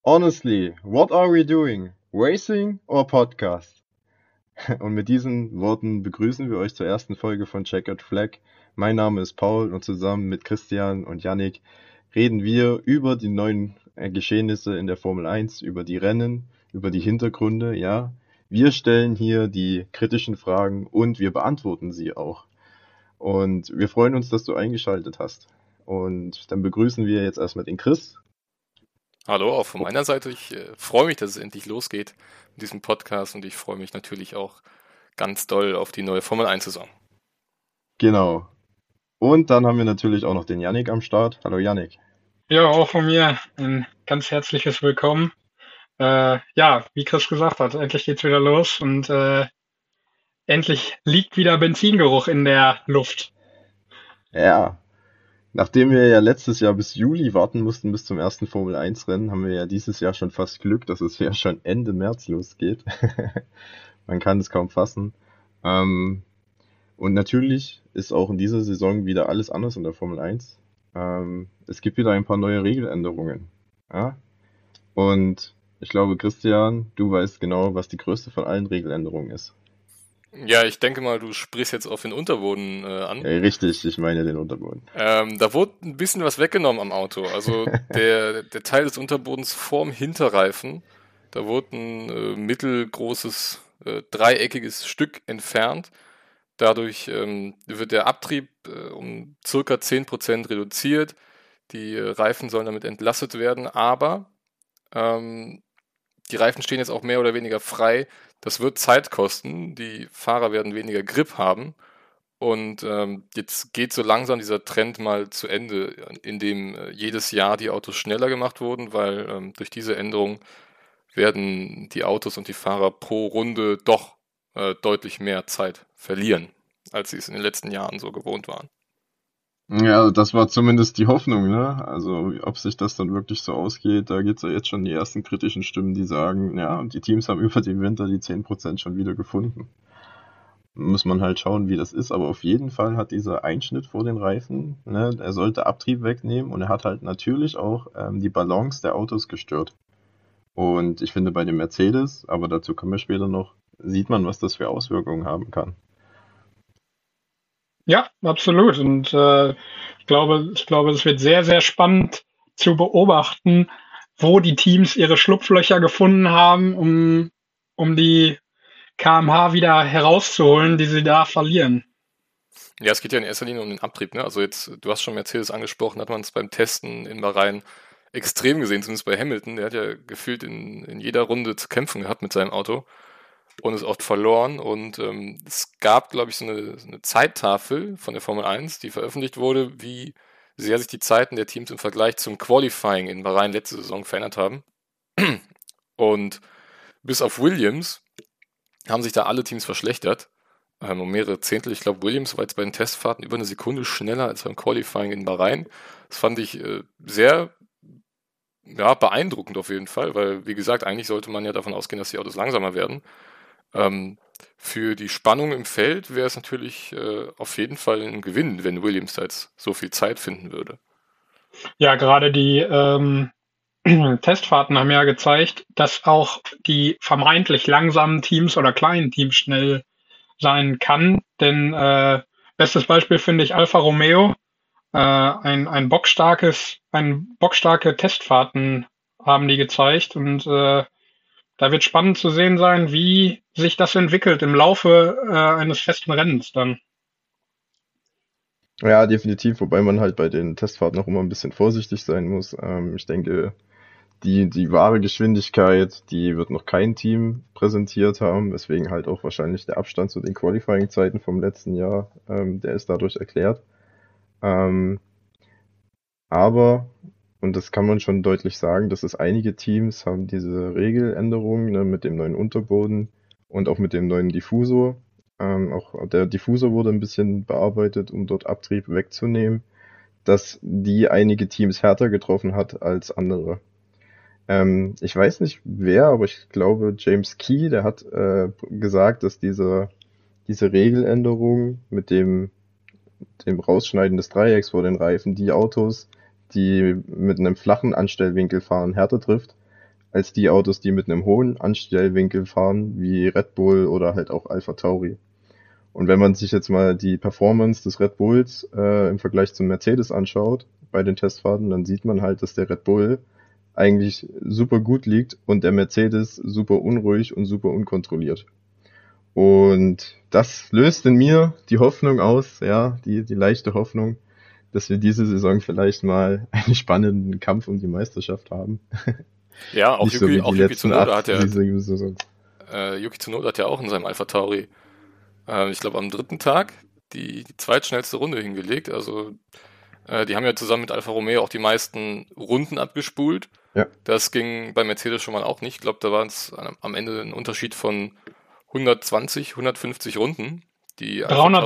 Honestly, what are we doing? Racing or podcast? Und mit diesen Worten begrüßen wir euch zur ersten Folge von Checkered Flag. Mein Name ist Paul und zusammen mit Christian und Yannick reden wir über die neuen Geschehnisse in der Formel 1, über die Rennen, über die Hintergründe, ja. Wir stellen hier die kritischen Fragen und wir beantworten sie auch. Und wir freuen uns, dass du eingeschaltet hast. Und dann begrüßen wir jetzt erstmal den Chris. Hallo, auch von meiner Seite. Ich freue mich, dass es endlich losgeht mit diesem Podcast und ich freue mich natürlich auch ganz doll auf die neue Formel 1-Saison. Genau. Und dann haben wir natürlich auch noch den Yannick am Start. Hallo Yannick. Ja, auch von mir ein ganz herzliches Willkommen. Wie Chris gesagt hat, endlich geht's wieder los und endlich liegt wieder Benzingeruch in der Luft. Ja, nachdem wir ja letztes Jahr bis Juli warten mussten bis zum ersten Formel 1 Rennen, haben wir ja dieses Jahr schon fast Glück, dass es ja schon Ende März losgeht. Man kann es kaum fassen. Und natürlich ist auch in dieser Saison wieder alles anders in der Formel 1. Es gibt wieder ein paar neue Regeländerungen. Ja? Und ich glaube, Christian, du weißt genau, was die größte von allen Regeländerungen ist. Ja, ich denke mal, du sprichst jetzt auf den Unterboden an. Ja, richtig, ich meine den Unterboden. Da wurde ein bisschen was weggenommen am Auto. Also der Teil des Unterbodens vorm Hinterreifen, da wurde ein mittelgroßes dreieckiges Stück entfernt. Dadurch wird der Abtrieb um circa 10% reduziert. Die Reifen sollen damit entlastet werden, aber die Reifen stehen jetzt auch mehr oder weniger frei. Das wird Zeit kosten. Die Fahrer werden weniger Grip haben. Und jetzt geht so langsam dieser Trend mal zu Ende, in dem jedes Jahr die Autos schneller gemacht wurden, weil durch diese Änderung werden die Autos und die Fahrer pro Runde doch deutlich mehr Zeit verlieren, als sie es in den letzten Jahren so gewohnt waren. Ja, das war zumindest die Hoffnung, ne? Also, ob sich das dann wirklich so ausgeht, da gibt's ja jetzt schon die ersten kritischen Stimmen, die sagen, ja, die Teams haben über den Winter die 10% schon wieder gefunden. Muss man halt schauen, wie das ist, aber auf jeden Fall hat dieser Einschnitt vor den Reifen, ne, er sollte Abtrieb wegnehmen und er hat halt natürlich auch die Balance der Autos gestört. Und ich finde bei dem Mercedes, aber dazu kommen wir später noch, sieht man, was das für Auswirkungen haben kann. Ja, absolut. Und ich glaube, es wird sehr, sehr spannend zu beobachten, wo die Teams ihre Schlupflöcher gefunden haben, um die kmh wieder herauszuholen, die sie da verlieren. Ja, es geht ja in erster Linie um den Abtrieb, ne? Also jetzt, du hast schon Mercedes angesprochen, hat man es beim Testen in Bahrain extrem gesehen, zumindest bei Hamilton. Der hat ja gefühlt in jeder Runde zu kämpfen gehabt mit seinem Auto und ist oft verloren. Und es gab, glaube ich, so eine Zeittafel von der Formel 1, die veröffentlicht wurde, wie sehr sich die Zeiten der Teams im Vergleich zum Qualifying in Bahrain letzte Saison verändert haben. Und bis auf Williams haben sich da alle Teams verschlechtert. Um mehrere Zehntel. Ich glaube, Williams war jetzt bei den Testfahrten über eine Sekunde schneller als beim Qualifying in Bahrain. Das fand ich sehr beeindruckend auf jeden Fall, weil, wie gesagt, eigentlich sollte man ja davon ausgehen, dass die Autos langsamer werden. Für die Spannung im Feld wäre es natürlich auf jeden Fall ein Gewinn, wenn Williams da jetzt so viel Zeit finden würde. Ja, gerade die Testfahrten haben ja gezeigt, dass auch die vermeintlich langsamen Teams oder kleinen Teams schnell sein kann. Denn bestes Beispiel finde ich Alfa Romeo. Ein bockstarke Testfahrten haben die gezeigt und da wird spannend zu sehen sein, wie sich das entwickelt im Laufe eines festen Rennens dann. Ja, definitiv, wobei man halt bei den Testfahrten auch immer ein bisschen vorsichtig sein muss. Ich denke, die wahre Geschwindigkeit, die wird noch kein Team präsentiert haben, weswegen halt auch wahrscheinlich der Abstand zu den Qualifying-Zeiten vom letzten Jahr, der ist dadurch erklärt. Aber, und das kann man schon deutlich sagen, dass es einige Teams haben diese Regeländerung, ne, mit dem neuen Unterboden und auch mit dem neuen Diffusor. Auch der Diffusor wurde ein bisschen bearbeitet, um dort Abtrieb wegzunehmen, dass die einige Teams härter getroffen hat als andere. Ich weiß nicht wer, aber ich glaube James Key, der hat gesagt, dass diese Regeländerung mit dem Rausschneiden des Dreiecks vor den Reifen die Autos, die mit einem flachen Anstellwinkel fahren, härter trifft, als die Autos, die mit einem hohen Anstellwinkel fahren, wie Red Bull oder halt auch Alpha Tauri. Und wenn man sich jetzt mal die Performance des Red Bulls im Vergleich zum Mercedes anschaut bei den Testfahrten, dann sieht man halt, dass der Red Bull eigentlich super gut liegt und der Mercedes super unruhig und super unkontrolliert. Und das löst in mir die Hoffnung aus, ja, die leichte Hoffnung, dass wir diese Saison vielleicht mal einen spannenden Kampf um die Meisterschaft haben. Ja, auch Nicht so wie die Yuki letzten Tsunoda 8 hat ja, Saisons. Yuki Tsunoda hat ja auch in seinem Alpha Tauri, ich glaube am dritten Tag, die zweitschnellste Runde hingelegt. Also die haben ja zusammen mit Alfa Romeo auch die meisten Runden abgespult. Ja. Das ging bei Mercedes schon mal auch nicht. Ich glaube, da war es am Ende ein Unterschied von 120, 150 Runden. Die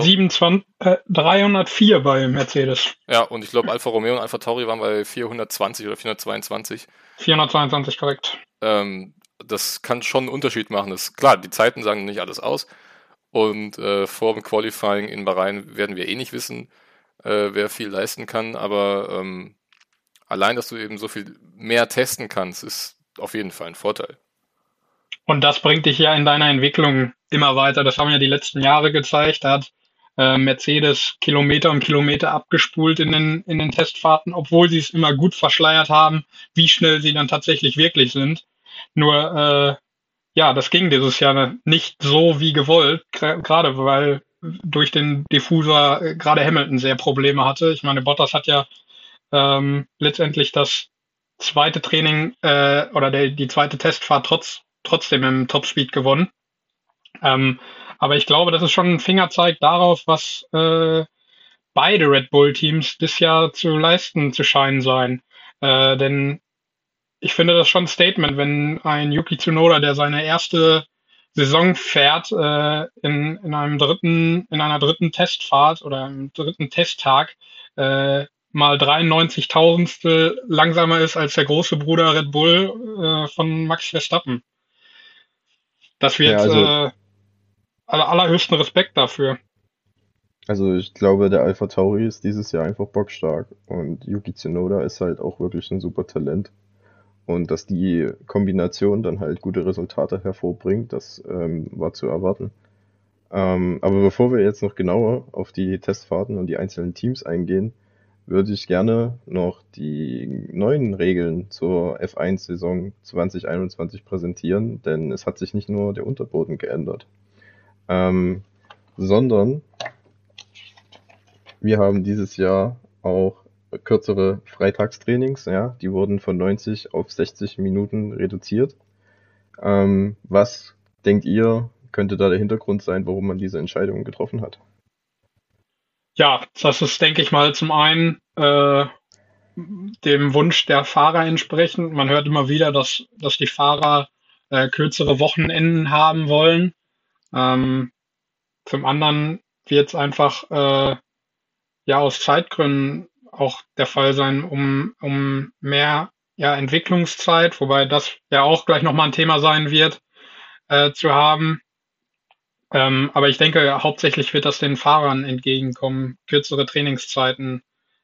304 bei Mercedes. Ja, und ich glaube, Alfa Romeo und Alfa Tauri waren bei 420 oder 422. 422, korrekt. Das kann schon einen Unterschied machen. Klar, die Zeiten sagen nicht alles aus. Und vor dem Qualifying in Bahrain werden wir eh nicht wissen, wer viel leisten kann. Aber allein, dass du eben so viel mehr testen kannst, ist auf jeden Fall ein Vorteil. Und das bringt dich ja in deiner Entwicklung immer weiter. Das haben ja die letzten Jahre gezeigt. Da hat Mercedes Kilometer um Kilometer abgespult in den Testfahrten, obwohl sie es immer gut verschleiert haben, wie schnell sie dann tatsächlich wirklich sind. Nur, ja, das ging dieses Jahr nicht so wie gewollt, gerade weil durch den Diffusor gerade Hamilton sehr Probleme hatte. Ich meine, Bottas hat ja letztendlich das zweite Training oder die zweite Testfahrt trotzdem im Topspeed gewonnen. Aber ich glaube, das ist schon ein Fingerzeig darauf, was beide Red Bull-Teams dieses Jahr zu leisten zu scheinen sein. Denn ich finde das schon ein Statement, wenn ein Yuki Tsunoda, der seine erste Saison fährt, in einer dritten Testfahrt oder im dritten Testtag mal 93.000 langsamer ist als der große Bruder Red Bull von Max Verstappen. Das wird allerhöchsten Respekt dafür. Also ich glaube, der Alpha Tauri ist dieses Jahr einfach bockstark und Yuki Tsunoda ist halt auch wirklich ein super Talent. Und dass die Kombination dann halt gute Resultate hervorbringt, das war zu erwarten. Aber bevor wir jetzt noch genauer auf die Testfahrten und die einzelnen Teams eingehen, würde ich gerne noch die neuen Regeln zur F1-Saison 2021 präsentieren, denn es hat sich nicht nur der Unterboden geändert, sondern wir haben dieses Jahr auch kürzere Freitagstrainings, ja, die wurden von 90 auf 60 Minuten reduziert. Was denkt ihr, könnte da der Hintergrund sein, warum man diese Entscheidung getroffen hat? Ja, das ist, denke ich mal, zum einen dem Wunsch der Fahrer entsprechend. Man hört immer wieder, dass die Fahrer kürzere Wochenenden haben wollen. Zum anderen wird es einfach ja aus Zeitgründen auch der Fall sein, um mehr Entwicklungszeit, wobei das ja auch gleich nochmal ein Thema sein wird, zu haben. Aber ich denke, hauptsächlich wird das den Fahrern entgegenkommen, kürzere Trainingszeiten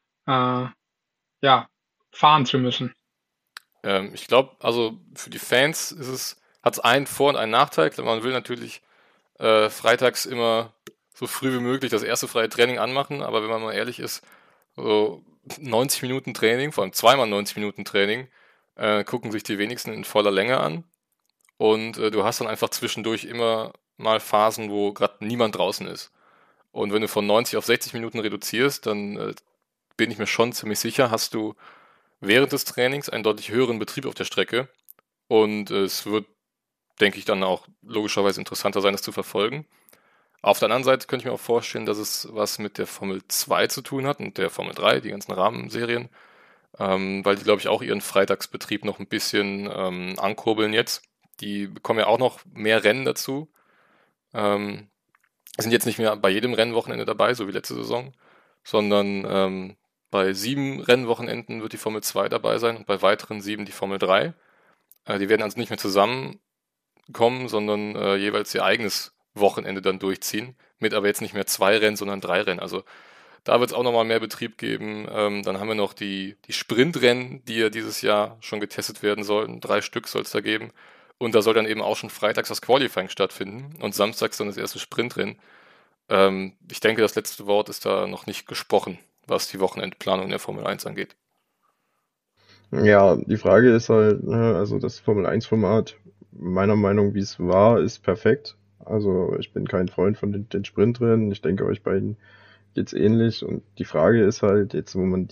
fahren zu müssen. Ich glaube, also für die Fans hat es einen Vor- und einen Nachteil. Man will natürlich freitags immer so früh wie möglich das erste freie Training anmachen, aber wenn man mal ehrlich ist, so 90 Minuten Training, vor allem zweimal 90 Minuten Training, gucken sich die wenigsten in voller Länge an. Und du hast dann einfach zwischendurch immer mal Phasen, wo gerade niemand draußen ist. Und wenn du von 90 auf 60 Minuten reduzierst, dann bin ich mir schon ziemlich sicher, hast du während des Trainings einen deutlich höheren Betrieb auf der Strecke. Und es wird, denke ich, dann auch logischerweise interessanter sein, das zu verfolgen. Auf der anderen Seite könnte ich mir auch vorstellen, dass es was mit der Formel 2 zu tun hat und der Formel 3, die ganzen Rahmenserien, weil die, glaube ich, auch ihren Freitagsbetrieb noch ein bisschen ankurbeln jetzt. Die bekommen ja auch noch mehr Rennen dazu. Sind jetzt nicht mehr bei jedem Rennwochenende dabei, so wie letzte Saison, sondern bei 7 Rennwochenenden wird die Formel 2 dabei sein und bei weiteren 7 die Formel 3. Die werden also nicht mehr zusammenkommen, sondern jeweils ihr eigenes Wochenende dann durchziehen, mit aber jetzt nicht mehr 2 Rennen, sondern 3 Rennen. Also Da wird es auch nochmal mehr Betrieb geben. Dann haben wir noch die Sprintrennen, die ja dieses Jahr schon getestet werden sollen. 3 Stück soll es da geben. Und da soll dann eben auch schon freitags das Qualifying stattfinden und samstags dann das erste Sprintrennen. Ich denke, das letzte Wort ist da noch nicht gesprochen, was die Wochenendplanung der Formel 1 angeht. Ja, die Frage ist halt, ne, also das Formel-1-Format, meiner Meinung nach, wie es war, ist perfekt. Also ich bin kein Freund von den Sprintrennen. Ich denke, euch beiden geht's ähnlich. Und die Frage ist halt, jetzt wo man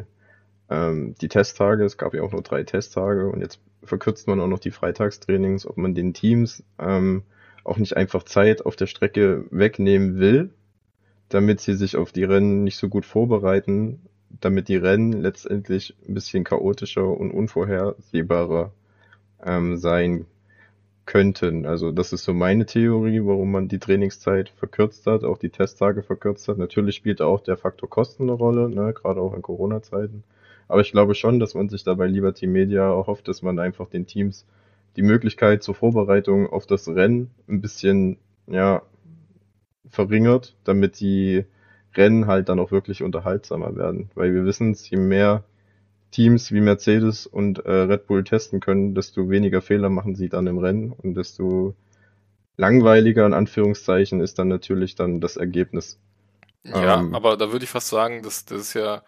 die Testtage, es gab ja auch nur 3 Testtage und jetzt verkürzt man auch noch die Freitagstrainings, ob man den Teams auch nicht einfach Zeit auf der Strecke wegnehmen will, damit sie sich auf die Rennen nicht so gut vorbereiten, damit die Rennen letztendlich ein bisschen chaotischer und unvorhersehbarer sein könnten. Also das ist so meine Theorie, warum man die Trainingszeit verkürzt hat, auch die Testtage verkürzt hat. Natürlich spielt auch der Faktor Kosten eine Rolle, ne, gerade auch in Corona-Zeiten. Aber ich glaube schon, dass man sich dabei Liberty Media erhofft, dass man einfach den Teams die Möglichkeit zur Vorbereitung auf das Rennen ein bisschen, ja, verringert, damit die Rennen halt dann auch wirklich unterhaltsamer werden. Weil wir wissen, je mehr Teams wie Mercedes und Red Bull testen können, desto weniger Fehler machen sie dann im Rennen und desto langweiliger in Anführungszeichen ist dann natürlich dann das Ergebnis. Ja, aber da würde ich fast sagen, das ist ja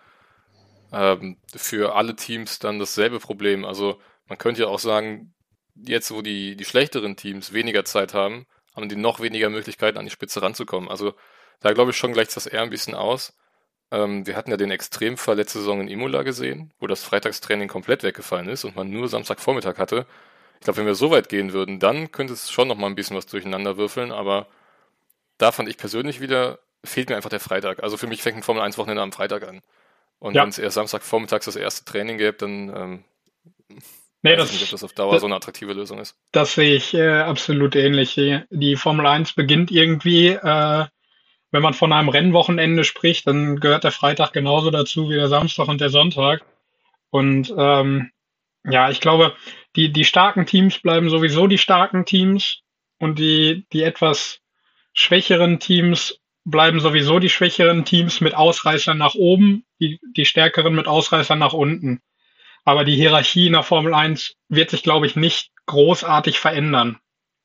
für alle Teams dann dasselbe Problem. Also man könnte ja auch sagen, jetzt wo die schlechteren Teams weniger Zeit haben, haben die noch weniger Möglichkeiten an die Spitze ranzukommen. Also da glaube ich schon gleicht das eher ein bisschen aus. Wir hatten ja den Extremfall letzte Saison in Imola gesehen, wo das Freitagstraining komplett weggefallen ist und man nur Samstagvormittag hatte. Ich glaube, wenn wir so weit gehen würden, dann könnte es schon noch mal ein bisschen was durcheinander würfeln, aber da fand ich persönlich wieder, fehlt mir einfach der Freitag. Also für mich fängt ein Formel-1-Wochenende am Freitag an. Und Ja. wenn es erst Samstagvormittags das erste Training gäbe, dann Nee, weiß ich nicht, ob das auf Dauer so eine attraktive Lösung ist. das sehe ich absolut ähnlich. Die Formel 1 beginnt irgendwie, wenn man von einem Rennwochenende spricht, dann gehört der Freitag genauso dazu wie der Samstag und der Sonntag. Und ja, ich glaube, die starken Teams bleiben sowieso die starken Teams und die etwas schwächeren Teams bleiben sowieso die schwächeren Teams mit Ausreißern nach oben, die stärkeren mit Ausreißern nach unten. Aber die Hierarchie in der Formel 1 wird sich, glaube ich, nicht großartig verändern.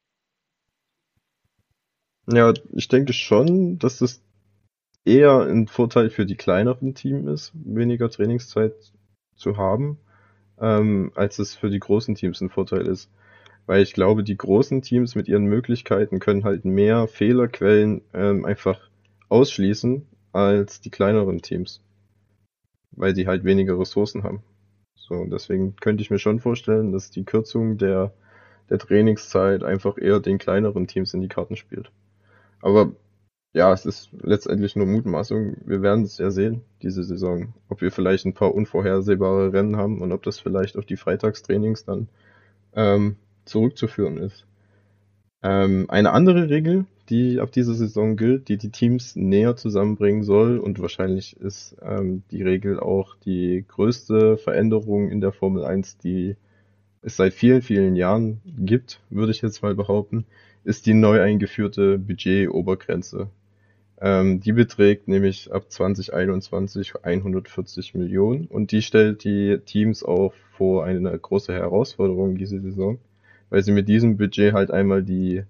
Ja, ich denke schon, dass es eher ein Vorteil für die kleineren Teams ist, weniger Trainingszeit zu haben, als es für die großen Teams ein Vorteil ist. Weil ich glaube, die großen Teams mit ihren Möglichkeiten können halt mehr Fehlerquellen einfach ausschließen als die kleineren Teams, weil sie halt weniger Ressourcen haben. So, und deswegen könnte ich mir schon vorstellen, dass die Kürzung der Trainingszeit einfach eher den kleineren Teams in die Karten spielt. Aber ja, es ist letztendlich nur Mutmaßung. Wir werden es ja sehen, diese Saison. Ob wir vielleicht ein paar unvorhersehbare Rennen haben und ob das vielleicht auf die Freitagstrainings dann zurückzuführen ist. Eine andere Regel, die ab dieser Saison gilt, die Teams näher zusammenbringen soll, und wahrscheinlich ist die Regel auch die größte Veränderung in der Formel 1, die es seit vielen, vielen Jahren gibt, würde ich jetzt mal behaupten, ist die neu eingeführte Budget-Obergrenze. Die beträgt nämlich ab 2021 140 Millionen und die stellt die Teams auch vor eine große Herausforderung diese Saison, weil sie mit diesem Budget halt einmal die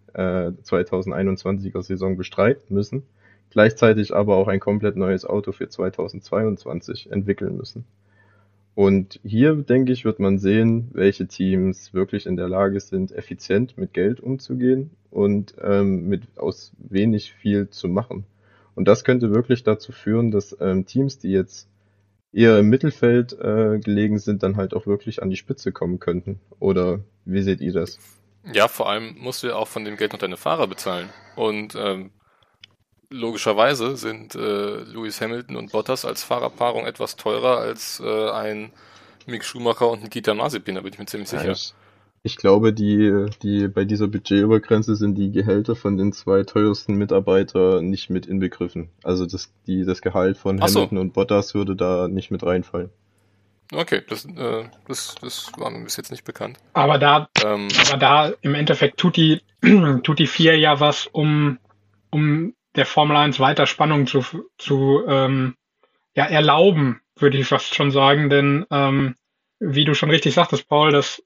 2021er Saison bestreiten müssen, gleichzeitig aber auch ein komplett neues Auto für 2022 entwickeln müssen. Und hier, denke ich, wird man sehen, welche Teams wirklich in der Lage sind, effizient mit Geld umzugehen und mit aus wenig viel zu machen. Und das könnte wirklich dazu führen, dass Teams, die jetzt eher im Mittelfeld gelegen sind, dann halt auch wirklich an die Spitze kommen könnten. Oder wie seht ihr das? Ja, vor allem musst du ja auch von dem Geld noch deine Fahrer bezahlen. Und logischerweise sind Lewis Hamilton und Bottas als Fahrerpaarung etwas teurer als ein Mick Schumacher und Nikita Mazepin, da bin ich mir ziemlich sicher. Ich glaube, die bei dieser Budgetobergrenze sind die Gehälter von den 2 teuersten Mitarbeitern nicht mit inbegriffen. Also das Gehalt von Hamilton und Bottas würde da nicht mit reinfallen. Okay, das war mir bis jetzt nicht bekannt. Aber da im Endeffekt tut die FIA ja was, um der Formel 1 weiter Spannung zu erlauben, würde ich fast schon sagen, denn wie du schon richtig sagtest, Paul, dass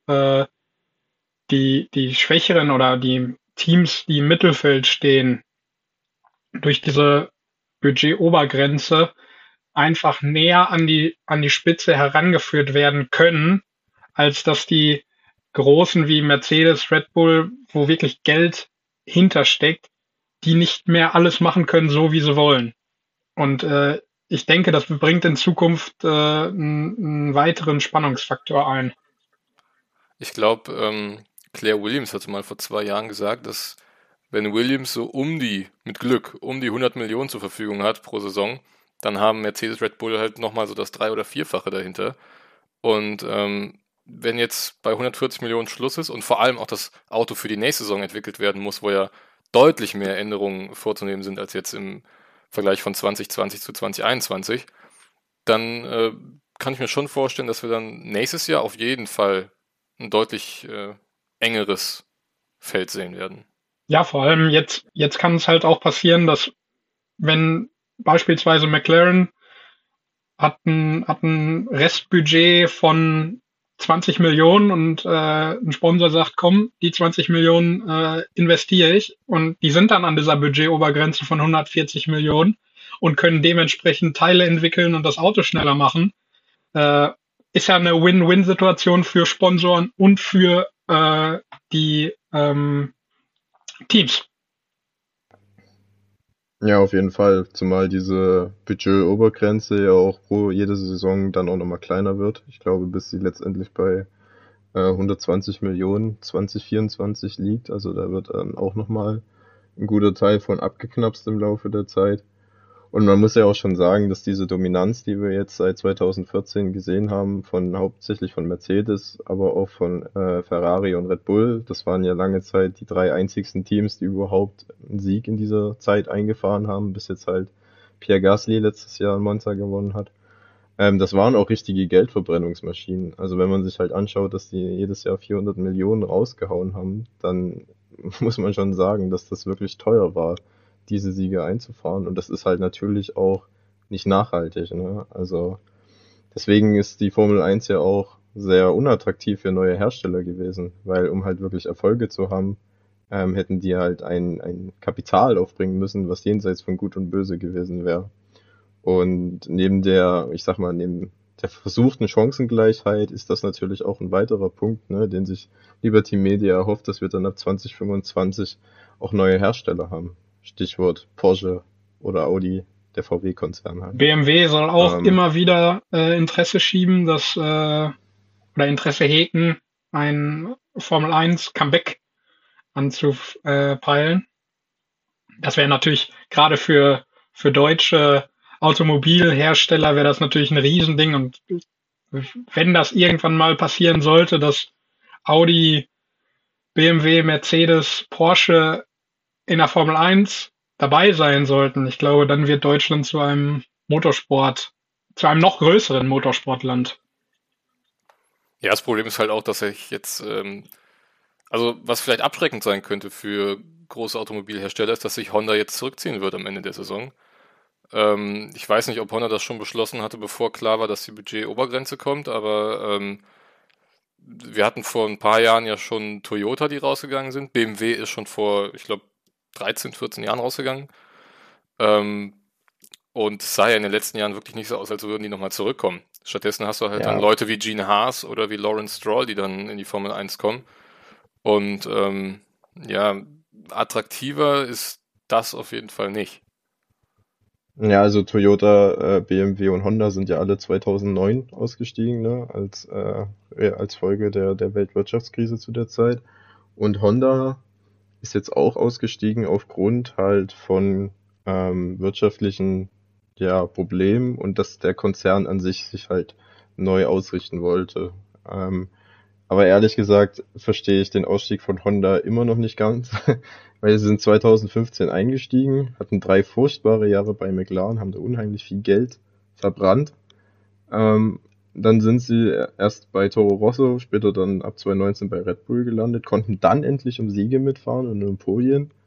die Schwächeren oder die Teams, die im Mittelfeld stehen, durch diese Budgetobergrenze einfach näher an die Spitze herangeführt werden können, als dass die Großen wie Mercedes, Red Bull, wo wirklich Geld hintersteckt, die nicht mehr alles machen können, so wie sie wollen. Und ich denke, das bringt in Zukunft einen weiteren Spannungsfaktor ein. Ich glaube, Claire Williams hatte mal vor 2 Jahren gesagt, dass wenn Williams so mit Glück, um die 100 Millionen zur Verfügung hat pro Saison, dann haben Mercedes, Red Bull halt nochmal so das 3- oder 4-fache dahinter. Und wenn jetzt bei 140 Millionen Schluss ist und vor allem auch das Auto für die nächste Saison entwickelt werden muss, wo ja deutlich mehr Änderungen vorzunehmen sind als jetzt im Vergleich von 2020 zu 2021, dann kann ich mir schon vorstellen, dass wir dann nächstes Jahr auf jeden Fall ein deutlich engeres Feld sehen werden. Ja, vor allem jetzt kann es halt auch passieren, dass wenn beispielsweise McLaren hat ein Restbudget von 20 Millionen und ein Sponsor sagt, komm, die 20 Millionen investiere ich und die sind dann an dieser Budgetobergrenze von 140 Millionen und können dementsprechend Teile entwickeln und das Auto schneller machen, ist ja eine Win-Win-Situation für Sponsoren und für die Teams. Ja, auf jeden Fall. Zumal diese Budget-Obergrenze ja auch pro jede Saison dann auch nochmal kleiner wird. Ich glaube, bis sie letztendlich bei 120 Millionen 2024 liegt. Also da wird dann auch nochmal ein guter Teil von abgeknapst im Laufe der Zeit. Und man muss ja auch schon sagen, dass diese Dominanz, die wir jetzt seit 2014 gesehen haben, hauptsächlich von Mercedes, aber auch von Ferrari und Red Bull, das waren ja lange Zeit die 3 einzigsten Teams, die überhaupt einen Sieg in dieser Zeit eingefahren haben, bis jetzt halt Pierre Gasly letztes Jahr in Monza gewonnen hat. Das waren auch richtige Geldverbrennungsmaschinen. Also wenn man sich halt anschaut, dass die jedes Jahr 400 Millionen rausgehauen haben, dann muss man schon sagen, dass das wirklich teuer war, diese Siege einzufahren. Und das ist halt natürlich auch nicht nachhaltig. Ne? Also deswegen ist die Formel 1 ja auch sehr unattraktiv für neue Hersteller gewesen, weil um halt wirklich Erfolge zu haben, hätten die halt ein Kapital aufbringen müssen, was jenseits von Gut und Böse gewesen wäre. Und neben neben der versuchten Chancengleichheit ist das natürlich auch ein weiterer Punkt, ne, den sich Liberty Media erhofft, dass wir dann ab 2025 auch neue Hersteller haben. Stichwort Porsche oder Audi, der VW-Konzern halt. BMW soll auch immer wieder Interesse schieben, oder Interesse hegen, ein Formel 1 Comeback anzupeilen. Das wäre natürlich gerade für deutsche Automobilhersteller wäre das natürlich ein Riesending. Und wenn das irgendwann mal passieren sollte, dass Audi, BMW, Mercedes, Porsche in der Formel 1 dabei sein sollten, ich glaube, dann wird Deutschland zu einem noch größeren Motorsportland. Ja, das Problem ist halt auch, dass ich jetzt, also was vielleicht abschreckend sein könnte für große Automobilhersteller, ist, dass sich Honda jetzt zurückziehen wird am Ende der Saison. Ich weiß nicht, ob Honda das schon beschlossen hatte, bevor klar war, dass die Budget-Obergrenze kommt, aber wir hatten vor ein paar Jahren ja schon Toyota, die rausgegangen sind. BMW ist schon vor, ich glaube, 13, 14 Jahren rausgegangen. Und es sah ja in den letzten Jahren wirklich nicht so aus, als würden die nochmal zurückkommen. Stattdessen hast du halt dann Leute wie Gene Haas oder wie Lawrence Stroll, die dann in die Formel 1 kommen. Und attraktiver ist das auf jeden Fall nicht. Ja, also Toyota, BMW und Honda sind ja alle 2009 ausgestiegen, ne, als Folge der Weltwirtschaftskrise zu der Zeit. Und Honda ist jetzt auch ausgestiegen aufgrund halt von wirtschaftlichen Problemen und dass der Konzern an sich halt neu ausrichten wollte. Aber ehrlich gesagt verstehe ich den Ausstieg von Honda immer noch nicht ganz, weil sie sind 2015 eingestiegen, hatten 3 furchtbare Jahre bei McLaren, haben da unheimlich viel Geld verbrannt. Dann sind sie erst bei Toro Rosso, später dann ab 2019 bei Red Bull gelandet, konnten dann endlich um Siege mitfahren und um Podien.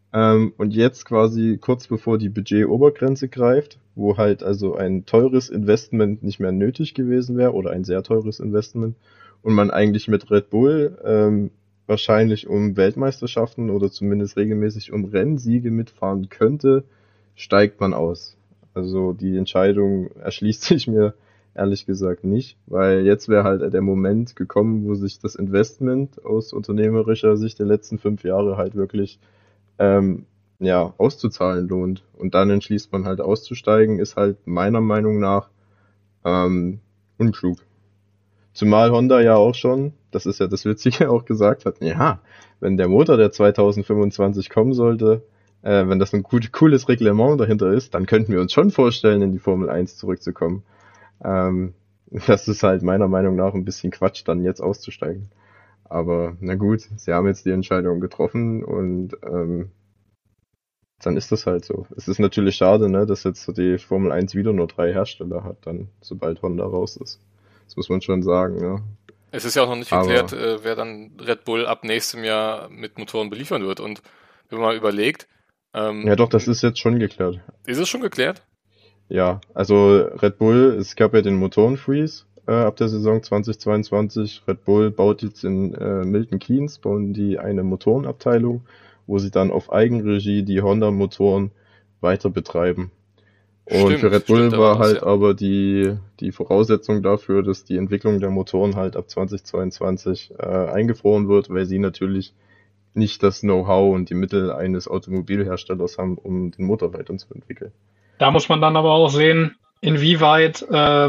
Und jetzt quasi kurz bevor die Budgetobergrenze greift, wo halt also ein teures Investment nicht mehr nötig gewesen wäre oder ein sehr teures Investment und man eigentlich mit Red Bull wahrscheinlich um Weltmeisterschaften oder zumindest regelmäßig um Rennsiege mitfahren könnte, steigt man aus. Also die Entscheidung erschließt sich mir ehrlich gesagt nicht, weil jetzt wäre halt der Moment gekommen, wo sich das Investment aus unternehmerischer Sicht der letzten 5 Jahre halt wirklich ähm, ja, auszuzahlen lohnt. Und dann entschließt man halt auszusteigen, ist halt meiner Meinung nach unklug. Zumal Honda ja auch schon, das ist ja das Witzige, auch gesagt hat, ja, wenn der Motor der 2025 kommen sollte, wenn das ein cooles Reglement dahinter ist, dann könnten wir uns schon vorstellen, in die Formel 1 zurückzukommen. Das ist halt meiner Meinung nach ein bisschen Quatsch, dann jetzt auszusteigen. Aber na gut, sie haben jetzt die Entscheidung getroffen und dann ist das halt so. Es ist natürlich schade, ne, dass jetzt die Formel 1 wieder nur 3 Hersteller hat, dann sobald Honda raus ist. Das muss man schon sagen, ja. Es ist ja auch noch nicht Aber geklärt, wer dann Red Bull ab nächstem Jahr mit Motoren beliefern wird. Und wenn man mal überlegt, ja doch, das ist jetzt schon geklärt. ist es schon geklärt? Ja, also Red Bull, es gab ja den Motorenfreeze ab der Saison 2022. Red Bull baut jetzt in Milton Keynes, bauen die eine Motorenabteilung, wo sie dann auf Eigenregie die Honda-Motoren weiter betreiben. Und für Red Bull da war was, halt ja. aber die Voraussetzung dafür, dass die Entwicklung der Motoren halt ab 2022 eingefroren wird, weil sie natürlich nicht das Know-how und die Mittel eines Automobilherstellers haben, um den Motor weiterzuentwickeln. Da muss man dann aber auch sehen, inwieweit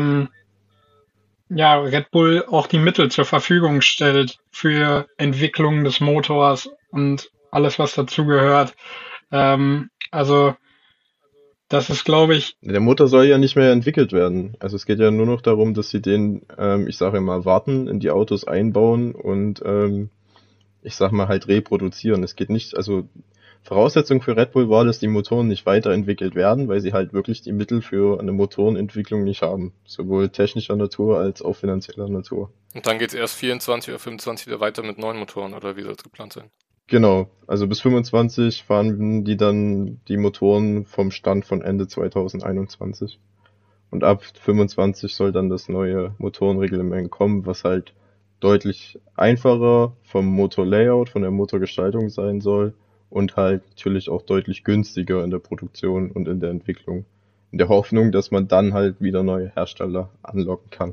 Red Bull auch die Mittel zur Verfügung stellt für Entwicklung des Motors und alles, was dazugehört. Also das ist, glaube ich, Der Motor soll ja nicht mehr entwickelt werden. Also es geht ja nur noch darum, dass sie den, ich sage mal, warten, in die Autos einbauen und ich sag mal halt reproduzieren. Es geht nicht, also Voraussetzung für Red Bull war, dass die Motoren nicht weiterentwickelt werden, weil sie halt wirklich die Mittel für eine Motorenentwicklung nicht haben. Sowohl technischer Natur als auch finanzieller Natur. Und dann geht es erst 24 oder 25 wieder weiter mit neuen Motoren, oder wie soll es geplant sein? Genau, also bis 25 fahren die dann die Motoren vom Stand von Ende 2021. Und ab 25 soll dann das neue Motorenreglement kommen, was halt deutlich einfacher vom Motorlayout, von der Motorgestaltung sein soll und halt natürlich auch deutlich günstiger in der Produktion und in der Entwicklung. In der Hoffnung, dass man dann halt wieder neue Hersteller anlocken kann.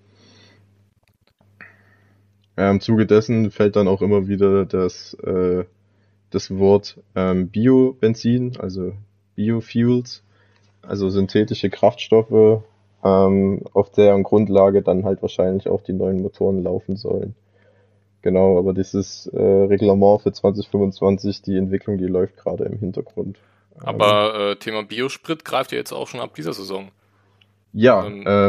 Ja, im Zuge dessen fällt dann auch immer wieder das Wort Biobenzin, also Biofuels, also synthetische Kraftstoffe, auf deren Grundlage dann halt wahrscheinlich auch die neuen Motoren laufen sollen. Genau, aber dieses Reglement für 2025, die Entwicklung, die läuft gerade im Hintergrund. Aber Thema Biosprit greift ja jetzt auch schon ab dieser Saison. Ja,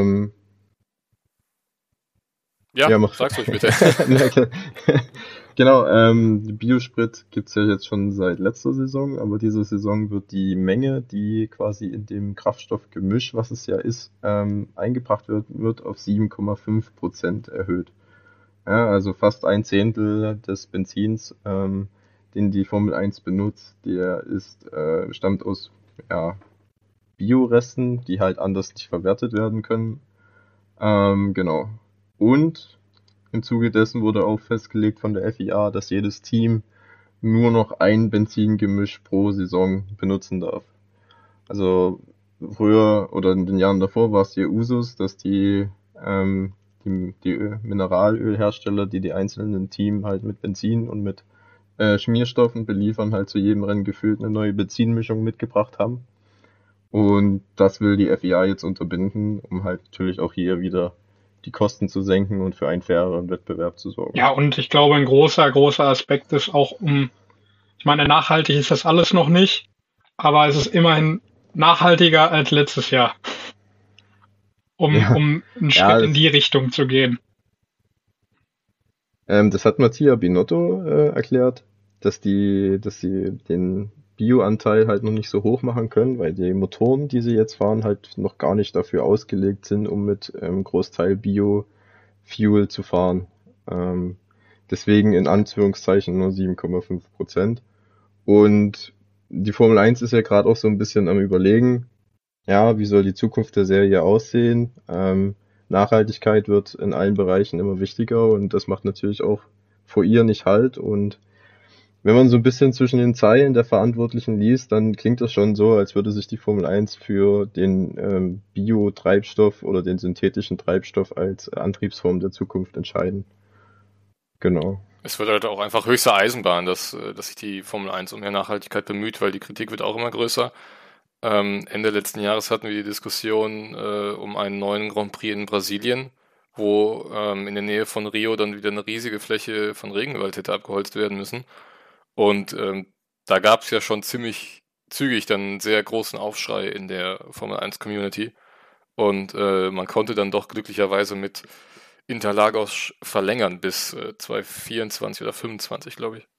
sag's ruhig bitte. Genau, Biosprit gibt's ja jetzt schon seit letzter Saison, aber diese Saison wird die Menge, die quasi in dem Kraftstoffgemisch, was es ja ist, eingebracht wird auf 7,5% erhöht. Ja, also fast 1/10 des Benzins, den die Formel 1 benutzt, der stammt aus Bioresten, die halt anders nicht verwertet werden können. Genau. Und im Zuge dessen wurde auch festgelegt von der FIA, dass jedes Team nur noch ein Benzingemisch pro Saison benutzen darf. Also früher oder in den Jahren davor war es hier Usus, dass die Mineralölhersteller, die einzelnen Teams halt mit Benzin und mit Schmierstoffen beliefern, halt zu jedem Rennen gefühlt eine neue Benzinmischung mitgebracht haben. Und das will die FIA jetzt unterbinden, um halt natürlich auch hier wieder die Kosten zu senken und für einen faireren Wettbewerb zu sorgen. Ja, und ich glaube, ein großer Aspekt ist auch ich meine, nachhaltig ist das alles noch nicht, aber es ist immerhin nachhaltiger als letztes Jahr, um einen Schritt in die Richtung zu gehen. Das hat Mattia Binotto erklärt, dass sie den Bioanteil halt noch nicht so hoch machen können, weil die Motoren, die sie jetzt fahren, halt noch gar nicht dafür ausgelegt sind, um mit Großteil Biofuel zu fahren. Deswegen in Anführungszeichen nur 7,5%. Und die Formel 1 ist ja gerade auch so ein bisschen am Überlegen, ja, wie soll die Zukunft der Serie aussehen? Nachhaltigkeit wird in allen Bereichen immer wichtiger und das macht natürlich auch vor ihr nicht Halt. Und wenn man so ein bisschen zwischen den Zeilen der Verantwortlichen liest, dann klingt das schon so, als würde sich die Formel 1 für den Biotreibstoff oder den synthetischen Treibstoff als Antriebsform der Zukunft entscheiden. Genau. Es wird halt auch einfach höchste Eisenbahn, dass sich die Formel 1 um mehr Nachhaltigkeit bemüht, weil die Kritik wird auch immer größer. Ende letzten Jahres hatten wir die Diskussion um einen neuen Grand Prix in Brasilien, wo in der Nähe von Rio dann wieder eine riesige Fläche von Regenwald hätte abgeholzt werden müssen. Und da gab es ja schon ziemlich zügig dann einen sehr großen Aufschrei in der Formel 1 Community. Und man konnte dann doch glücklicherweise mit Interlagos verlängern bis 2024 oder 2025, glaube ich.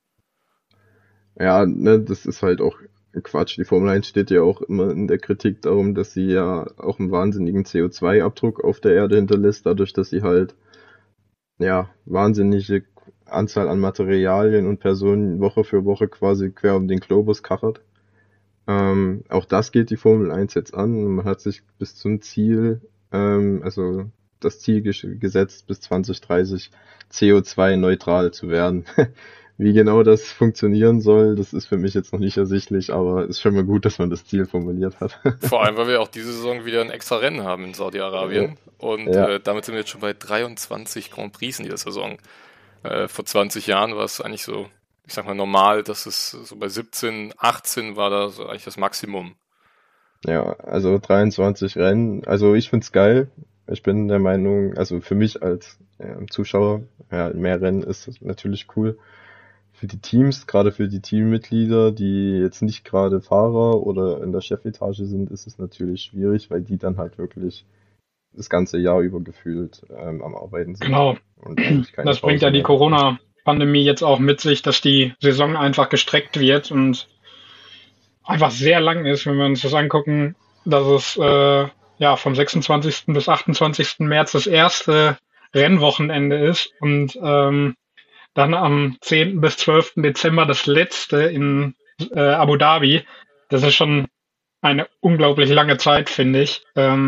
Ja, ne, das ist halt auch Quatsch. Die Formel 1 steht ja auch immer in der Kritik darum, dass sie ja auch einen wahnsinnigen CO2-Abdruck auf der Erde hinterlässt, dadurch, dass sie halt, ja, wahnsinnige Anzahl an Materialien und Personen Woche für Woche quasi quer um den Globus kachert. Auch das geht die Formel 1 jetzt an. Man hat sich bis zum Ziel, also das Ziel gesetzt, bis 2030 CO2-neutral zu werden. Wie genau das funktionieren soll, das ist für mich jetzt noch nicht ersichtlich, aber es ist schon mal gut, dass man das Ziel formuliert hat. Vor allem, weil wir auch diese Saison wieder ein extra Rennen haben in Saudi-Arabien. Und Ja. damit sind wir jetzt schon bei 23 Grand Prix in dieser Saison. Vor 20 Jahren war es eigentlich so, ich sag mal, normal, dass es so bei 17, 18 war da so eigentlich das Maximum. Ja, also 23 Rennen. Also ich find's geil. Ich bin der Meinung, also für mich als Zuschauer, ja, mehr Rennen ist natürlich cool. Für die Teams, gerade für die Teammitglieder, die jetzt nicht gerade Fahrer oder in der Chefetage sind, ist es natürlich schwierig, weil die dann halt wirklich das ganze Jahr über gefühlt am Arbeiten sind Genau. und eigentlich keine Das bringt Pause ja die mehr. Corona-Pandemie jetzt auch mit sich, dass die Saison einfach gestreckt wird und einfach sehr lang ist, wenn wir uns das angucken, dass es ja vom 26. bis 28. März das erste Rennwochenende ist und dann am 10. bis 12. Dezember das letzte in Abu Dhabi. Das ist schon eine unglaublich lange Zeit, finde ich.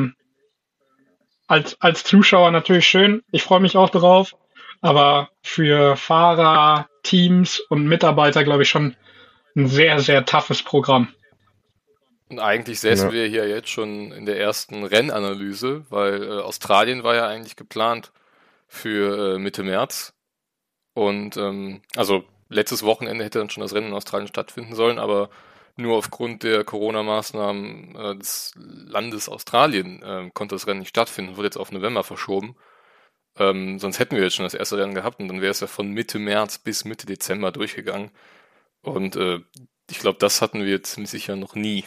Als Zuschauer natürlich schön. Ich freue mich auch drauf. Aber für Fahrer, Teams und Mitarbeiter, glaube ich, schon ein sehr, sehr toughes Programm. Und eigentlich säßen Ja. wir hier jetzt schon in der ersten Rennanalyse, weil Australien war ja eigentlich geplant für Mitte März. Und also letztes Wochenende hätte dann schon das Rennen in Australien stattfinden sollen, aber nur aufgrund der Corona-Maßnahmen des Landes Australien konnte das Rennen nicht stattfinden, wurde jetzt auf November verschoben. Sonst hätten wir jetzt schon das erste Rennen gehabt und dann wäre es ja von Mitte März bis Mitte Dezember durchgegangen. Und ich glaube, das hatten wir ziemlich sicher noch nie.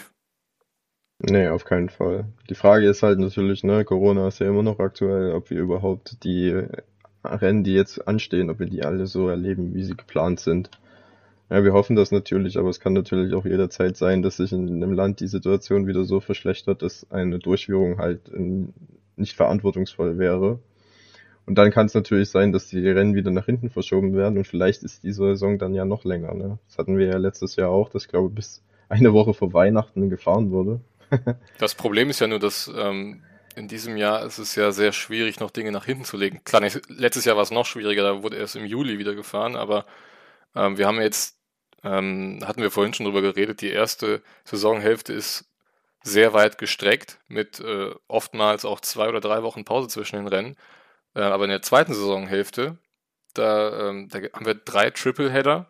Nee, auf keinen Fall. Die Frage ist halt natürlich, ne, Corona ist ja immer noch aktuell, ob wir überhaupt die Rennen, die jetzt anstehen, ob wir die alle so erleben, wie sie geplant sind. Ja, wir hoffen das natürlich, aber es kann natürlich auch jederzeit sein, dass sich in einem Land die Situation wieder so verschlechtert, dass eine Durchführung halt nicht verantwortungsvoll wäre. Und dann kann es natürlich sein, dass die Rennen wieder nach hinten verschoben werden und vielleicht ist die Saison dann ja noch länger. Ne? Das hatten wir ja letztes Jahr auch, dass ich glaube bis eine Woche vor Weihnachten gefahren wurde. Das Problem ist ja nur, dass in diesem Jahr ist es ja sehr schwierig, noch Dinge nach hinten zu legen. Klar, letztes Jahr war es noch schwieriger, da wurde erst im Juli wieder gefahren, aber wir haben jetzt, hatten wir vorhin schon drüber geredet, die erste Saisonhälfte ist sehr weit gestreckt, mit oftmals auch 2 oder 3 Wochen Pause zwischen den Rennen. Aber in der zweiten Saisonhälfte, da haben wir 3 Tripleheader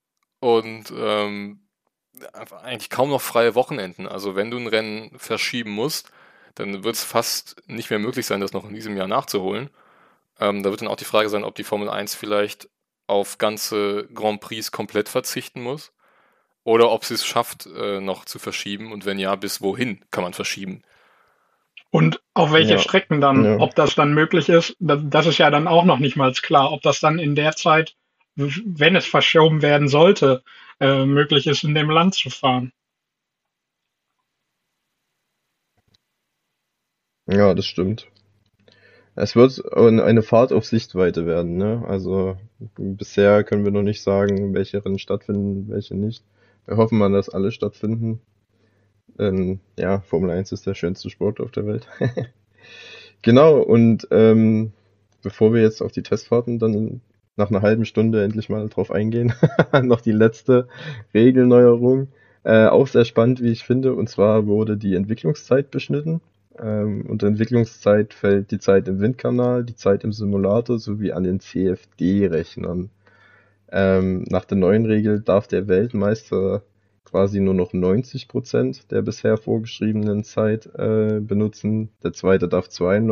und einfach eigentlich kaum noch freie Wochenenden. Also wenn du ein Rennen verschieben musst, dann wird es fast nicht mehr möglich sein, das noch in diesem Jahr nachzuholen. Da wird dann auch die Frage sein, ob die Formel 1 vielleicht auf ganze Grand Prix komplett verzichten muss oder ob sie es schafft, noch zu verschieben und wenn ja, bis wohin kann man verschieben. Und auf welche Ja. Strecken dann, Ja. ob das dann möglich ist, das ist ja dann auch noch nicht mal klar, ob das dann in der Zeit, wenn es verschoben werden sollte, möglich ist, in dem Land zu fahren. Ja, das stimmt. Es wird eine Fahrt auf Sichtweite werden, ne? Also bisher können wir noch nicht sagen, welche Rennen stattfinden, welche nicht. Wir hoffen mal, dass alle stattfinden. Denn ja, Formel 1 ist der schönste Sport auf der Welt. Genau, und bevor wir jetzt auf die Testfahrten dann nach einer halben Stunde endlich mal drauf eingehen, noch die letzte Regelneuerung. Auch sehr spannend, wie ich finde. Und zwar wurde die Entwicklungszeit beschnitten. Unter Entwicklungszeit fällt die Zeit im Windkanal, die Zeit im Simulator sowie an den CFD-Rechnern. Nach der neuen Regel darf der Weltmeister quasi nur noch 90% der bisher vorgeschriebenen Zeit benutzen. Der zweite darf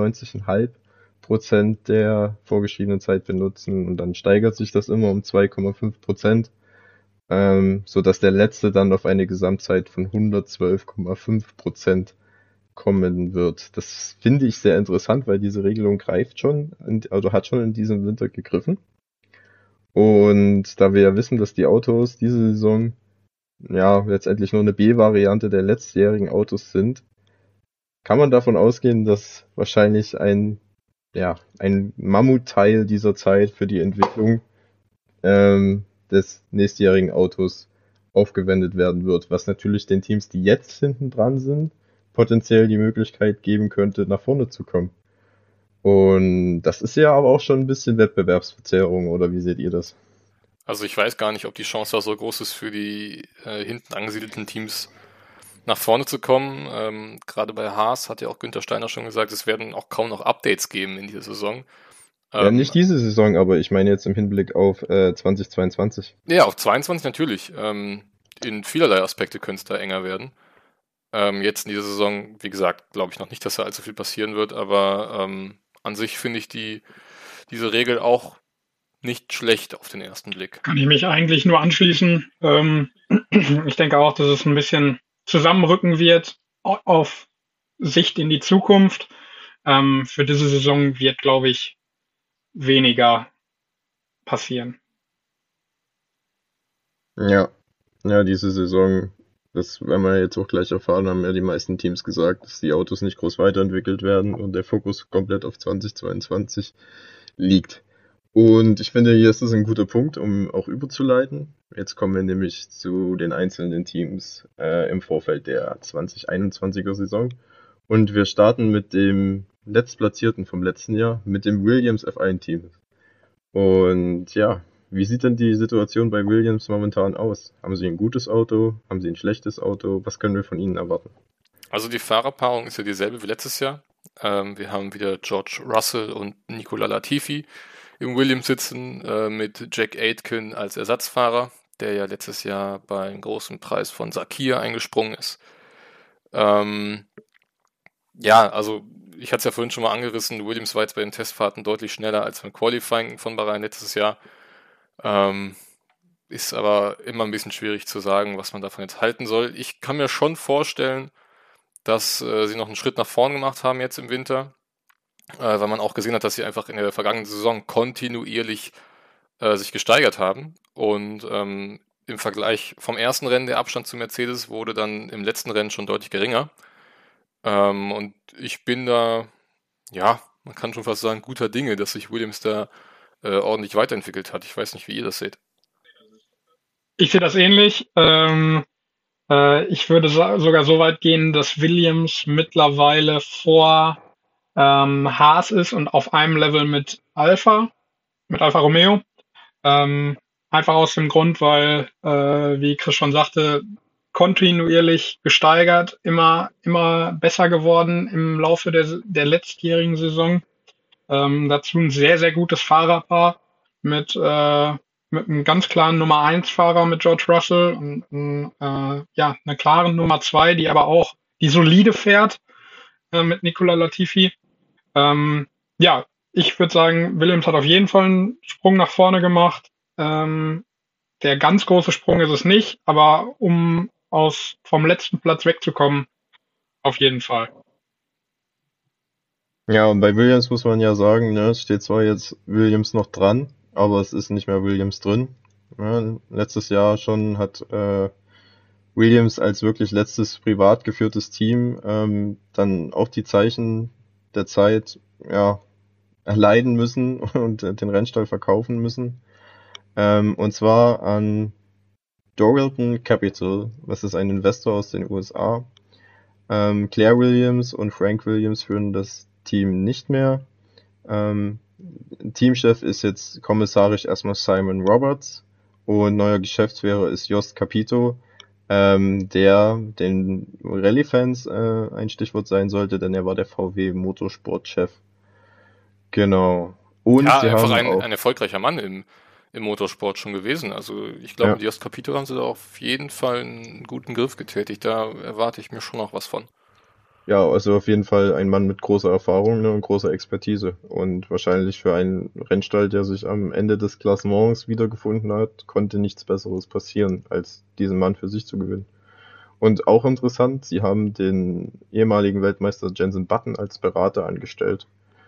92,5% der vorgeschriebenen Zeit benutzen und dann steigert sich das immer um 2,5%, sodass der letzte dann auf eine Gesamtzeit von 112,5% kommen wird. Das finde ich sehr interessant, weil diese Regelung greift schon, also hat schon in diesem Winter gegriffen. Und da wir ja wissen, dass die Autos diese Saison ja letztendlich nur eine B-Variante der letztjährigen Autos sind, kann man davon ausgehen, dass wahrscheinlich ein Mammutteil dieser Zeit für die Entwicklung des nächstjährigen Autos aufgewendet werden wird, was natürlich den Teams, die jetzt hinten dran sind, potenziell die Möglichkeit geben könnte, nach vorne zu kommen. Und das ist ja aber auch schon ein bisschen Wettbewerbsverzerrung, oder wie seht ihr das? Also ich weiß gar nicht, ob die Chance da so groß ist für die hinten angesiedelten Teams nach vorne zu kommen. Gerade bei Haas hat ja auch Günther Steiner schon gesagt, es werden auch kaum noch Updates geben in dieser Saison. Ja, nicht diese Saison, aber ich meine jetzt im Hinblick auf 2022. Ja, auf 22 natürlich. In vielerlei Aspekte könnte es da enger werden. Jetzt in dieser Saison, wie gesagt, glaube ich noch nicht, dass da allzu viel passieren wird, aber an sich finde ich diese Regel auch nicht schlecht auf den ersten Blick. Kann ich mich eigentlich nur anschließen. Ich denke auch, dass es ein bisschen zusammenrücken wird auf Sicht in die Zukunft. Für diese Saison wird, glaube ich, weniger passieren. Ja, diese Saison, das werden wir jetzt auch gleich erfahren, haben ja die meisten Teams gesagt, dass die Autos nicht groß weiterentwickelt werden und der Fokus komplett auf 2022 liegt. Und ich finde, hier ist es ein guter Punkt, um auch überzuleiten. Jetzt kommen wir nämlich zu den einzelnen Teams im Vorfeld der 2021er Saison. Und wir starten mit dem Letztplatzierten vom letzten Jahr, mit dem Williams F1-Team. Und ja, wie sieht denn die Situation bei Williams momentan aus? Haben sie ein gutes Auto? Haben sie ein schlechtes Auto? Was können wir von ihnen erwarten? Also die Fahrerpaarung ist ja dieselbe wie letztes Jahr. Wir haben wieder George Russell und Nicolas Latifi im Williams sitzen, mit Jack Aitken als Ersatzfahrer, der ja letztes Jahr beim großen Preis von Sakhir eingesprungen ist. Ja, also ich hatte es ja vorhin schon mal angerissen, Williams war jetzt bei den Testfahrten deutlich schneller als beim Qualifying von Bahrain letztes Jahr. Ist aber immer ein bisschen schwierig zu sagen, was man davon jetzt halten soll. Ich kann mir schon vorstellen, dass sie noch einen Schritt nach vorn gemacht haben jetzt im Winter, weil man auch gesehen hat, dass sie einfach in der vergangenen Saison kontinuierlich sich gesteigert haben. Und im Vergleich vom ersten Rennen der Abstand zu Mercedes wurde dann im letzten Rennen schon deutlich geringer. Und ich bin da, ja, man kann schon fast sagen, guter Dinge, dass sich Williams da ordentlich weiterentwickelt hat. Ich weiß nicht, wie ihr das seht. Ich sehe das ähnlich. Ich würde sogar so weit gehen, dass Williams mittlerweile vor Haas ist und auf einem Level mit Alfa Romeo. Einfach aus dem Grund, weil, wie Chris schon sagte, kontinuierlich gesteigert, immer besser geworden im Laufe der letztjährigen Saison. Dazu ein sehr, sehr gutes Fahrerpaar mit einem ganz klaren Nummer 1 Fahrer mit George Russell und einer klaren Nummer 2, die aber auch die solide fährt mit Nicolas Latifi. Ich würde sagen, Williams hat auf jeden Fall einen Sprung nach vorne gemacht. Der ganz große Sprung ist es nicht, aber um vom letzten Platz wegzukommen, auf jeden Fall. Ja, und bei Williams muss man ja sagen, ne, es steht zwar jetzt Williams noch dran, aber es ist nicht mehr Williams drin. Ja, letztes Jahr schon hat Williams als wirklich letztes privat geführtes Team dann auch die Zeichen der Zeit erleiden müssen und den Rennstall verkaufen müssen. Und zwar an Doralton Capital, was ist ein Investor aus den USA. Claire Williams und Frank Williams führen das Team nicht mehr. Teamchef ist jetzt kommissarisch erstmal Simon Roberts und neuer Geschäftsführer ist Jost Capito, der den Rallye-Fans ein Stichwort sein sollte, denn er war der VW Motorsport-Chef. Genau. Und Ja, sie einfach haben auch ein erfolgreicher Mann im Motorsport schon gewesen. Also ich glaube, ja. mit Jost Capito haben sie da auf jeden Fall einen guten Griff getätigt. Da erwarte ich mir schon noch was von. Ja, also auf jeden Fall ein Mann mit großer Erfahrung, ne, und großer Expertise. Und wahrscheinlich für einen Rennstall, der sich am Ende des Klassements wiedergefunden hat, konnte nichts Besseres passieren, als diesen Mann für sich zu gewinnen. Und auch interessant, sie haben den ehemaligen Weltmeister Jenson Button als Berater angestellt.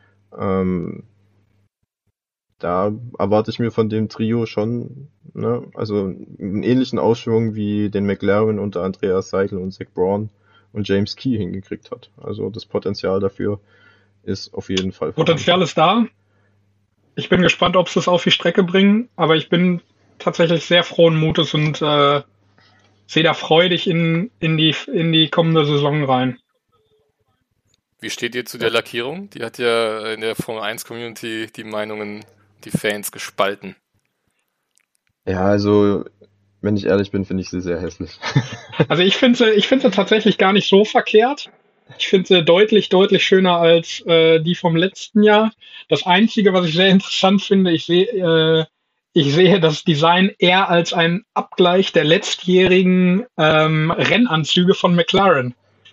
Da erwarte ich mir von dem Trio schon, ne, also einen ähnlichen Ausschwung wie den McLaren unter Andreas Seidel und Zach Brown und James Key hingekriegt hat. Also das Potenzial dafür ist auf jeden Fall vorhanden. Potenzial ist da. Ich bin gespannt, ob sie es auf die Strecke bringen, aber ich bin tatsächlich sehr frohen Mutes und sehe da freudig in die kommende Saison rein. Wie steht ihr zu der Lackierung? Die hat ja in der Formel 1 Community die Meinungen, die Fans gespalten. Ja, also wenn ich ehrlich bin, finde ich sie sehr hässlich. Also ich finde sie tatsächlich gar nicht so verkehrt. Ich finde sie deutlich, deutlich schöner als die vom letzten Jahr. Das Einzige, was ich sehr interessant finde, ich sehe das Design eher als ein Abgleich der letztjährigen Rennanzüge von McLaren.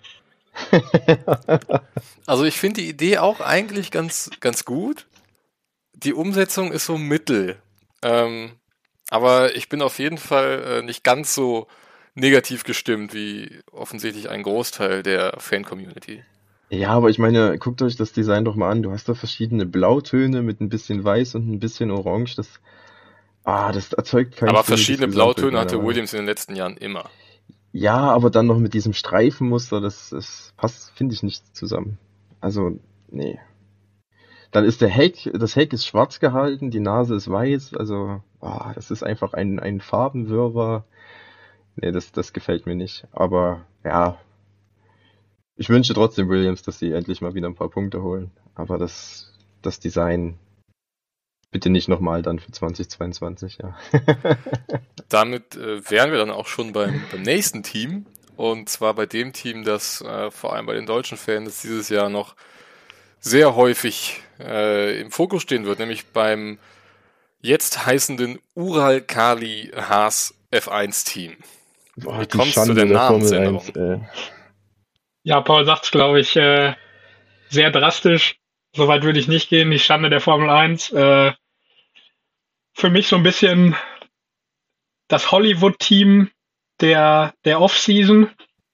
Also ich finde die Idee auch eigentlich ganz, ganz gut. Die Umsetzung ist so mittel. Aber ich bin auf jeden Fall nicht ganz so negativ gestimmt wie offensichtlich ein Großteil der Fan-Community. Ja, aber ich meine, guckt euch das Design doch mal an. Du hast da verschiedene Blautöne mit ein bisschen Weiß und ein bisschen Orange. Das erzeugt kein Aber stimmiges verschiedene Gesamtbild, Blautöne meiner hatte Meinung nach. Williams in den letzten Jahren immer. Ja, aber dann noch mit diesem Streifenmuster, das passt, finde ich, nicht zusammen. Also, nee. Dann ist das Heck ist schwarz gehalten, die Nase ist weiß, also, das ist einfach ein Farbenwirrwarr. Nee, das gefällt mir nicht. Aber ja, ich wünsche trotzdem Williams, dass sie endlich mal wieder ein paar Punkte holen. Aber das Design bitte nicht nochmal dann für 2022, ja. Damit wären wir dann auch schon beim nächsten Team. Und zwar bei dem Team, das vor allem bei den deutschen Fans dieses Jahr noch sehr häufig im Fokus stehen wird, nämlich beim jetzt heißenden Ural-Kali Haas F1-Team. Boah, Wie die kommst du Schande der der Formel Namensänderung? 1, ey. Ja, Paul sagt es, glaube ich, sehr drastisch. Soweit würde ich nicht gehen. Die Schande der Formel 1. Für mich so ein bisschen das Hollywood-Team der Off-Season.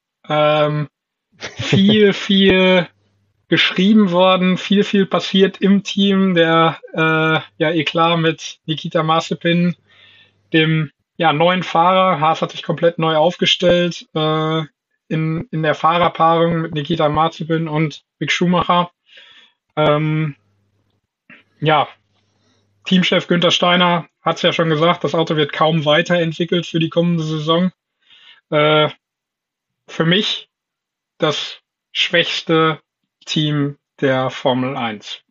Viel geschrieben worden, viel passiert im Team. Der Eklat mit Nikita Mazepin, dem neuen Fahrer. Haas hat sich komplett neu aufgestellt in der Fahrerpaarung mit Nikita Mazepin und Mick Schumacher. Teamchef Günther Steiner hat es ja schon gesagt, das Auto wird kaum weiterentwickelt für die kommende Saison. Für mich das schwächste Team der Formel 1.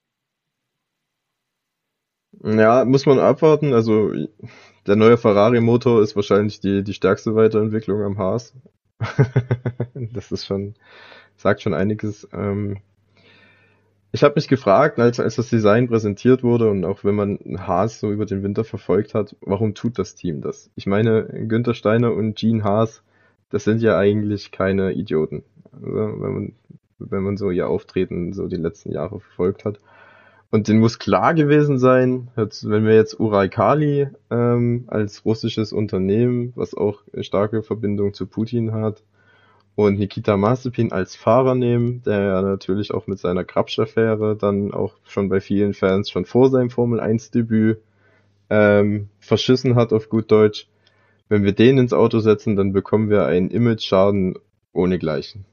Ja, muss man abwarten. Also der neue Ferrari-Motor ist wahrscheinlich die stärkste Weiterentwicklung am Haas. Das ist sagt schon einiges. Ich habe mich gefragt, als das Design präsentiert wurde und auch wenn man Haas so über den Winter verfolgt hat, warum tut das Team das? Ich meine, Günther Steiner und Gene Haas, das sind ja eigentlich keine Idioten. Also, wenn man so ihr Auftreten so die letzten Jahre verfolgt hat. Und denen muss klar gewesen sein, wenn wir jetzt Ural-Kali als russisches Unternehmen, was auch starke Verbindung zu Putin hat, und Nikita Mazepin als Fahrer nehmen, der ja natürlich auch mit seiner Grabsch-Affäre dann auch schon bei vielen Fans schon vor seinem Formel-1-Debüt verschissen hat, auf gut Deutsch. Wenn wir den ins Auto setzen, dann bekommen wir einen Image-Schaden ohnegleichen.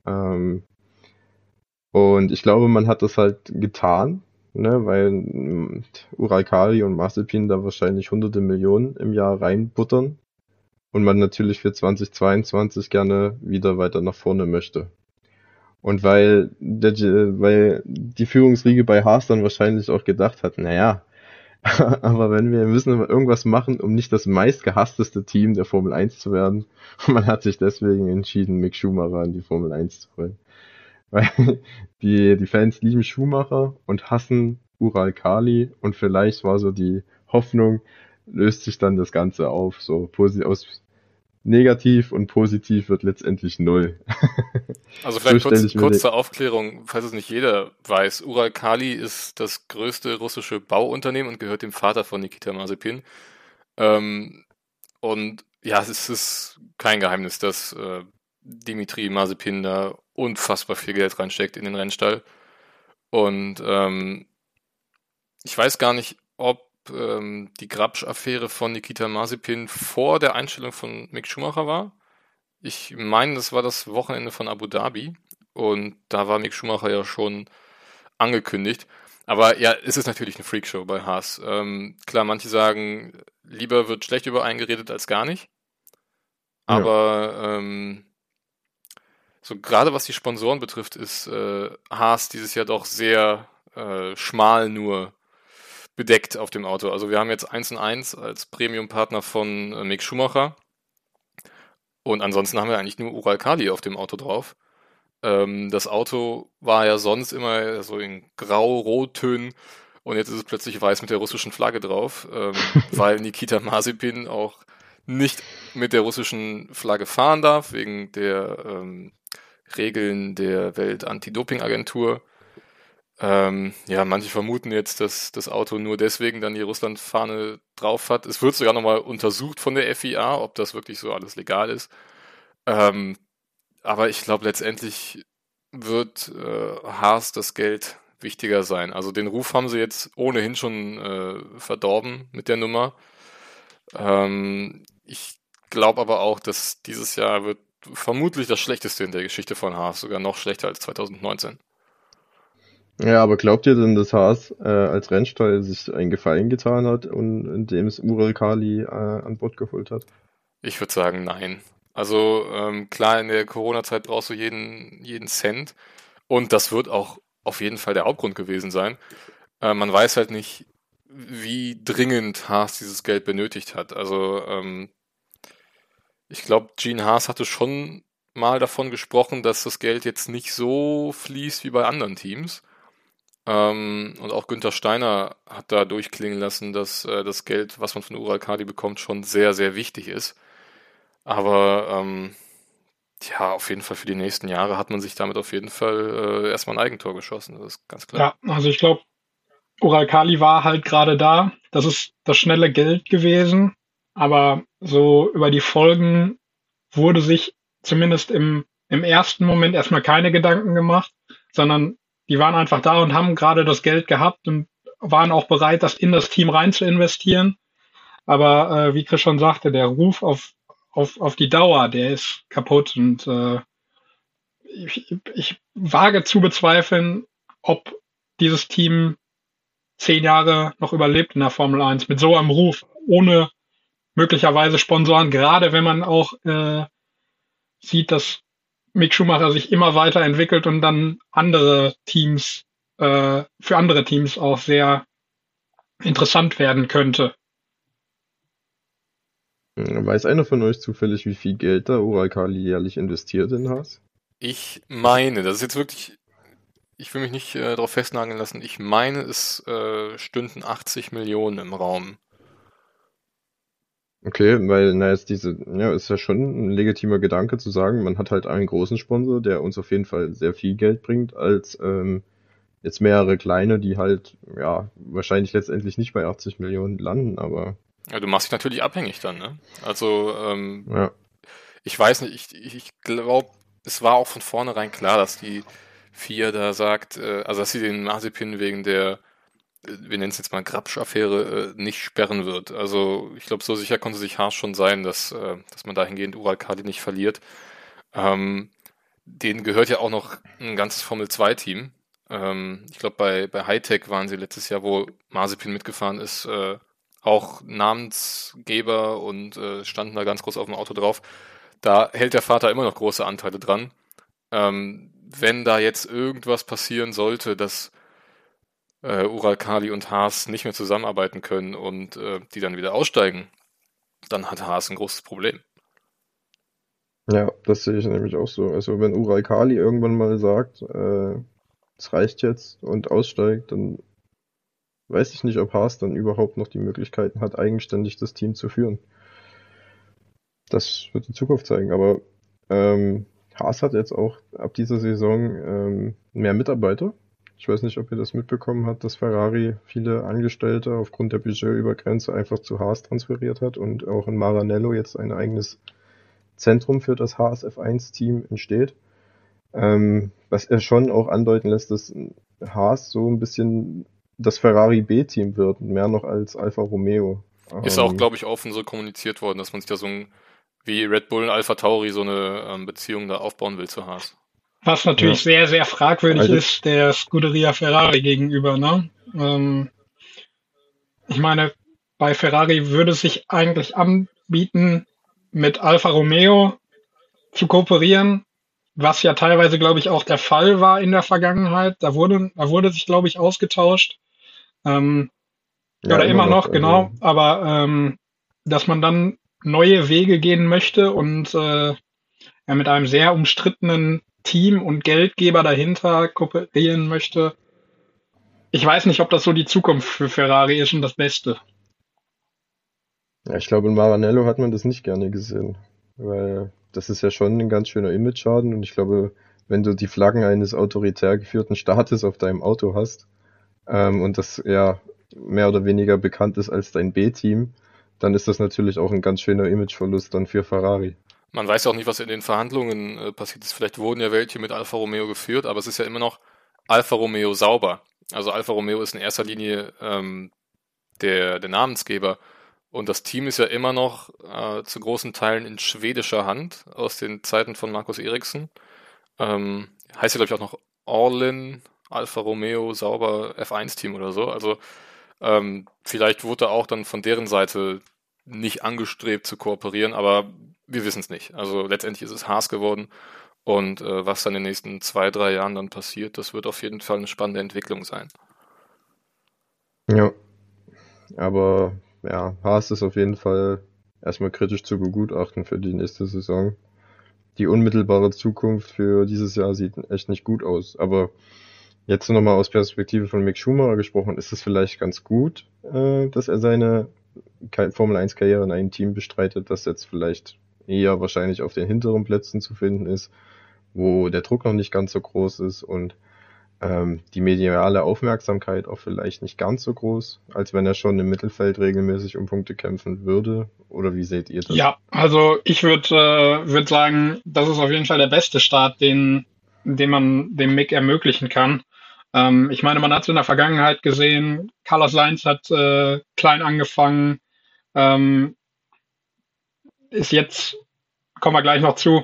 Und ich glaube, man hat das halt getan, ne, weil Ural-Kali und Mazepin da wahrscheinlich hunderte Millionen im Jahr reinbuttern. und man natürlich für 2022 gerne wieder weiter nach vorne möchte. Und weil die Führungsriege bei Haas dann wahrscheinlich auch gedacht hat, naja, aber wir müssen irgendwas machen, um nicht das meistgehassteste Team der Formel 1 zu werden. Und man hat sich deswegen entschieden, Mick Schumacher in die Formel 1 zu holen. Weil die Fans lieben Schumacher und hassen Ural Kali, und vielleicht war so die Hoffnung, löst sich dann das Ganze auf. So aus negativ und positiv wird letztendlich null. Also vielleicht So stell ich mir kurz den- zur Aufklärung, falls es nicht jeder weiß. Ural Kali ist das größte russische Bauunternehmen und gehört dem Vater von Nikita Mazepin. Und ja, es ist kein Geheimnis, dass Dimitri Mazepin da unfassbar viel Geld reinsteckt in den Rennstall. Und ich weiß gar nicht, ob die Grabsch-Affäre von Nikita Mazepin vor der Einstellung von Mick Schumacher war. Ich meine, das war das Wochenende von Abu Dhabi und da war Mick Schumacher ja schon angekündigt. Aber ja, es ist natürlich eine Freakshow bei Haas. Klar, manche sagen, lieber wird schlecht über einen geredet als gar nicht. Ja. Aber so gerade was die Sponsoren betrifft, ist Haas dieses Jahr doch sehr schmal nur bedeckt auf dem Auto. Also wir haben jetzt 1&1 als Premium-Partner von Mick Schumacher. Und ansonsten haben wir eigentlich nur Ural Kali auf dem Auto drauf. Das Auto war ja sonst immer so in Grau-Rottönen und jetzt ist es plötzlich weiß mit der russischen Flagge drauf, weil Nikita Mazepin auch nicht mit der russischen Flagge fahren darf, wegen der Regeln der Welt-Anti-Doping-Agentur. Ja, manche vermuten jetzt, dass das Auto nur deswegen dann die Russland-Fahne drauf hat. Es wird sogar nochmal untersucht von der FIA, ob das wirklich so alles legal ist. Aber ich glaube, letztendlich wird Haas das Geld wichtiger sein. Also den Ruf haben sie jetzt ohnehin schon verdorben mit der Nummer. Ich glaube aber auch, dass dieses Jahr wird vermutlich das Schlechteste in der Geschichte von Haas, sogar noch schlechter als 2019. Ja, aber glaubt ihr denn, dass Haas als Rennstall sich einen Gefallen getan hat und indem es Ural Kali an Bord geholt hat? Ich würde sagen, nein. Also klar, in der Corona-Zeit brauchst du jeden Cent und das wird auch auf jeden Fall der Hauptgrund gewesen sein. Man weiß halt nicht, wie dringend Haas dieses Geld benötigt hat. Also ich glaube, Gene Haas hatte schon mal davon gesprochen, dass das Geld jetzt nicht so fließt wie bei anderen Teams. Und auch Günther Steiner hat da durchklingen lassen, dass das Geld, was man von Ural Kali bekommt, schon sehr, sehr wichtig ist. Aber ja, auf jeden Fall für die nächsten Jahre hat man sich damit auf jeden Fall erstmal ein Eigentor geschossen. Das ist ganz klar. Ja, also ich glaube, Ural Kali war halt gerade da. Das ist das schnelle Geld gewesen. Aber so über die Folgen wurde sich zumindest im ersten Moment erstmal keine Gedanken gemacht, sondern die waren einfach da und haben gerade das Geld gehabt und waren auch bereit, das in das Team rein zu investieren. Aber wie Chris schon sagte, der Ruf auf die Dauer, der ist kaputt. Und ich wage zu bezweifeln, ob dieses Team 10 Jahre noch überlebt in der Formel 1 mit so einem Ruf, ohne möglicherweise Sponsoren, gerade wenn man auch sieht, dass Mick Schumacher sich immer weiterentwickelt und dann andere Teams, für andere Teams auch sehr interessant werden könnte. Weiß einer von euch zufällig, wie viel Geld da Ural Kali jährlich investiert in Haas? Ich meine, das ist jetzt wirklich, ich will mich nicht darauf festnageln lassen, ich meine, es stünden 80 Millionen im Raum. Okay, weil, ist ja schon ein legitimer Gedanke zu sagen, man hat halt einen großen Sponsor, der uns auf jeden Fall sehr viel Geld bringt, als jetzt mehrere kleine, die halt, ja, wahrscheinlich letztendlich nicht bei 80 Millionen landen, aber Ja, du machst dich natürlich abhängig dann, ne? Also, ja. ich weiß nicht, ich glaube, es war auch von vornherein klar, dass die FIA da sagt, also dass sie den Mazepin wegen der, wir nennen es jetzt mal Grabsch-Affäre, nicht sperren wird. Also ich glaube, so sicher konnte sich Haas schon sein, dass man dahingehend Ural Kali nicht verliert. Denen gehört ja auch noch ein ganzes Formel-2-Team. Ich glaube, bei Hightech waren sie letztes Jahr, wo Mazepin mitgefahren ist, auch Namensgeber und standen da ganz groß auf dem Auto drauf. Da hält der Vater immer noch große Anteile dran. Wenn da jetzt irgendwas passieren sollte, dass Ural Kali und Haas nicht mehr zusammenarbeiten können und die dann wieder aussteigen, dann hat Haas ein großes Problem. Ja, das sehe ich nämlich auch so. Also wenn Ural Kali irgendwann mal sagt, es reicht jetzt und aussteigt, dann weiß ich nicht, ob Haas dann überhaupt noch die Möglichkeiten hat, eigenständig das Team zu führen. Das wird die Zukunft zeigen, aber Haas hat jetzt auch ab dieser Saison mehr Mitarbeiter. Ich weiß nicht, ob ihr das mitbekommen habt, dass Ferrari viele Angestellte aufgrund der Budgetübergrenze einfach zu Haas transferiert hat und auch in Maranello jetzt ein eigenes Zentrum für das Haas F1-Team entsteht. Was er schon auch andeuten lässt, dass Haas so ein bisschen das Ferrari B-Team wird, mehr noch als Alfa Romeo. Ist auch, glaube ich, offen so kommuniziert worden, dass man sich da so wie Red Bull und Alpha Tauri so eine Beziehung da aufbauen will zu Haas. Was natürlich sehr, sehr fragwürdig ist, der Scuderia Ferrari gegenüber, ne? Ich meine, bei Ferrari würde es sich eigentlich anbieten, mit Alfa Romeo zu kooperieren, was ja teilweise, glaube ich, auch der Fall war in der Vergangenheit. Da wurde sich, glaube ich, ausgetauscht. Ja, oder immer noch, genau. Aber dass man dann neue Wege gehen möchte und mit einem sehr umstrittenen Team und Geldgeber dahinter kooperieren möchte. Ich weiß nicht, ob das so die Zukunft für Ferrari ist und das Beste. Ja, ich glaube, in Maranello hat man das nicht gerne gesehen, weil das ist ja schon ein ganz schöner Image-Schaden und ich glaube, wenn du die Flaggen eines autoritär geführten Staates auf deinem Auto hast und das ja mehr oder weniger bekannt ist als dein B-Team, dann ist das natürlich auch ein ganz schöner Imageverlust dann für Ferrari. Man weiß ja auch nicht, was in den Verhandlungen passiert ist. Vielleicht wurden ja welche mit Alfa Romeo geführt, aber es ist ja immer noch Alfa Romeo sauber. Also Alfa Romeo ist in erster Linie der Namensgeber. Und das Team ist ja immer noch zu großen Teilen in schwedischer Hand aus den Zeiten von Markus Eriksson. Heißt ja, glaube ich, auch noch Orlen, Alfa Romeo, sauber F1-Team oder so. Also vielleicht wurde auch dann von deren Seite nicht angestrebt zu kooperieren, aber wir wissen es nicht. Also letztendlich ist es Haas geworden und was dann in den nächsten 2-3 Jahren dann passiert, das wird auf jeden Fall eine spannende Entwicklung sein. Ja, aber ja, Haas ist auf jeden Fall erstmal kritisch zu begutachten für die nächste Saison. Die unmittelbare Zukunft für dieses Jahr sieht echt nicht gut aus. Aber jetzt nochmal aus Perspektive von Mick Schumacher gesprochen, ist es vielleicht ganz gut, dass er seine Formel-1-Karriere in einem Team bestreitet, das jetzt vielleicht eher wahrscheinlich auf den hinteren Plätzen zu finden ist, wo der Druck noch nicht ganz so groß ist und die mediale Aufmerksamkeit auch vielleicht nicht ganz so groß, als wenn er schon im Mittelfeld regelmäßig um Punkte kämpfen würde? Oder wie seht ihr das? Ja, also ich würd sagen, das ist auf jeden Fall der beste Start, den man dem Mick ermöglichen kann. Ich meine, man hat es in der Vergangenheit gesehen, Carlos Sainz hat klein angefangen, ist jetzt, kommen wir gleich noch zu,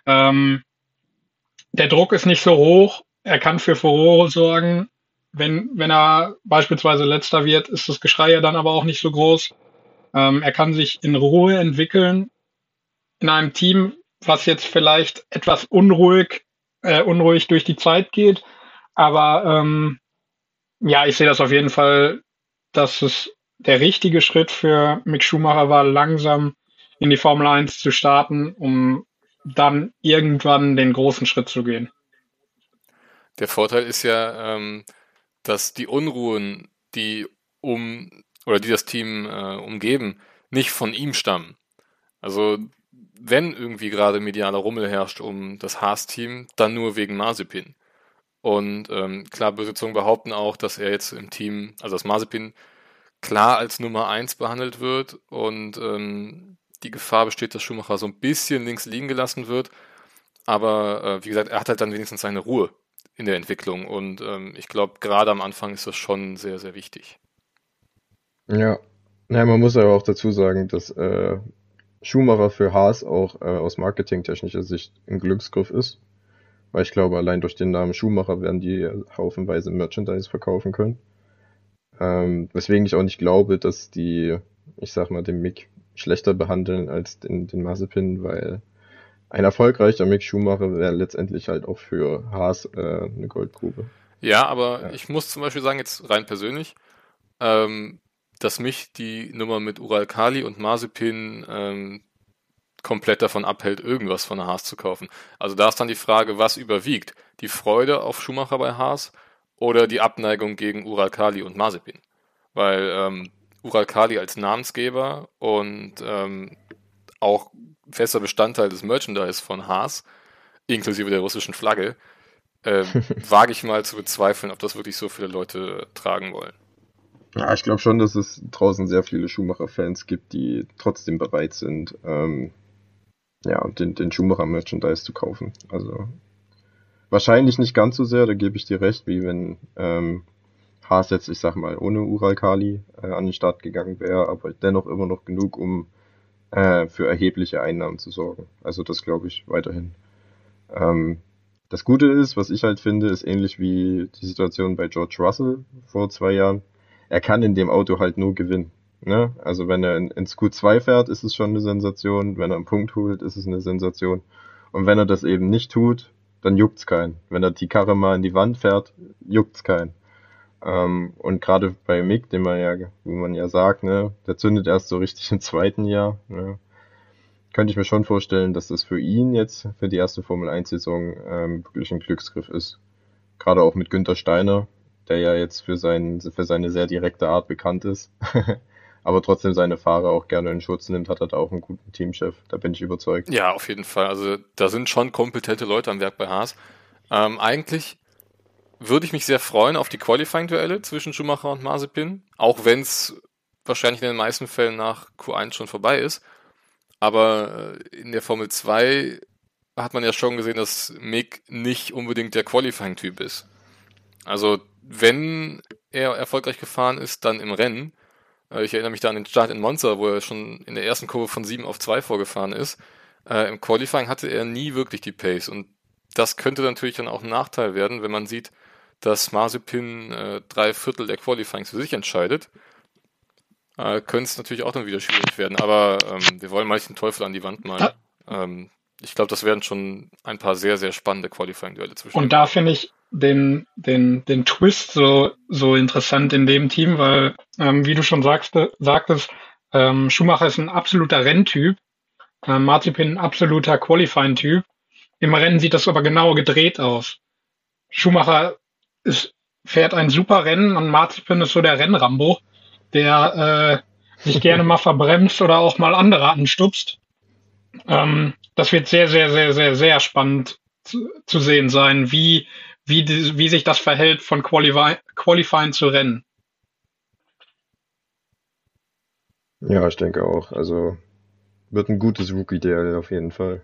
der Druck ist nicht so hoch, er kann für Furore sorgen. Wenn er beispielsweise Letzter wird, ist das Geschrei ja dann aber auch nicht so groß. Er kann sich in Ruhe entwickeln in einem Team, was jetzt vielleicht etwas unruhig durch die Zeit geht. Aber ja, ich sehe das auf jeden Fall, dass es der richtige Schritt für Mick Schumacher war, langsam in die Formel 1 zu starten, um dann irgendwann den großen Schritt zu gehen. Der Vorteil ist ja, dass die Unruhen, die das Team umgeben, nicht von ihm stammen. Also wenn irgendwie gerade medialer Rummel herrscht um das Haas-Team, dann nur wegen Mazepin. Und klar, böse Zungen behaupten auch, dass er jetzt im Team, also dass Mazepin klar als Nummer 1 behandelt wird und die Gefahr besteht, dass Schumacher so ein bisschen links liegen gelassen wird. Aber wie gesagt, er hat halt dann wenigstens seine Ruhe in der Entwicklung und ich glaube, gerade am Anfang ist das schon sehr, sehr wichtig. Ja, naja, man muss aber auch dazu sagen, dass Schumacher für Haas auch aus marketingtechnischer Sicht ein Glücksgriff ist, weil ich glaube, allein durch den Namen Schumacher werden die haufenweise Merchandise verkaufen können. Weswegen ich auch nicht glaube, dass die ich sag mal, den Mick schlechter behandeln als den Mazepin, weil ein erfolgreicher Mick Schumacher wäre letztendlich halt auch für Haas eine Goldgrube. Ja, aber Ja. ich muss zum Beispiel sagen, jetzt rein persönlich, dass mich die Nummer mit Ural Kali und Mazepin komplett davon abhält, irgendwas von der Haas zu kaufen. Also da ist dann die Frage, was überwiegt? Die Freude auf Schumacher bei Haas oder die Abneigung gegen Ural Kali und Mazepin? Weil Ural Kali als Namensgeber und auch fester Bestandteil des Merchandise von Haas, inklusive der russischen Flagge, wage ich mal zu bezweifeln, ob das wirklich so viele Leute tragen wollen. Ja, ich glaube schon, dass es draußen sehr viele Schumacher-Fans gibt, die trotzdem bereit sind, den Schumacher-Merchandise zu kaufen. Also wahrscheinlich nicht ganz so sehr, da gebe ich dir recht, wie wenn Haas jetzt, ich sag mal, ohne Ural Kali an den Start gegangen wäre, aber dennoch immer noch genug, um für erhebliche Einnahmen zu sorgen. Also das glaube ich weiterhin. Das Gute ist, was ich halt finde, ist ähnlich wie die Situation bei George Russell vor 2 Jahren. Er kann in dem Auto halt nur gewinnen. Ne? Also wenn er ins Q2 fährt, ist es schon eine Sensation. Wenn er einen Punkt holt, ist es eine Sensation. Und wenn er das eben nicht tut, dann juckt's keinen. Wenn er die Karre mal in die Wand fährt, juckt's keinen. Und gerade bei Mick, wo man ja sagt, ne, der zündet erst so richtig im 2. Jahr, ne, könnte ich mir schon vorstellen, dass das für ihn jetzt, für die erste Formel-1-Saison, wirklich ein Glücksgriff ist. Gerade auch mit Günther Steiner, der ja jetzt für seine sehr direkte Art bekannt ist, aber trotzdem seine Fahrer auch gerne in Schutz nimmt, hat er da auch einen guten Teamchef, da bin ich überzeugt. Ja, auf jeden Fall. Also da sind schon kompetente Leute am Werk bei Haas. Eigentlich würde ich mich sehr freuen auf die Qualifying-Duelle zwischen Schumacher und Mazepin, auch wenn es wahrscheinlich in den meisten Fällen nach Q1 schon vorbei ist. Aber in der Formel 2 hat man ja schon gesehen, dass Mick nicht unbedingt der Qualifying-Typ ist. Also wenn er erfolgreich gefahren ist, dann im Rennen. Ich erinnere mich da an den Start in Monza, wo er schon in der ersten Kurve von 7 auf 2 vorgefahren ist. Im Qualifying hatte er nie wirklich die Pace und das könnte natürlich dann auch ein Nachteil werden, wenn man sieht, dass Mazepin 3/4 der Qualifyings für sich entscheidet. Könnte es natürlich auch dann wieder schwierig werden, aber wir wollen mal nicht den Teufel an die Wand malen. Ich glaube, das werden schon ein paar sehr, sehr spannende Qualifying-Duelle zwischen. Und da finde ich den Twist so interessant in dem Team, weil, wie du schon sagtest, Schumacher ist ein absoluter Renntyp, Mazepin ein absoluter Qualifying-Typ. Im Rennen sieht das aber genau gedreht aus. Schumacher fährt ein super Rennen und Mazepin ist so der Rennrambo, der sich gerne mal verbremst oder auch mal andere anstupst. Das wird sehr, sehr, sehr, sehr, sehr spannend zu sehen sein, wie sich das verhält von Qualifying zu Rennen. Ja, ich denke auch. Also wird ein gutes Rookie-Duell auf jeden Fall.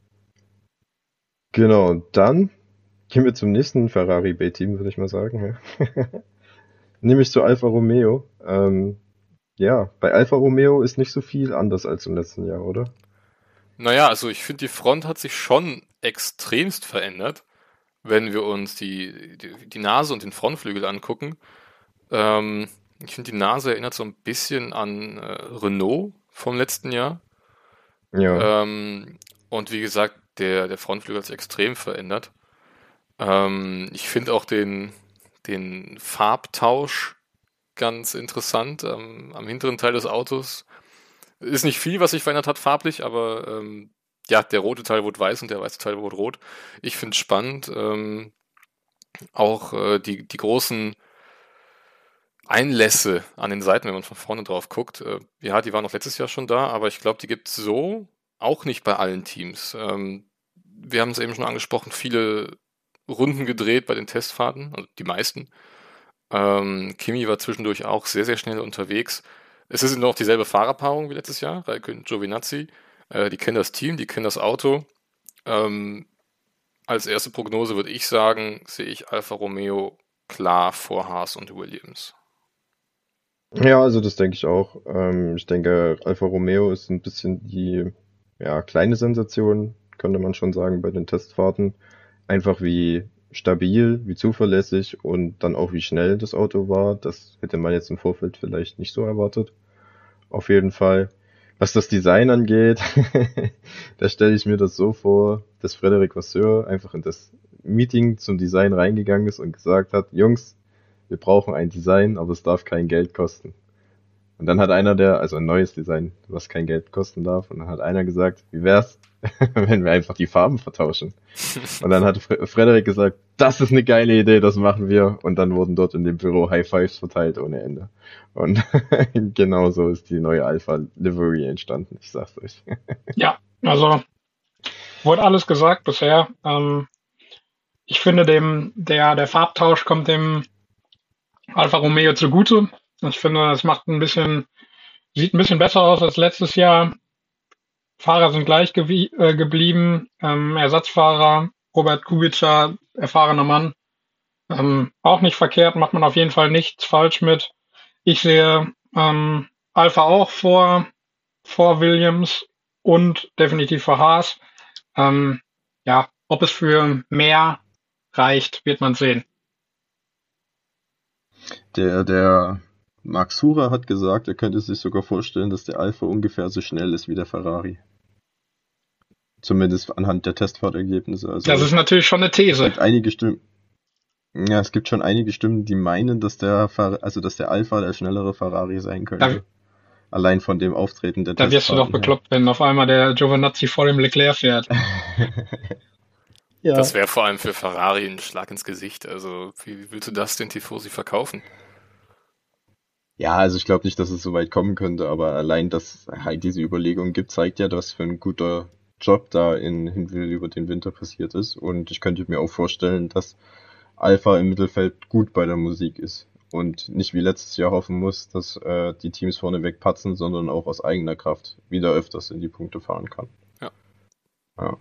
Genau, dann gehen wir zum nächsten Ferrari B-Team, würde ich mal sagen. Ja. Nämlich zu Alfa Romeo. Bei Alfa Romeo ist nicht so viel anders als im letzten Jahr, oder? Naja, also ich finde, die Front hat sich schon extremst verändert, wenn wir uns die Nase und den Frontflügel angucken. Ich finde, die Nase erinnert so ein bisschen an Renault vom letzten Jahr. Ja. Und wie gesagt, der Frontflügel hat sich extrem verändert. Ich finde auch den Farbtausch ganz interessant am hinteren Teil des Autos. Ist nicht viel, was sich verändert hat farblich, aber der rote Teil wurde weiß und der weiße Teil wurde rot. Ich finde es spannend. Auch die großen Einlässe an den Seiten, wenn man von vorne drauf guckt. Die waren auch letztes Jahr schon da, aber ich glaube, die gibt es so auch nicht bei allen Teams. Wir haben es eben schon angesprochen, viele Runden gedreht bei den Testfahrten, also die meisten. Kimi war zwischendurch auch sehr, sehr schnell unterwegs. Es ist noch dieselbe Fahrerpaarung wie letztes Jahr, Raikkonen und Giovinazzi. Die kennen das Team, die kennen das Auto. Als erste Prognose würde ich sagen, sehe ich Alfa Romeo klar vor Haas und Williams. Ja, also das denke ich auch. Ich denke, Alfa Romeo ist ein bisschen die kleine Sensation, könnte man schon sagen, bei den Testfahrten. Einfach wie stabil, wie zuverlässig und dann auch wie schnell das Auto war. Das hätte man jetzt im Vorfeld vielleicht nicht so erwartet. auf jeden Fall. Was das Design angeht, da stelle ich mir das so vor, dass Frédéric Vasseur einfach in das Meeting zum Design reingegangen ist und gesagt hat, Jungs, wir brauchen ein Design, aber es darf kein Geld kosten. Und dann hat also ein neues Design, was kein Geld kosten darf, und dann hat einer gesagt, wie wär's, wenn wir einfach die Farben vertauschen? Und dann hat Frédéric gesagt, das ist eine geile Idee, das machen wir. Und dann wurden dort in dem Büro High Fives verteilt ohne Ende. Und genau so ist die neue Alpha Livery entstanden, ich sag's euch. Ja, also wurde alles gesagt bisher. Ich finde, der Farbtausch kommt dem Alfa Romeo zugute. Ich finde, es sieht ein bisschen besser aus als letztes Jahr. Fahrer sind gleich geblieben. Ersatzfahrer Robert Kubica, erfahrener Mann. Auch nicht verkehrt, macht man auf jeden Fall nichts falsch mit. Ich sehe Alfa auch vor Williams und definitiv vor Haas. Ja, ob es für mehr reicht, wird man sehen. Der Marc Surer hat gesagt, er könnte sich sogar vorstellen, dass der Alpha ungefähr so schnell ist wie der Ferrari. Zumindest anhand der Testfahrtergebnisse. Also das ist natürlich schon eine These. Es gibt schon einige Stimmen, die meinen, dass der Alpha der schnellere Ferrari sein könnte. Allein von dem Auftreten der Testfahrten. Da wirst du doch bekloppt, wenn auf einmal der Giovinazzi vor dem Leclerc fährt. Ja. Das wäre vor allem für Ferrari ein Schlag ins Gesicht. Also wie willst du das den Tifosi verkaufen? Ja, also ich glaube nicht, dass es so weit kommen könnte, aber allein, dass halt diese Überlegung gibt, zeigt ja, was für ein guter Job da in Hinwil über den Winter passiert ist. Und ich könnte mir auch vorstellen, dass Alpha im Mittelfeld gut bei der Musik ist und nicht wie letztes Jahr hoffen muss, dass die Teams vorneweg patzen, sondern auch aus eigener Kraft wieder öfters in die Punkte fahren kann. Ja.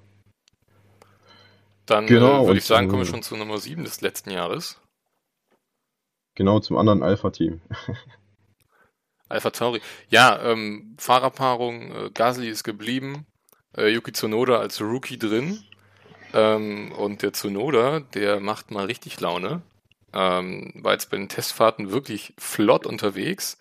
Dann würde ich sagen, kommen wir schon zu Nummer 7 des letzten Jahres. Genau, zum anderen Alpha-Team. AlphaTauri. Ja, Fahrerpaarung, Gasly ist geblieben, Yuki Tsunoda als Rookie drin. Und der Tsunoda, der macht mal richtig Laune. War jetzt bei den Testfahrten wirklich flott unterwegs.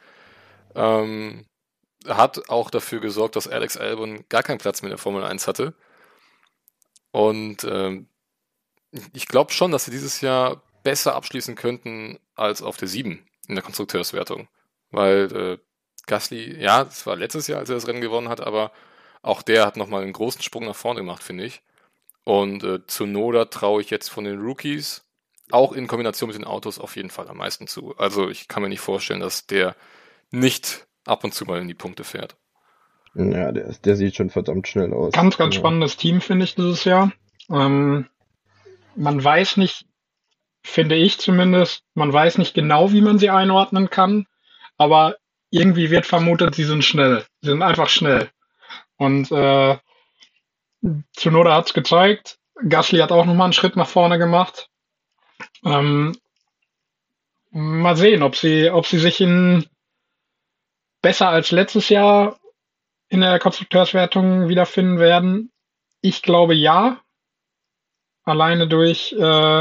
Hat auch dafür gesorgt, dass Alex Albon gar keinen Platz mehr in der Formel 1 hatte. Und ich glaube schon, dass sie dieses Jahr besser abschließen könnten als auf der 7 in der Konstrukteurswertung. Weil Gasly, ja, das war letztes Jahr, als er das Rennen gewonnen hat, aber auch der hat nochmal einen großen Sprung nach vorne gemacht, finde ich. Und Tsunoda traue ich jetzt von den Rookies, auch in Kombination mit den Autos, auf jeden Fall am meisten zu. Also ich kann mir nicht vorstellen, dass der nicht ab und zu mal in die Punkte fährt. Ja, der sieht schon verdammt schnell aus. Ganz spannendes Team, finde ich, dieses Jahr. Man weiß nicht, finde ich zumindest, man weiß nicht genau, wie man sie einordnen kann, aber irgendwie wird vermutet, sie sind schnell. Sie sind einfach schnell. Und Tsunoda hat es gezeigt. Gasly hat auch nochmal einen Schritt nach vorne gemacht. Mal sehen, ob sie sich besser als letztes Jahr in der Konstrukteurswertung wiederfinden werden. Ich glaube ja. Alleine durch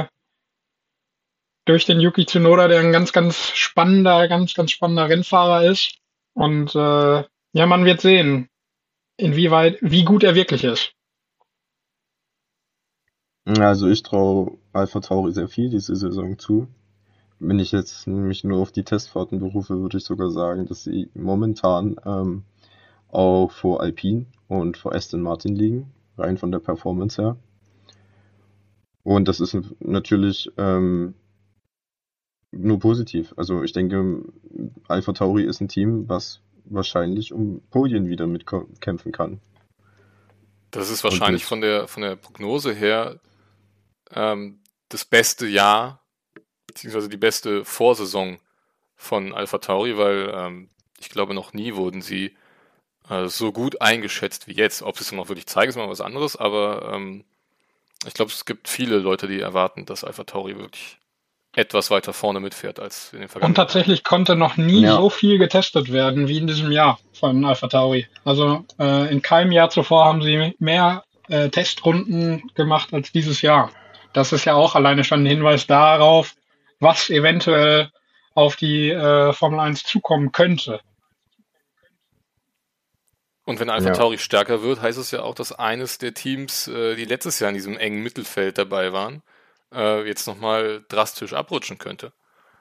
den Yuki Tsunoda, der ein ganz spannender Rennfahrer ist. Und ja, man wird sehen, wie gut er wirklich ist. Also ich traue AlphaTauri sehr viel diese Saison zu. Wenn ich jetzt mich nur auf die Testfahrten berufe, würde ich sogar sagen, dass sie momentan auch vor Alpine und vor Aston Martin liegen, rein von der Performance her. Und das ist natürlich nur positiv. Also ich denke, AlphaTauri ist ein Team, was wahrscheinlich um Podien wieder mitkämpfen kann. Das ist wahrscheinlich von der Prognose her das beste Jahr, beziehungsweise die beste Vorsaison von AlphaTauri, weil ich glaube, noch nie wurden sie so gut eingeschätzt wie jetzt. Ob sie es noch wirklich zeigen, ist mal was anderes, aber ich glaube, es gibt viele Leute, die erwarten, dass AlphaTauri wirklich etwas weiter vorne mitfährt als in den vergangenen Jahren. Und tatsächlich konnte noch nie so viel getestet werden wie in diesem Jahr von AlphaTauri. Also in keinem Jahr zuvor haben sie mehr Testrunden gemacht als dieses Jahr. Das ist ja auch alleine schon ein Hinweis darauf, was eventuell auf die Formel 1 zukommen könnte. Und wenn AlphaTauri stärker wird, heißt es ja auch, dass eines der Teams, die letztes Jahr in diesem engen Mittelfeld dabei waren, jetzt nochmal drastisch abrutschen könnte.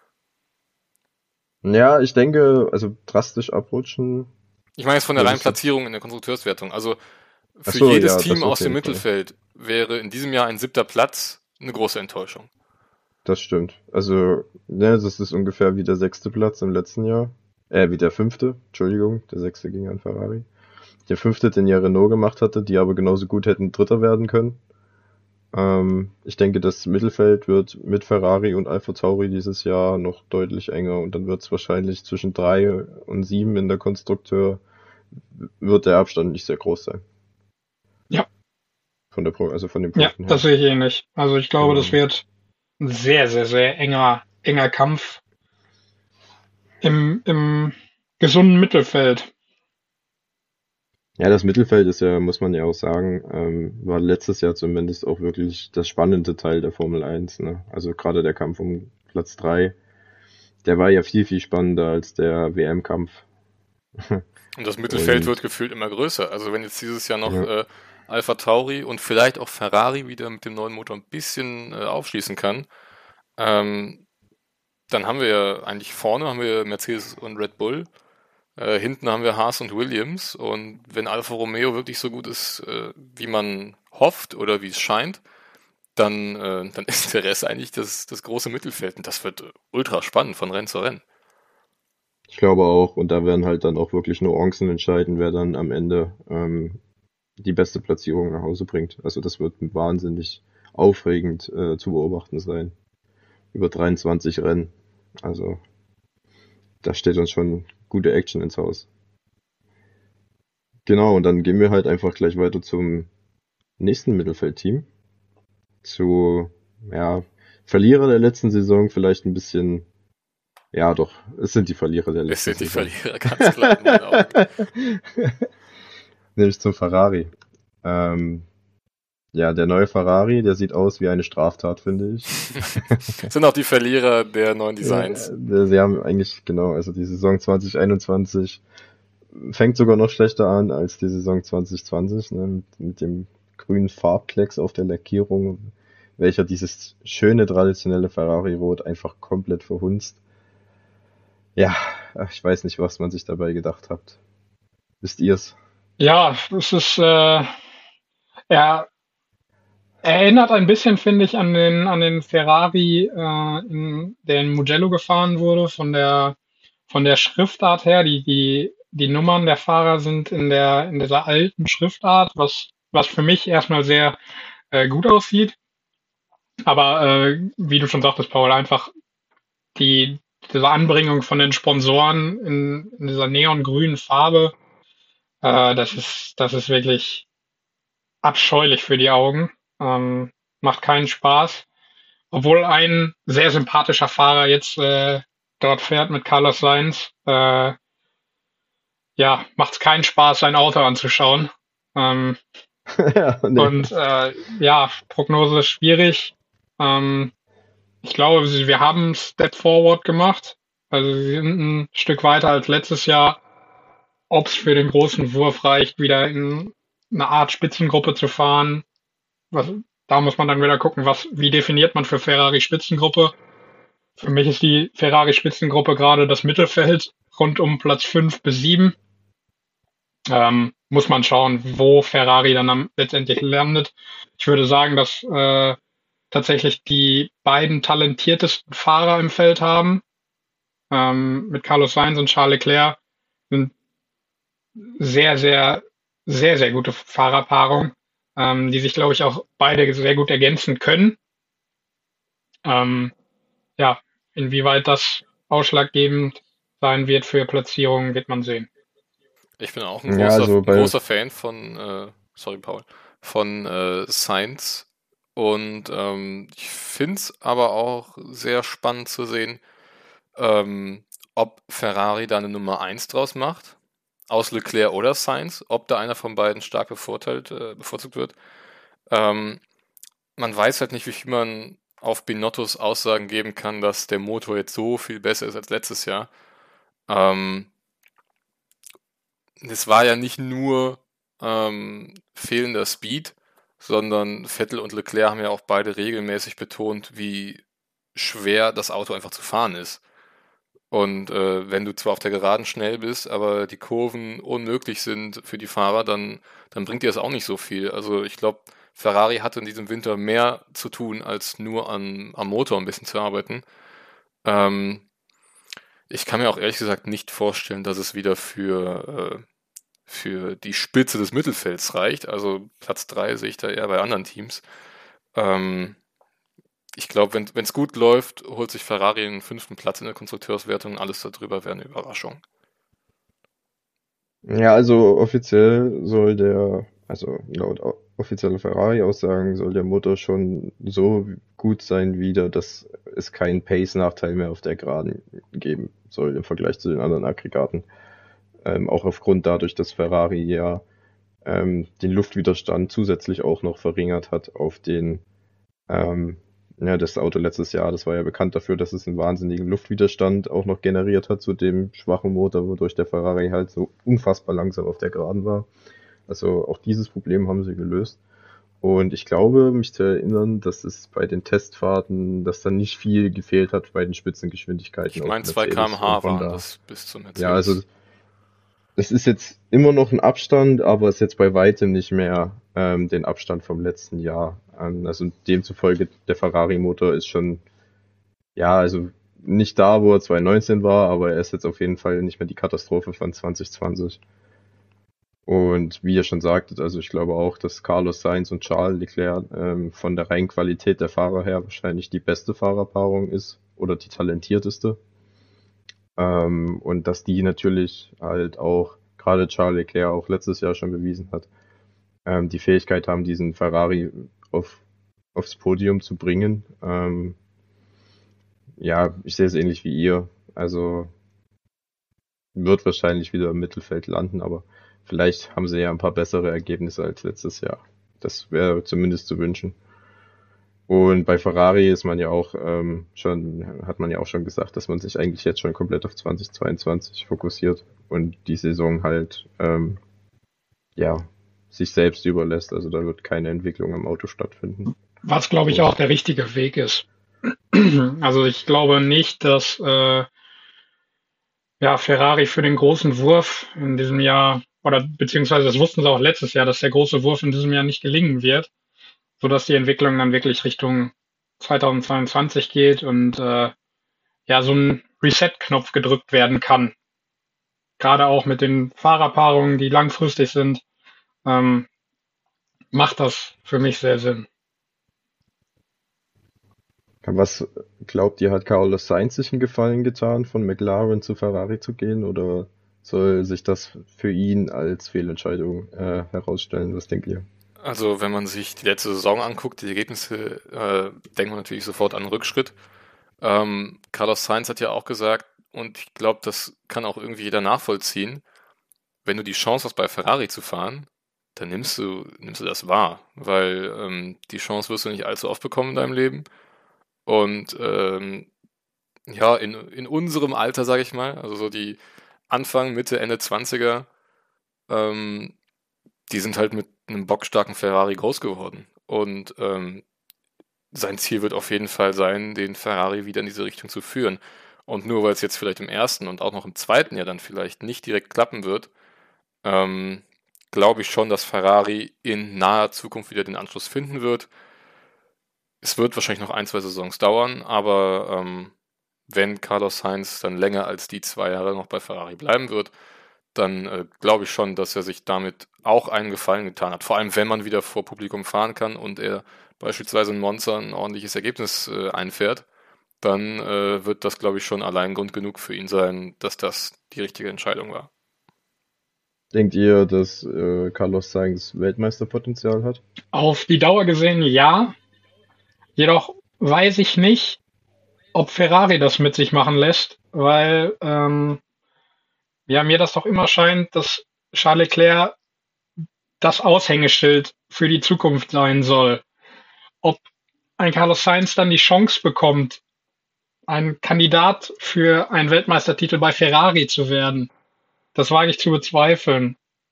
Ja, ich denke, also drastisch abrutschen. Ich meine jetzt von der reinen würdest du- Platzierung in der Konstrukteurswertung. Also Ach für so, jedes ja, Team das auf aus dem jeden Fall. Mittelfeld wäre in diesem Jahr ein 7. Platz eine große Enttäuschung. Das stimmt. Also, ne, das ist ungefähr wie der 6. Platz im letzten Jahr. Wie der 5. Entschuldigung, der 6. ging an Ferrari. Der 5., den ja Renault gemacht hatte, die aber genauso gut hätten Dritter werden können. Ich denke, das Mittelfeld wird mit Ferrari und AlphaTauri dieses Jahr noch deutlich enger und dann wird es wahrscheinlich zwischen 3 und 7 in der Konstrukteur wird der Abstand nicht sehr groß sein. Ja. Also von den Ja, Punkten her. das sehe ich ähnlich. Also ich glaube, Genau. das wird ein sehr, sehr, sehr enger Kampf im gesunden Mittelfeld. Ja, das Mittelfeld ist ja, muss man ja auch sagen, war letztes Jahr zumindest auch wirklich das spannende Teil der Formel 1. Ne? Also gerade der Kampf um Platz 3, der war ja viel, viel spannender als der WM-Kampf. Und das Mittelfeld Und- wird gefühlt immer größer. Also wenn jetzt dieses Jahr noch Ja. AlphaTauri und vielleicht auch Ferrari wieder mit dem neuen Motor ein bisschen aufschließen kann, dann haben wir ja eigentlich vorne haben wir Mercedes und Red Bull. Hinten haben wir Haas und Williams. Und wenn Alfa Romeo wirklich so gut ist, wie man hofft oder wie es scheint, dann ist der Rest eigentlich das große Mittelfeld. Und das wird ultra spannend von Rennen zu Rennen. Ich glaube auch, und da werden halt dann auch wirklich Nuancen entscheiden, wer dann am Ende die beste Platzierung nach Hause bringt. Also das wird wahnsinnig aufregend zu beobachten sein. Über 23 Rennen. Also da steht uns schon gute Action ins Haus. Genau, und dann gehen wir halt einfach gleich weiter zum nächsten Mittelfeldteam. Zu, ja, Verlierer der letzten Saison vielleicht ein bisschen. Ja, doch, es sind die Verlierer der Es letzten sind die Saison. Verlierer, ganz klar in meinen Augen. Nämlich zum Ferrari. Ja, der neue Ferrari, der sieht aus wie eine Straftat, finde ich. Sind auch die Verlierer der neuen Designs. Sie haben eigentlich, genau, also die Saison 2021 fängt sogar noch schlechter an als die Saison 2020, ne, mit dem grünen Farbklecks auf der Lackierung, welcher dieses schöne traditionelle Ferrari-Rot einfach komplett verhunzt. Ja, ich weiß nicht, was man sich dabei gedacht hat. Wisst ihr's? Ja, es ist, er erinnert ein bisschen, finde ich, an den Ferrari, der in Mugello gefahren wurde, von der Schriftart her. Die Nummern der Fahrer sind in dieser alten Schriftart, was für mich erstmal sehr gut aussieht. Aber wie du schon sagtest, Paul, einfach diese Anbringung von den Sponsoren in dieser neongrünen Farbe, das ist wirklich abscheulich für die Augen. Macht keinen Spaß. Obwohl ein sehr sympathischer Fahrer jetzt dort fährt mit Carlos Sainz, ja, macht es keinen Spaß, sein Auto anzuschauen. Ja, nee. Und ja, Prognose ist schwierig. Ich glaube, wir haben einen Step Forward gemacht. Also sie sind ein Stück weiter als letztes Jahr. Ob es für den großen Wurf reicht, wieder in eine Art Spitzengruppe zu fahren, da muss man dann wieder gucken, wie definiert man für Ferrari Spitzengruppe. Für mich ist die Ferrari Spitzengruppe gerade das Mittelfeld rund um Platz 5 bis 7. Muss man schauen, wo Ferrari dann letztendlich landet. Ich würde sagen, dass tatsächlich die beiden talentiertesten Fahrer im Feld haben, mit Carlos Sainz und Charles Leclerc, sind sehr, sehr, sehr, sehr gute Fahrerpaarung, die sich, glaube ich, auch beide sehr gut ergänzen können. Ja, inwieweit das ausschlaggebend sein wird für Platzierungen, wird man sehen. Ich bin auch ein Ja, also bei- großer Fan von, sorry Paul, von Sainz. Und ich finde es aber auch sehr spannend zu sehen, ob Ferrari da eine Nummer 1 draus macht, aus Leclerc oder Sainz, ob da einer von beiden stark bevorzugt wird. Man weiß halt nicht, wie viel man auf Binottos Aussagen geben kann, dass der Motor jetzt so viel besser ist als letztes Jahr. es war ja nicht nur fehlender Speed, sondern Vettel und Leclerc haben ja auch beide regelmäßig betont, wie schwer das Auto einfach zu fahren ist. Und wenn du zwar auf der Geraden schnell bist, aber die Kurven unmöglich sind für die Fahrer, dann bringt dir das auch nicht so viel. Also ich glaube, Ferrari hatte in diesem Winter mehr zu tun, als nur am Motor ein bisschen zu arbeiten. Ähm, Ich kann mir auch ehrlich gesagt nicht vorstellen, dass es wieder für die Spitze des Mittelfelds reicht. Also Platz 3 sehe ich da eher bei anderen Teams. Ähm, Ich glaube, wenn es gut läuft, holt sich Ferrari den 5. Platz in der Konstrukteurswertung. Alles darüber wäre eine Überraschung. Ja, also offiziell soll also laut offizieller Ferrari-Aussagen soll der Motor schon so gut sein wieder, dass es keinen Pace-Nachteil mehr auf der Geraden geben soll im Vergleich zu den anderen Aggregaten. Auch aufgrund dadurch, dass Ferrari ja den Luftwiderstand zusätzlich auch noch verringert hat auf ähm, ja, das Auto letztes Jahr, das war ja bekannt dafür, dass es einen wahnsinnigen Luftwiderstand auch noch generiert hat zu dem schwachen Motor, wodurch der Ferrari halt so unfassbar langsam auf der Geraden war. Also auch dieses Problem haben sie gelöst. Und ich glaube, mich zu erinnern, dass es bei den Testfahrten, dass da nicht viel gefehlt hat bei den Spitzengeschwindigkeiten Ich auf meine, 2 Mercedes und km/h waren Honda. das bis zum Ja, also Mercedes. es ist jetzt immer noch ein Abstand, aber es ist jetzt bei weitem nicht mehr den Abstand vom letzten Jahr. Also demzufolge, der Ferrari-Motor ist schon, ja, also nicht da, wo er 2019 war, aber er ist jetzt auf jeden Fall nicht mehr die Katastrophe von 2020. Und wie ihr schon sagtet, also ich glaube auch, dass Carlos Sainz und Charles Leclerc von der reinen Qualität der Fahrer her wahrscheinlich die beste Fahrerpaarung ist oder die talentierteste. Und dass die natürlich halt auch, gerade Charles Leclerc auch letztes Jahr schon bewiesen hat, die Fähigkeit haben, diesen Ferrari aufs Podium zu bringen. Ja, ich sehe es ähnlich wie ihr. Also wird wahrscheinlich wieder im Mittelfeld landen, aber vielleicht haben sie ja ein paar bessere Ergebnisse als letztes Jahr. Das wäre zumindest zu wünschen. Und bei Ferrari ist man ja auch hat man ja auch schon gesagt, dass man sich eigentlich jetzt schon komplett auf 2022 fokussiert und die Saison halt ja sich selbst überlässt. Also da wird keine Entwicklung am Auto stattfinden. Was, glaube ich, Und auch der richtige Weg ist. Also ich glaube nicht, dass ja, Ferrari für den großen Wurf in diesem Jahr, oder beziehungsweise das wussten sie auch letztes Jahr, dass der große Wurf in diesem Jahr nicht gelingen wird, sodass die Entwicklung dann wirklich Richtung 2022 geht und ja, so ein Reset-Knopf gedrückt werden kann. Gerade auch mit den Fahrerpaarungen, die langfristig sind, ähm, macht das für mich sehr Sinn. was glaubt ihr, hat Carlos Sainz sich einen Gefallen getan, von McLaren zu Ferrari zu gehen, oder soll sich das für ihn als Fehlentscheidung herausstellen? Was denkt ihr? Also wenn man sich die letzte Saison anguckt, die Ergebnisse, denkt man natürlich sofort an einen Rückschritt. Carlos Sainz hat ja auch gesagt, und ich glaube, das kann auch irgendwie jeder nachvollziehen, wenn du die Chance hast, bei Ferrari zu fahren, dann nimmst du das wahr, weil die Chance wirst du nicht allzu oft bekommen in deinem Leben. Und ja, in unserem Alter, sage ich mal, also so die Anfang, Mitte, Ende 20er, ähm, die sind halt mit einem bockstarken Ferrari groß geworden. Und sein Ziel wird auf jeden Fall sein, den Ferrari wieder in diese Richtung zu führen. Und nur weil es jetzt vielleicht im ersten und auch noch im zweiten Jahr dann vielleicht nicht direkt klappen wird, ähm, glaube ich schon, dass Ferrari in naher Zukunft wieder den Anschluss finden wird. Es wird wahrscheinlich noch ein, zwei Saisons dauern, aber wenn Carlos Sainz dann länger als die 2 Jahre noch bei Ferrari bleiben wird, dann glaube ich schon, dass er sich damit auch einen Gefallen getan hat. Vor allem, wenn man wieder vor Publikum fahren kann und er beispielsweise in Monza ein ordentliches Ergebnis einfährt, dann wird das, glaube ich, schon allein Grund genug für ihn sein, dass das die richtige Entscheidung war. Denkt ihr, dass Carlos Sainz Weltmeisterpotenzial hat? Auf die Dauer gesehen ja, jedoch weiß ich nicht, ob Ferrari das mit sich machen lässt, weil ja, mir das doch immer scheint, dass Charles Leclerc das Aushängeschild für die Zukunft sein soll. Ob ein Carlos Sainz dann die Chance bekommt, ein Kandidat für einen Weltmeistertitel bei Ferrari zu werden, das wage ich zu bezweifeln.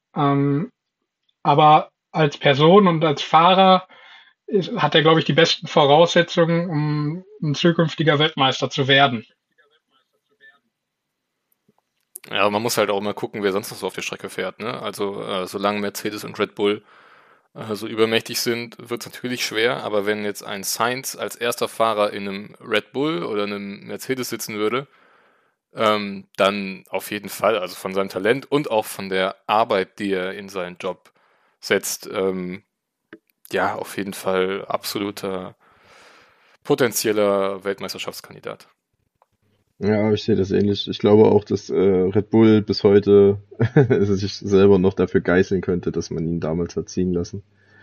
Aber als Person und als Fahrer hat er, glaube ich, die besten Voraussetzungen, um ein zukünftiger Weltmeister zu werden. Ja, man muss halt auch mal gucken, wer sonst noch so auf der Strecke fährt, ne? Also, solange Mercedes und Red Bull so übermächtig sind, wird es natürlich schwer, aber wenn jetzt ein Sainz als erster Fahrer in einem Red Bull oder einem Mercedes sitzen würde, dann auf jeden Fall, also von seinem Talent und auch von der Arbeit, die er in seinen Job setzt, ja, auf jeden Fall absoluter potenzieller Weltmeisterschaftskandidat. Ja, ich sehe das ähnlich. Ich glaube auch, dass Red Bull bis heute sich selber noch dafür geißeln könnte, dass man ihn damals hat ziehen lassen.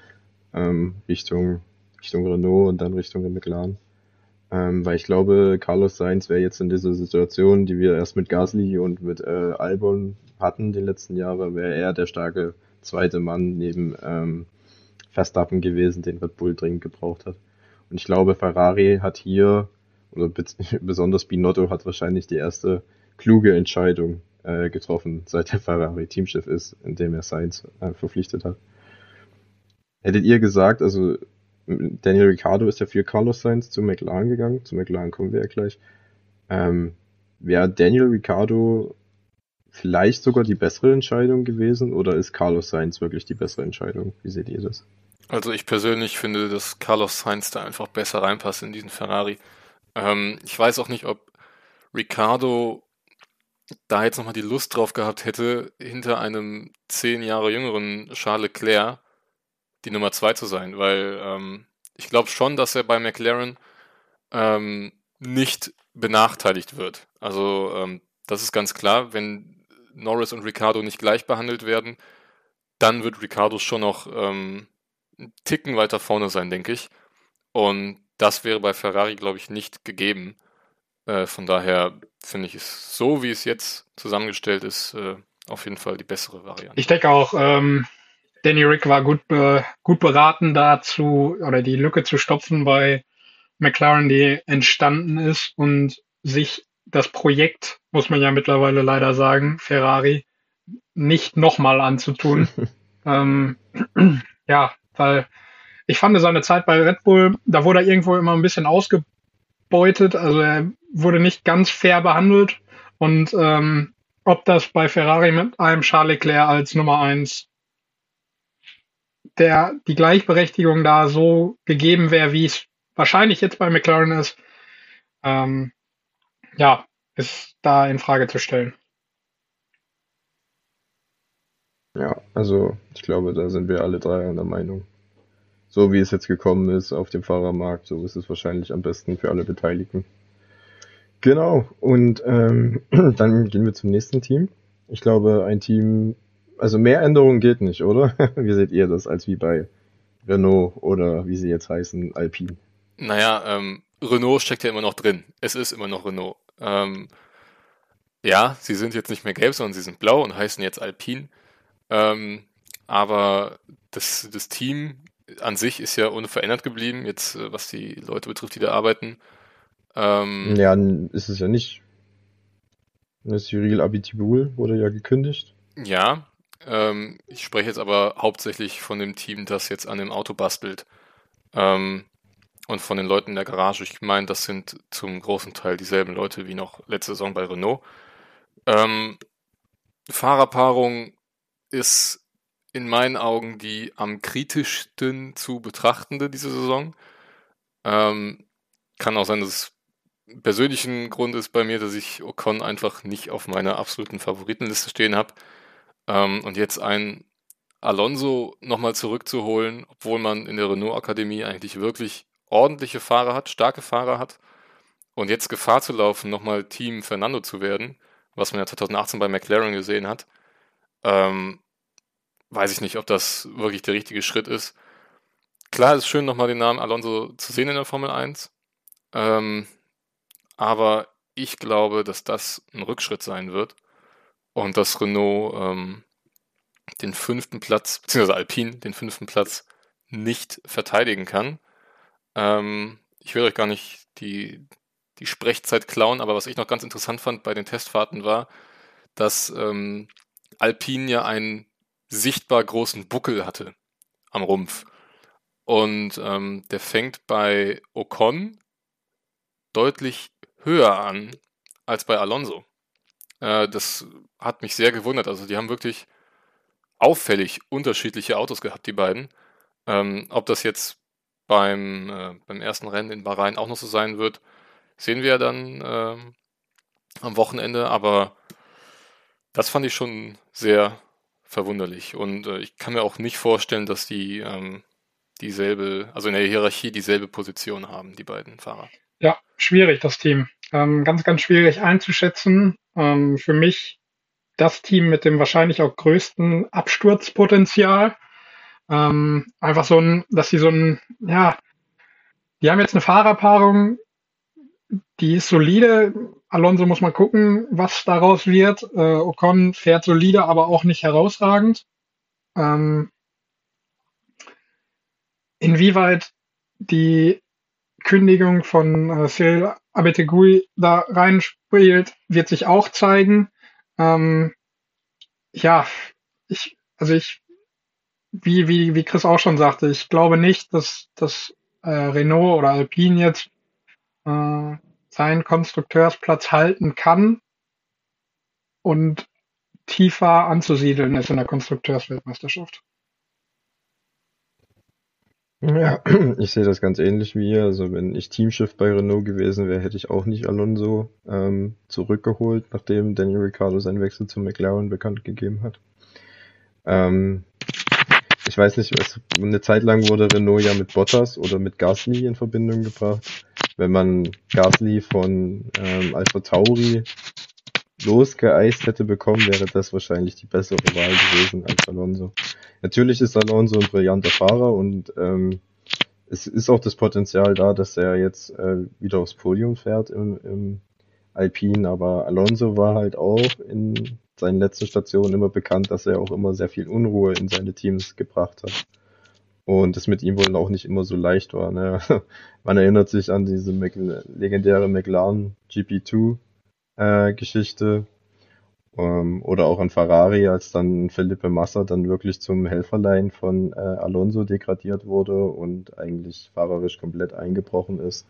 Richtung Renault und dann Richtung McLaren. Weil ich glaube, Carlos Sainz wäre jetzt in dieser Situation, die wir erst mit Gasly und mit Albon hatten die letzten Jahre, wäre er der starke zweite Mann neben Verstappen gewesen, den Red Bull dringend gebraucht hat. Und ich glaube, Ferrari hat hier, oder besonders Binotto hat wahrscheinlich die erste kluge Entscheidung getroffen, seit der Ferrari Teamchef ist, indem er Sainz verpflichtet hat. Hättet ihr gesagt, also Daniel Ricciardo ist ja für Carlos Sainz zu McLaren gegangen, zu McLaren kommen wir ja gleich. Wäre Daniel Ricciardo vielleicht sogar die bessere Entscheidung gewesen oder ist Carlos Sainz wirklich die bessere Entscheidung? Wie seht ihr das? Also ich persönlich finde, dass Carlos Sainz da einfach besser reinpasst in diesen Ferrari. Ich weiß auch nicht, ob Ricciardo da jetzt nochmal die Lust drauf gehabt hätte, hinter einem 10 Jahre jüngeren Charles Leclerc die Nummer 2 zu sein, weil ich glaube schon, dass er bei McLaren nicht benachteiligt wird. Also das ist ganz klar, wenn Norris und Ricciardo nicht gleich behandelt werden, dann wird Ricciardo schon noch einen Ticken weiter vorne sein, denke ich. Und das wäre bei Ferrari, glaube ich, nicht gegeben. Von daher finde ich es so, wie es jetzt zusammengestellt ist, auf jeden Fall die bessere Variante. Ich denke auch, Danny Rick war gut beraten dazu, oder die Lücke zu stopfen bei McLaren, die entstanden ist und sich das Projekt, muss man ja mittlerweile leider sagen, Ferrari, nicht nochmal anzutun. Ja, weil ich fand seine Zeit bei Red Bull, da wurde er irgendwo immer ein bisschen ausgebeutet, also er wurde nicht ganz fair behandelt und ob das bei Ferrari mit einem Charles Leclerc als Nummer 1 die Gleichberechtigung da so gegeben wäre, wie es wahrscheinlich jetzt bei McLaren ist, ja, ist da in Frage zu stellen. Ja, also ich glaube, da sind wir alle drei einer Meinung. So wie es jetzt gekommen ist auf dem Fahrermarkt, so ist es wahrscheinlich am besten für alle Beteiligten. Genau, und dann gehen wir zum nächsten Team. Ich glaube, ein Team, also mehr Änderungen geht nicht, oder? Wie seht ihr das, als wie bei Renault oder wie sie jetzt heißen, Alpine? Naja, Renault steckt ja immer noch drin. Es ist immer noch Renault. Ja, sie sind jetzt nicht mehr gelb, sondern sie sind blau und heißen jetzt Alpine. Aber das Team an sich ist ja unverändert geblieben, jetzt was die Leute betrifft, die da arbeiten. Ja, ist es ja nicht. Cyril Abiteboul wurde ja gekündigt. Ja, ich spreche jetzt aber hauptsächlich von dem Team, das jetzt an dem Auto bastelt. Und von den Leuten in der Garage. Ich meine, das sind zum großen Teil dieselben Leute wie noch letzte Saison bei Renault. Fahrerpaarung ist in meinen Augen die am kritischsten zu betrachtende diese Saison. Kann auch sein, dass es persönlichen Grund ist bei mir, dass ich Ocon einfach nicht auf meiner absoluten Favoritenliste stehen habe. Und jetzt ein Alonso nochmal zurückzuholen, obwohl man in der Renault-Akademie eigentlich wirklich ordentliche Fahrer hat, starke Fahrer hat. Und jetzt Gefahr zu laufen, nochmal Team Fernando zu werden, was man ja 2018 bei McLaren gesehen hat, weiß ich nicht, ob das wirklich der richtige Schritt ist. Klar, ist schön, nochmal den Namen Alonso zu sehen in der Formel 1. Aber ich glaube, dass das ein Rückschritt sein wird und dass Renault den 5. Platz, beziehungsweise Alpine den 5. Platz nicht verteidigen kann. Ich will euch gar nicht die Sprechzeit klauen, aber was ich noch ganz interessant fand bei den Testfahrten war, dass Alpine ja einen sichtbar großen Buckel hatte am Rumpf. Und der fängt bei Ocon deutlich höher an als bei Alonso. Das hat mich sehr gewundert. Also die haben wirklich auffällig unterschiedliche Autos gehabt, die beiden. Ob das jetzt beim ersten Rennen in Bahrain auch noch so sein wird, sehen wir ja dann am Wochenende. Aber das fand ich schon sehr verwunderlich. Und ich kann mir auch nicht vorstellen, dass die also in der Hierarchie dieselbe Position haben, die beiden Fahrer. Ja, schwierig, das Team. Ganz, ganz schwierig einzuschätzen. Für mich das Team mit dem wahrscheinlich auch größten Absturzpotenzial. Einfach dass sie ja, die haben jetzt eine Fahrerpaarung, die ist solide. Alonso muss mal gucken, was daraus wird. Ocon fährt solide, aber auch nicht herausragend. Inwieweit die Kündigung von Cyril Abteguy da reinspielt, wird sich auch zeigen. Ja, wie Chris auch schon sagte, ich glaube nicht, dass Renault oder Alpine jetzt seinen Konstrukteursplatz halten kann und tiefer anzusiedeln ist in der Konstrukteursweltmeisterschaft. Ja, ich sehe das ganz ähnlich wie ihr. Also wenn ich Teamchef bei Renault gewesen wäre, hätte ich auch nicht Alonso zurückgeholt, nachdem Daniel Ricciardo seinen Wechsel zu McLaren bekannt gegeben hat. Ich weiß nicht, eine Zeit lang wurde Renault ja mit Bottas oder mit Gasly in Verbindung gebracht. Wenn man Gasly von Alpha Tauri losgeeist hätte bekommen, wäre das wahrscheinlich die bessere Wahl gewesen als Alonso. Natürlich ist Alonso ein brillanter Fahrer und es ist auch das Potenzial da, dass er jetzt wieder aufs Podium fährt im Alpine, aber Alonso war halt auch in seinen letzten Stationen immer bekannt, dass er auch immer sehr viel Unruhe in seine Teams gebracht hat. Und es mit ihm wohl auch nicht immer so leicht war. Ne? Man erinnert sich an diese legendäre McLaren GP2 Geschichte oder auch an Ferrari, als dann Felipe Massa dann wirklich zum Helferlein von Alonso degradiert wurde und eigentlich fahrerisch komplett eingebrochen ist.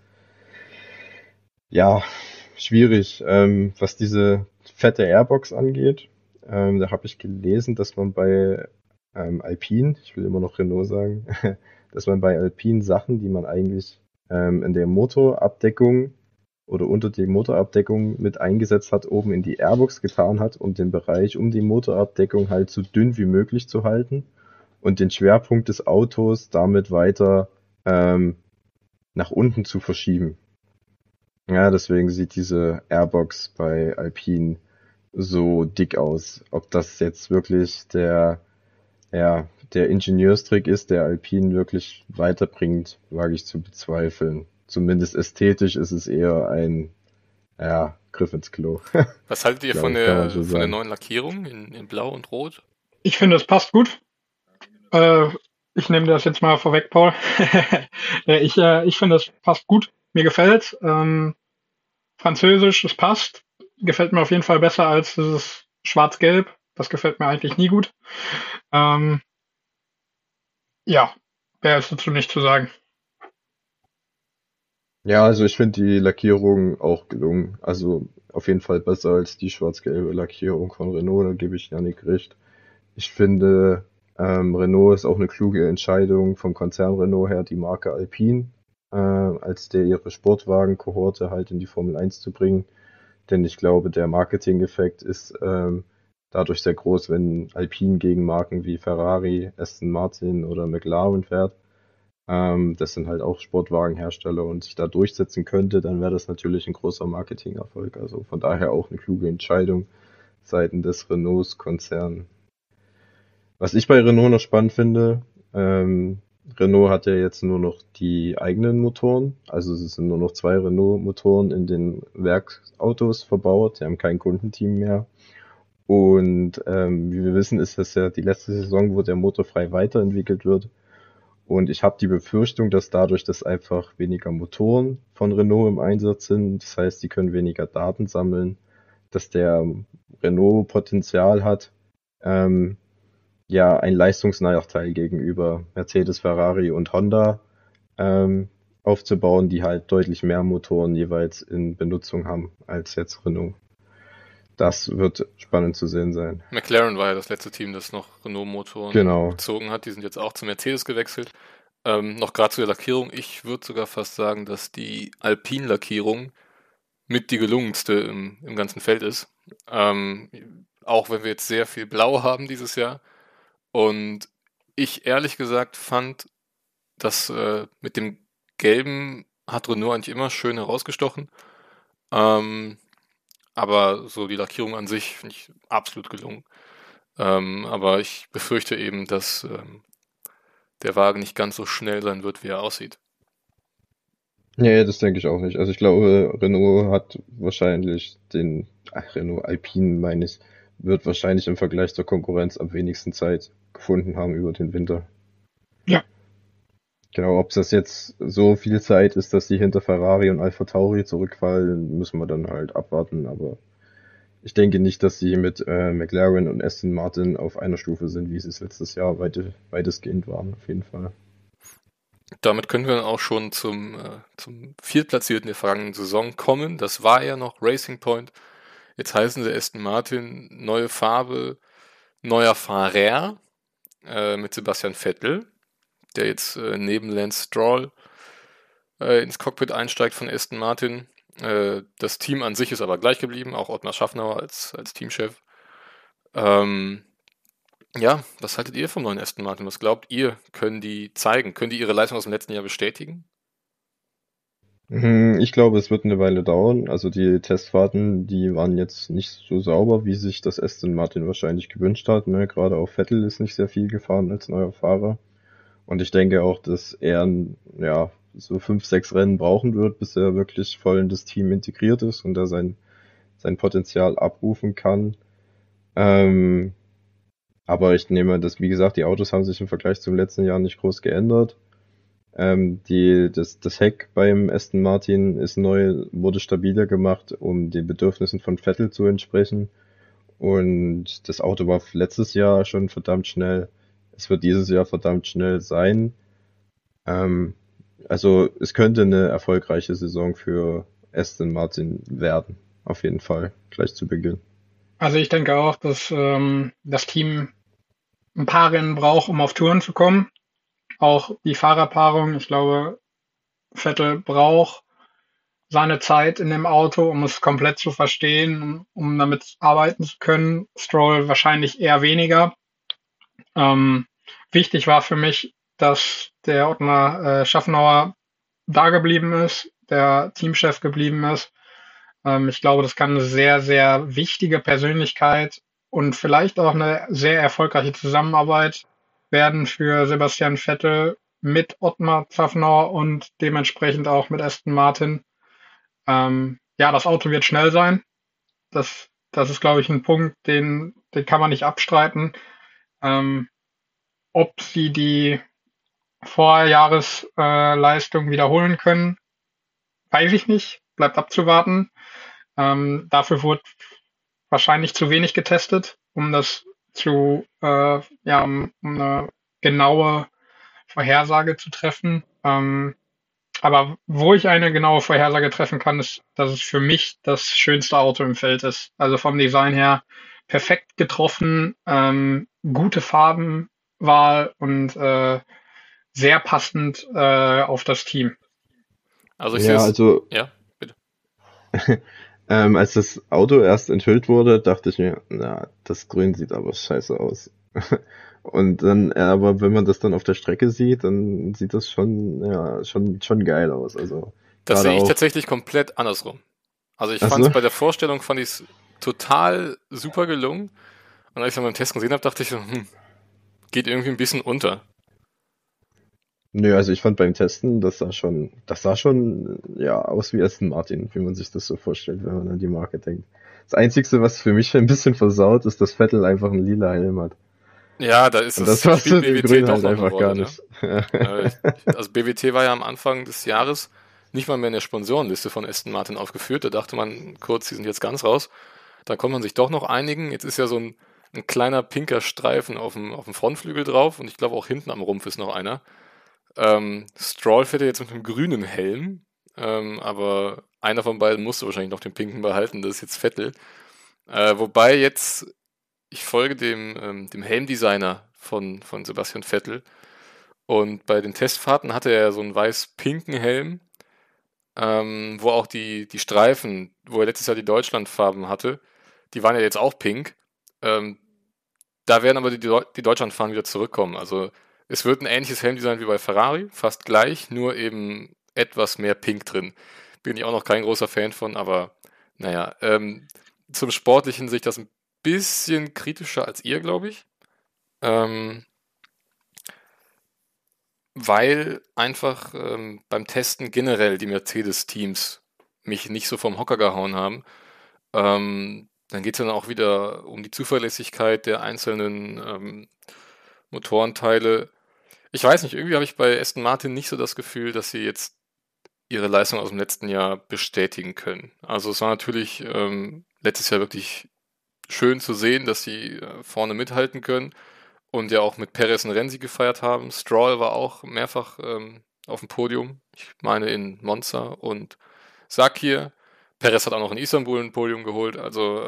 Ja, schwierig. Was diese fette Airbox angeht, da habe ich gelesen, dass man bei Alpine, ich will immer noch Renault sagen, dass man bei Alpine Sachen, die man eigentlich in der Motorabdeckung oder unter die Motorabdeckung mit eingesetzt hat, oben in die Airbox getan hat, um den Bereich um die Motorabdeckung halt so dünn wie möglich zu halten und den Schwerpunkt des Autos damit weiter nach unten zu verschieben. Ja, deswegen sieht diese Airbox bei Alpine so dick aus. Ob das jetzt wirklich der Ingenieurstrick ist, der Alpine wirklich weiterbringt, wage ich zu bezweifeln. Zumindest ästhetisch ist es eher ein Griff ins Klo. Was haltet ihr von der neuen Lackierung in Blau und Rot? Ich finde, es passt gut. Ich nehme das jetzt mal vorweg, Paul. Ich finde, es passt gut. Mir gefällt. Französisch, es passt. Gefällt mir auf jeden Fall besser als dieses Schwarz-Gelb. Das gefällt mir eigentlich nie gut. Ja, mehr ist dazu nicht zu sagen. Ja, also ich finde die Lackierung auch gelungen. Also auf jeden Fall besser als die schwarz-gelbe Lackierung von Renault, da gebe ich Yannick recht. Ich finde, Renault ist auch eine kluge Entscheidung vom Konzern Renault her, die Marke Alpine als ihre Sportwagen-Kohorte halt in die Formel 1 zu bringen. Denn ich glaube, der Marketing-Effekt ist dadurch sehr groß, wenn Alpine gegen Marken wie Ferrari, Aston Martin oder McLaren fährt. Das sind halt auch Sportwagenhersteller und sich da durchsetzen könnte, dann wäre das natürlich ein großer Marketingerfolg. Also von daher auch eine kluge Entscheidung seitens des Renaults Konzern. Was ich bei Renault noch spannend finde, Renault hat ja jetzt nur noch die eigenen Motoren, also es sind nur noch 2 Renault-Motoren in den Werksautos verbaut, die haben kein Kundenteam mehr. Und wie wir wissen, ist das ja die letzte Saison, wo der Motor frei weiterentwickelt wird. Und ich habe die Befürchtung, dass dadurch, dass einfach weniger Motoren von Renault im Einsatz sind, das heißt, die können weniger Daten sammeln, dass der Renault Potenzial hat, ja ein Leistungsnachteil gegenüber Mercedes, Ferrari und Honda aufzubauen, die halt deutlich mehr Motoren jeweils in Benutzung haben als jetzt Renault. Das wird spannend zu sehen sein. McLaren war ja das letzte Team, das noch Renault-Motoren Genau. gezogen hat. Die sind jetzt auch zu Mercedes gewechselt. Noch gerade zu der Lackierung. Ich würde sogar fast sagen, dass die Alpine-Lackierung mit die gelungenste im ganzen Feld ist. Auch wenn wir jetzt sehr viel Blau haben dieses Jahr. Und ich ehrlich gesagt fand, dass mit dem Gelben hat Renault eigentlich immer schön herausgestochen. Aber so die Lackierung an sich finde ich absolut gelungen. Aber ich befürchte eben, dass der Wagen nicht ganz so schnell sein wird, wie er aussieht. Nee, das denke ich auch nicht. Also ich glaube, Renault hat wahrscheinlich Renault Alpine, meine ich, wird wahrscheinlich im Vergleich zur Konkurrenz am wenigsten Zeit gefunden haben über den Winter. Ja. Genau, ob das jetzt so viel Zeit ist, dass sie hinter Ferrari und AlphaTauri zurückfallen, müssen wir dann halt abwarten. Aber ich denke nicht, dass sie mit McLaren und Aston Martin auf einer Stufe sind, wie sie es letztes Jahr weitestgehend waren, auf jeden Fall. Damit können wir dann auch schon zum Viertplatzierten der vergangenen Saison kommen. Das war ja noch Racing Point. Jetzt heißen sie Aston Martin, neue Farbe, neuer Fahrer mit Sebastian Vettel, der jetzt neben Lance Stroll ins Cockpit einsteigt von Aston Martin. Das Team an sich ist aber gleich geblieben, auch Ottmar Schaffnauer als Teamchef. Ja, was haltet ihr vom neuen Aston Martin? Was glaubt ihr, können die zeigen? Können die ihre Leistung aus dem letzten Jahr bestätigen? Ich glaube, es wird eine Weile dauern. Also die Testfahrten, die waren jetzt nicht so sauber, wie sich das Aston Martin wahrscheinlich gewünscht hat. Ne? Gerade auch Vettel ist nicht sehr viel gefahren als neuer Fahrer. Und ich denke auch, dass er ja, so 5, 6 Rennen brauchen wird, bis er wirklich voll in das Team integriert ist und er sein Potenzial abrufen kann. Aber ich nehme das, wie gesagt, die Autos haben sich im Vergleich zum letzten Jahr nicht groß geändert. Das Heck beim Aston Martin ist neu, wurde stabiler gemacht, um den Bedürfnissen von Vettel zu entsprechen. Und das Auto war letztes Jahr schon verdammt schnell. Es wird dieses Jahr verdammt schnell sein. Also es könnte eine erfolgreiche Saison für Aston Martin werden. Auf jeden Fall, gleich zu Beginn. Also ich denke auch, dass das Team ein paar Rennen braucht, um auf Touren zu kommen. Auch die Fahrerpaarung, ich glaube, Vettel braucht seine Zeit in dem Auto, um es komplett zu verstehen, um damit arbeiten zu können. Stroll wahrscheinlich eher weniger. Wichtig war für mich, dass der Ottmar Schaffnauer da geblieben ist, der Teamchef geblieben ist. Ich glaube, das kann eine sehr, sehr wichtige Persönlichkeit und vielleicht auch eine sehr erfolgreiche Zusammenarbeit werden für Sebastian Vettel mit Ottmar Schaffnauer und dementsprechend auch mit Aston Martin. Ja, das Auto wird schnell sein. Das ist, glaube ich, ein Punkt, den kann man nicht abstreiten. Ob sie die Vorjahresleistung wiederholen können, weiß ich nicht. Bleibt abzuwarten. Dafür wurde wahrscheinlich zu wenig getestet, um das um eine genaue Vorhersage zu treffen. Aber wo ich eine genaue Vorhersage treffen kann, ist, dass es für mich das schönste Auto im Feld ist. Also vom Design her perfekt getroffen, gute Farbenwahl und sehr passend auf das Team. Also ich sehe es. Ja, bitte. Als das Auto erst enthüllt wurde, dachte ich mir, na, das Grün sieht aber scheiße aus. Und dann, aber wenn man das dann auf der Strecke sieht, dann sieht das schon geil aus. Also das sehe ich tatsächlich komplett andersrum. Also ich fand es bei der Vorstellung total super gelungen. Und als ich dann beim Testen gesehen habe, dachte ich so, geht irgendwie ein bisschen unter. Nö, also ich fand beim Testen, das sah schon ja aus wie Aston Martin, wie man sich das so vorstellt, wenn man an die Marke denkt. Das Einzige, was für mich ein bisschen versaut, ist, dass Vettel einfach einen lila Helm hat. Ja, da ist das was spielt BWT BWT doch halt noch einfach eine Rolle, gar nicht. Ne? Also BWT war ja am Anfang des Jahres nicht mal mehr in der Sponsorenliste von Aston Martin aufgeführt. Da dachte man kurz, die sind jetzt ganz raus. Da konnte man sich doch noch einigen. Jetzt ist ja so ein ein kleiner pinker Streifen auf dem Frontflügel drauf und ich glaube auch hinten am Rumpf ist noch einer. Stroll fährt ja jetzt mit einem grünen Helm, aber einer von beiden musste wahrscheinlich noch den pinken behalten, das ist jetzt Vettel. Wobei jetzt, ich folge dem Helmdesigner von Sebastian Vettel und bei den Testfahrten hatte er so einen weiß-pinken Helm, wo auch die Streifen, wo er letztes Jahr die Deutschlandfarben hatte, die waren ja jetzt auch pink. Da werden aber die Deutschlandfarben wieder zurückkommen. Also es wird ein ähnliches Helmdesign wie bei Ferrari, fast gleich, nur eben etwas mehr pink drin. Bin ich auch noch kein großer Fan von, aber naja. Zum Sportlichen sehe ich das ein bisschen kritischer als ihr, glaube ich. Weil einfach beim Testen generell die Mercedes-Teams mich nicht so vom Hocker gehauen haben. Dann geht es dann auch wieder um die Zuverlässigkeit der einzelnen Motorenteile. Ich weiß nicht, irgendwie habe ich bei Aston Martin nicht so das Gefühl, dass sie jetzt ihre Leistung aus dem letzten Jahr bestätigen können. Also es war natürlich letztes Jahr wirklich schön zu sehen, dass sie vorne mithalten können und ja auch mit Perez einen Rennsieg gefeiert haben. Stroll war auch mehrfach auf dem Podium. Ich meine in Monza und Sakir. Perez hat auch noch in Istanbul ein Podium geholt. Also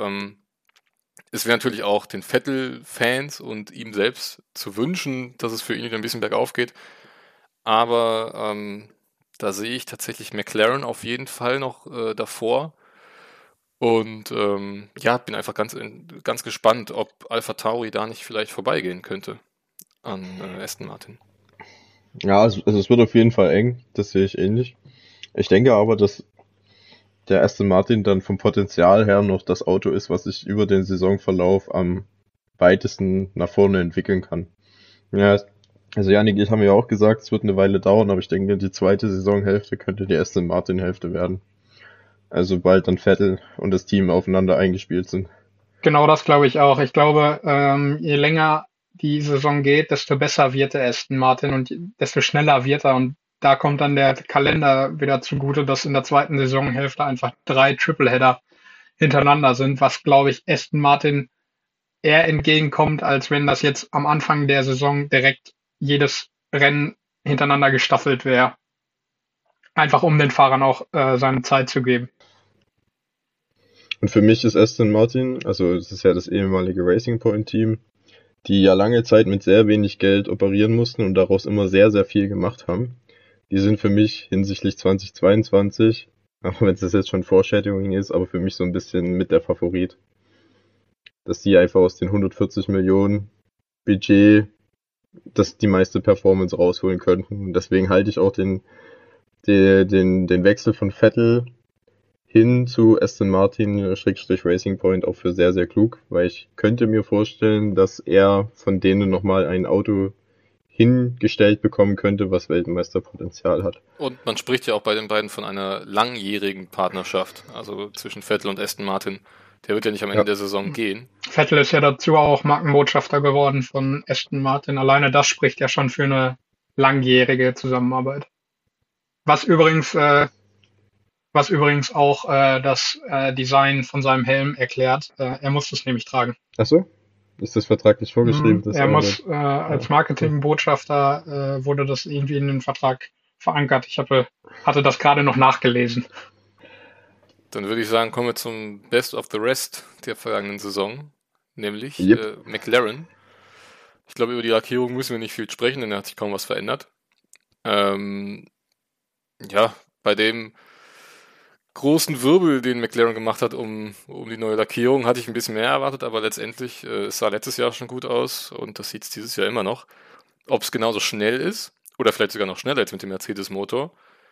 es wäre natürlich auch den Vettel-Fans und ihm selbst zu wünschen, dass es für ihn wieder ein bisschen bergauf geht. Aber da sehe ich tatsächlich McLaren auf jeden Fall noch davor. Und ja, bin einfach ganz gespannt, ob AlphaTauri da nicht vielleicht vorbeigehen könnte an Aston Martin. Ja, also es wird auf jeden Fall eng, das sehe ich ähnlich. Ich denke aber, dass der Aston Martin dann vom Potenzial her noch das Auto ist, was sich über den Saisonverlauf am weitesten nach vorne entwickeln kann. Ja, also Janik, ich habe ja auch gesagt, es wird eine Weile dauern, aber ich denke, die zweite Saisonhälfte könnte die Aston Martin Hälfte werden. Also bald dann Vettel und das Team aufeinander eingespielt sind. Genau das glaube ich auch. Ich glaube, je länger die Saison geht, desto besser wird der Aston Martin und desto schneller wird er. Und da kommt dann der Kalender wieder zugute, dass in der zweiten Saisonhälfte einfach 3 Tripleheader hintereinander sind, was, glaube ich, Aston Martin eher entgegenkommt, als wenn das jetzt am Anfang der Saison direkt jedes Rennen hintereinander gestaffelt wäre. Einfach um den Fahrern auch seine Zeit zu geben. Und für mich ist Aston Martin, also es ist ja das ehemalige Racing Point Team, die ja lange Zeit mit sehr wenig Geld operieren mussten und daraus immer sehr, sehr viel gemacht haben. Die sind für mich hinsichtlich 2022, auch wenn es das jetzt schon Foreshadowing ist, aber für mich so ein bisschen mit der Favorit. Dass die einfach aus den 140 Millionen Budget die meiste Performance rausholen könnten. Und deswegen halte ich auch den Wechsel von Vettel hin zu Aston Martin Racing Point auch für sehr, sehr klug, weil ich könnte mir vorstellen, dass er von denen nochmal ein Auto hingestellt bekommen könnte, was Weltmeisterpotenzial hat. Und man spricht ja auch bei den beiden von einer langjährigen Partnerschaft, also zwischen Vettel und Aston Martin. Der wird ja nicht am Ende der Saison gehen. Vettel ist ja dazu auch Markenbotschafter geworden von Aston Martin. Alleine das spricht ja schon für eine langjährige Zusammenarbeit. Was übrigens auch das Design von seinem Helm erklärt. Er muss das nämlich tragen. Ach so? Ist das vertraglich vorgeschrieben? Er muss als Marketingbotschafter wurde das irgendwie in den Vertrag verankert. Ich hatte das gerade noch nachgelesen. Dann würde ich sagen, kommen wir zum Best of the Rest der vergangenen Saison, nämlich McLaren. Ich glaube, über die Lackierung müssen wir nicht viel sprechen, denn da hat sich kaum was verändert. Ja, bei dem großen Wirbel, den McLaren gemacht hat um die neue Lackierung, hatte ich ein bisschen mehr erwartet, aber letztendlich es sah letztes Jahr schon gut aus und das sieht es dieses Jahr immer noch. Ob es genauso schnell ist oder vielleicht sogar noch schneller als mit dem Mercedes-Motor,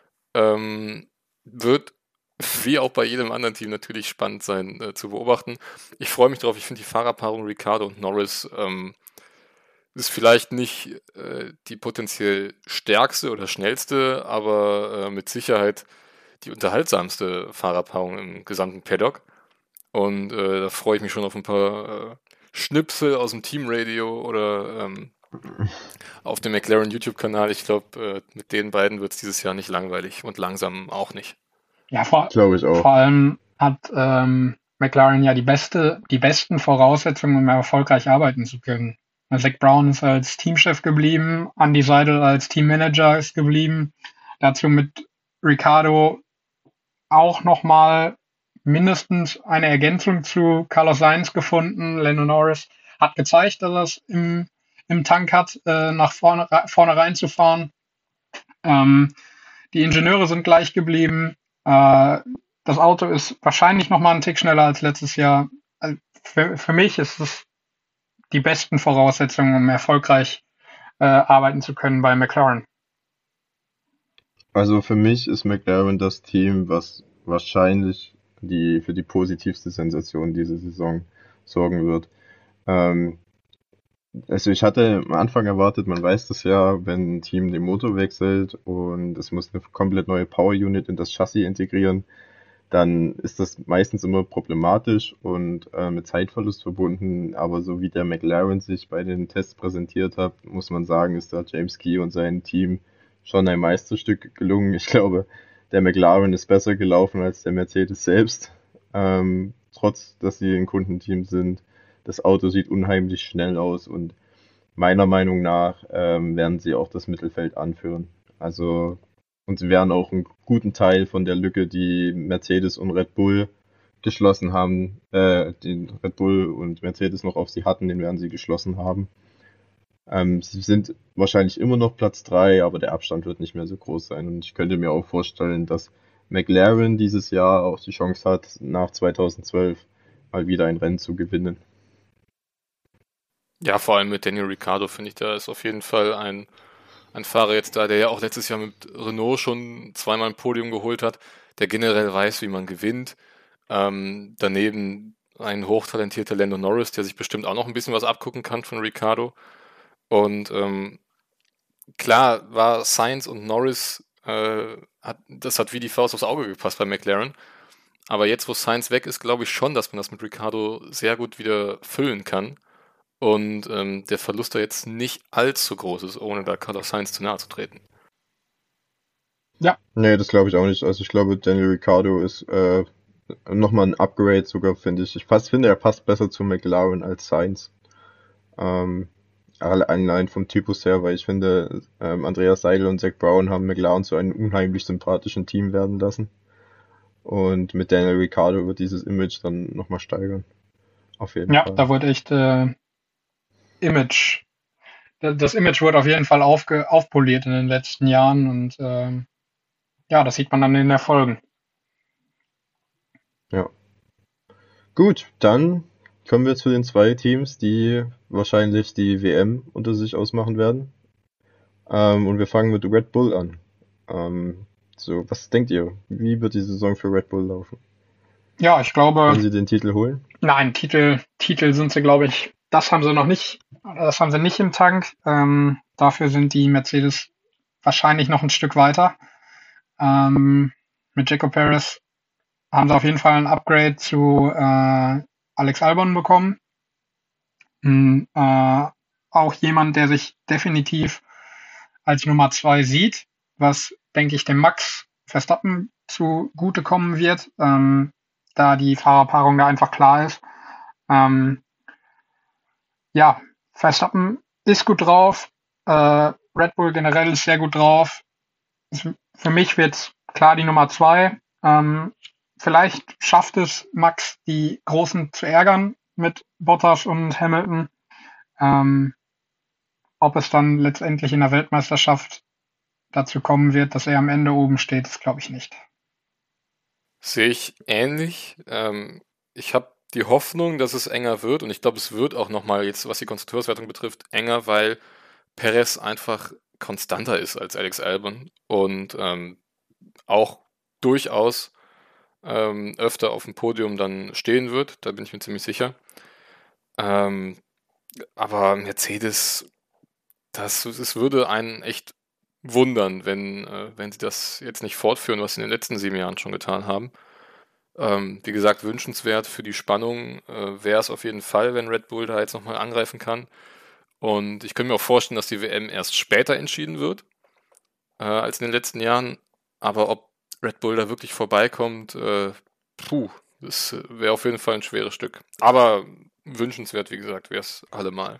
wird wie auch bei jedem anderen Team natürlich spannend sein zu beobachten. Ich freue mich drauf, ich finde die Fahrerpaarung Ricciardo und Norris ist vielleicht nicht die potenziell stärkste oder schnellste, aber mit Sicherheit die unterhaltsamste Fahrerpaarung im gesamten Paddock. Und da freue ich mich schon auf ein paar Schnipsel aus dem Teamradio oder auf dem McLaren YouTube-Kanal. Ich glaube, mit den beiden wird es dieses Jahr nicht langweilig und langsam auch nicht. Ja, glaube ich auch. Vor allem hat McLaren ja die besten Voraussetzungen, um erfolgreich arbeiten zu können. Zak Brown ist als Teamchef geblieben, Andy Seidel als Teammanager ist geblieben. Dazu mit Ricciardo auch nochmal mindestens eine Ergänzung zu Carlos Sainz gefunden. Lando Norris hat gezeigt, dass er es im Tank hat, nach vorne reinzufahren. Die Ingenieure sind gleich geblieben. Das Auto ist wahrscheinlich nochmal einen Tick schneller als letztes Jahr. Für mich ist es die besten Voraussetzungen, um erfolgreich arbeiten zu können bei McLaren. Also für mich ist McLaren das Team, was wahrscheinlich für die positivste Sensation diese Saison sorgen wird. Also ich hatte am Anfang erwartet, man weiß das ja, wenn ein Team den Motor wechselt und es muss eine komplett neue Power Unit in das Chassis integrieren, dann ist das meistens immer problematisch und mit Zeitverlust verbunden. Aber so wie der McLaren sich bei den Tests präsentiert hat, muss man sagen, ist da James Key und sein Team schon ein Meisterstück gelungen. Ich glaube, der McLaren ist besser gelaufen als der Mercedes selbst, trotz dass sie ein Kundenteam sind. Das Auto sieht unheimlich schnell aus und meiner Meinung nach werden sie auch das Mittelfeld anführen. Also, und sie werden auch einen guten Teil von der Lücke, die Mercedes und Red Bull geschlossen haben, den Red Bull und Mercedes noch auf sie hatten, den werden sie geschlossen haben. Sie sind wahrscheinlich immer noch Platz 3, aber der Abstand wird nicht mehr so groß sein. Und ich könnte mir auch vorstellen, dass McLaren dieses Jahr auch die Chance hat, nach 2012 mal wieder ein Rennen zu gewinnen. Ja, vor allem mit Daniel Ricciardo finde ich, da ist auf jeden Fall ein Fahrer jetzt da, der ja auch letztes Jahr mit Renault schon zweimal ein Podium geholt hat, der generell weiß, wie man gewinnt. Daneben ein hochtalentierter Lando Norris, der sich bestimmt auch noch ein bisschen was abgucken kann von Ricciardo. Und klar war Sainz und Norris, das hat wie die Faust aufs Auge gepasst bei McLaren. Aber jetzt, wo Sainz weg ist, glaube ich schon, dass man das mit Ricciardo sehr gut wieder füllen kann. Und der Verlust da jetzt nicht allzu groß ist, ohne da Carlos Sainz zu nahe zu treten. Ja. Nee, das glaube ich auch nicht. Also ich glaube, Daniel Ricciardo ist nochmal ein Upgrade sogar, finde ich. Ich finde, er passt besser zu McLaren als Sainz. Allein vom Typus her, weil ich finde, Andreas Seidel und Zak Brown haben McLaren zu einem unheimlich sympathischen Team werden lassen. Und mit Daniel Ricciardo wird dieses Image dann nochmal steigern. Auf jeden Fall. Ja, da wurde echt das Image wurde auf jeden Fall aufpoliert in den letzten Jahren und ja, das sieht man dann in den Erfolgen. Ja. Gut, dann kommen wir zu den zwei Teams, die wahrscheinlich die WM unter sich ausmachen werden. Und wir fangen mit Red Bull an. So, was denkt ihr? Wie wird die Saison für Red Bull laufen? Ja, ich glaube. Können sie den Titel holen? Nein, Titel sind sie, glaube ich, das haben sie noch nicht. Das haben sie nicht im Tank. Dafür sind die Mercedes wahrscheinlich noch ein Stück weiter. Mit Checo Perez haben sie auf jeden Fall ein Upgrade zu Alex Albon bekommen. Auch jemand, der sich definitiv als Nummer 2 sieht, was, denke ich, dem Max Verstappen zugutekommen wird, da die Fahrerpaarung da einfach klar ist. Ja, Verstappen ist gut drauf, Red Bull generell ist sehr gut drauf. Für mich wird klar die Nummer 2. Vielleicht schafft es Max, die Großen zu ärgern mit Bottas und Hamilton. Ob es dann letztendlich in der Weltmeisterschaft dazu kommen wird, dass er am Ende oben steht, das glaube ich nicht. Sehe ich ähnlich. Ich habe die Hoffnung, dass es enger wird und ich glaube, es wird auch nochmal jetzt, was die Konstrukteurswertung betrifft, enger, weil Perez einfach konstanter ist als Alex Albon und auch durchaus öfter auf dem Podium dann stehen wird, da bin ich mir ziemlich sicher. Aber Mercedes, es würde einen echt wundern, wenn sie das jetzt nicht fortführen, was sie in den letzten 7 Jahren schon getan haben. Wie gesagt, wünschenswert für die Spannung wäre es auf jeden Fall, wenn Red Bull da jetzt nochmal angreifen kann. Und ich könnte mir auch vorstellen, dass die WM erst später entschieden wird als in den letzten Jahren. Aber ob Red Bull da wirklich vorbeikommt, Das wäre auf jeden Fall ein schweres Stück. Aber wünschenswert, wie gesagt, wäre es allemal.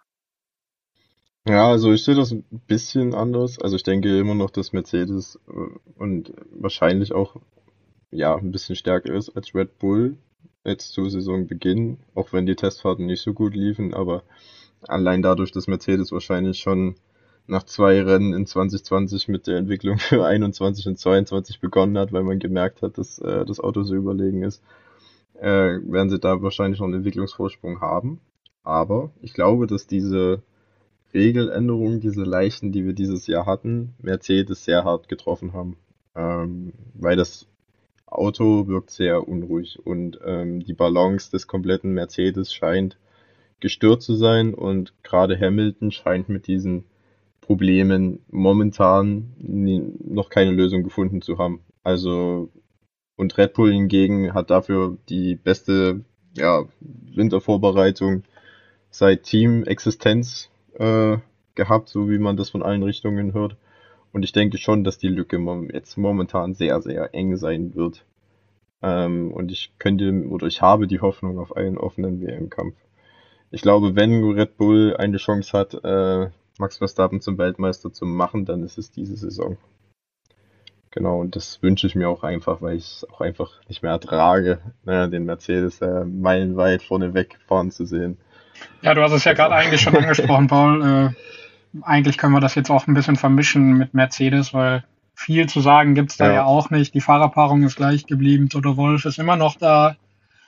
Ja, also ich sehe das ein bisschen anders. Also ich denke immer noch, dass Mercedes und wahrscheinlich auch ja ein bisschen stärker ist als Red Bull jetzt zu Saisonbeginn, auch wenn die Testfahrten nicht so gut liefen, aber allein dadurch, dass Mercedes wahrscheinlich schon nach 2 Rennen in 2020 mit der Entwicklung für 21 und 22 begonnen hat, weil man gemerkt hat, dass das Auto so überlegen ist, werden sie da wahrscheinlich noch einen Entwicklungsvorsprung haben. Aber ich glaube, dass diese Regeländerungen, diese leichten, die wir dieses Jahr hatten, Mercedes sehr hart getroffen haben. Weil das Auto wirkt sehr unruhig und die Balance des kompletten Mercedes scheint gestört zu sein und gerade Hamilton scheint mit diesen Problemen momentan noch keine Lösung gefunden zu haben. Also und Red Bull hingegen hat dafür die beste ja, Wintervorbereitung seit Teamexistenz gehabt, so wie man das von allen Richtungen hört. Und ich denke schon, dass die Lücke jetzt momentan sehr, sehr eng sein wird. Und ich habe die Hoffnung auf einen offenen WM-Kampf. Ich glaube, wenn Red Bull eine Chance hat, Max Verstappen zum Weltmeister zu machen, dann ist es diese Saison. Genau, und das wünsche ich mir auch einfach, weil ich es auch einfach nicht mehr ertrage, den Mercedes meilenweit vorne wegfahren zu sehen. Ja, du hast es ja gerade eigentlich schon angesprochen, Paul. Eigentlich können wir das jetzt auch ein bisschen vermischen mit Mercedes, weil viel zu sagen gibt's da ja auch nicht. Die Fahrerpaarung ist gleich geblieben. Toto Wolff ist immer noch da.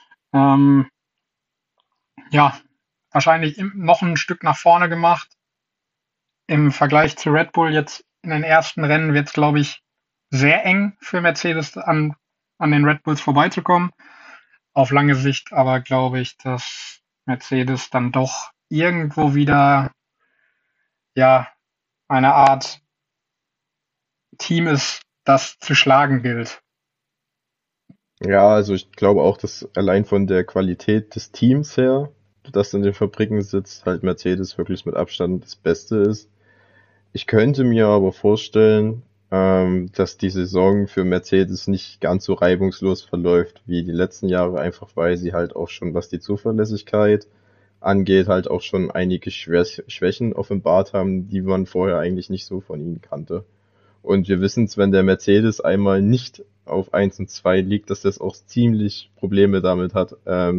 Ja, wahrscheinlich noch ein Stück nach vorne gemacht. Im Vergleich zu Red Bull jetzt in den ersten Rennen wird es, glaube ich, sehr eng für Mercedes an den Red Bulls vorbeizukommen. Auf lange Sicht aber glaube ich, dass Mercedes dann doch irgendwo wieder ja eine Art Team ist, das zu schlagen gilt. Ja, also ich glaube auch, dass allein von der Qualität des Teams her, das in den Fabriken sitzt, halt Mercedes wirklich mit Abstand das Beste ist. Ich könnte mir aber vorstellen, dass die Saison für Mercedes nicht ganz so reibungslos verläuft wie die letzten Jahre, einfach weil sie halt auch schon, was die Zuverlässigkeit angeht, halt auch schon einige Schwächen offenbart haben, die man vorher eigentlich nicht so von ihnen kannte. Und wir wissen es, wenn der Mercedes einmal nicht auf 1 und 2 liegt, dass das auch ziemlich Probleme damit hat,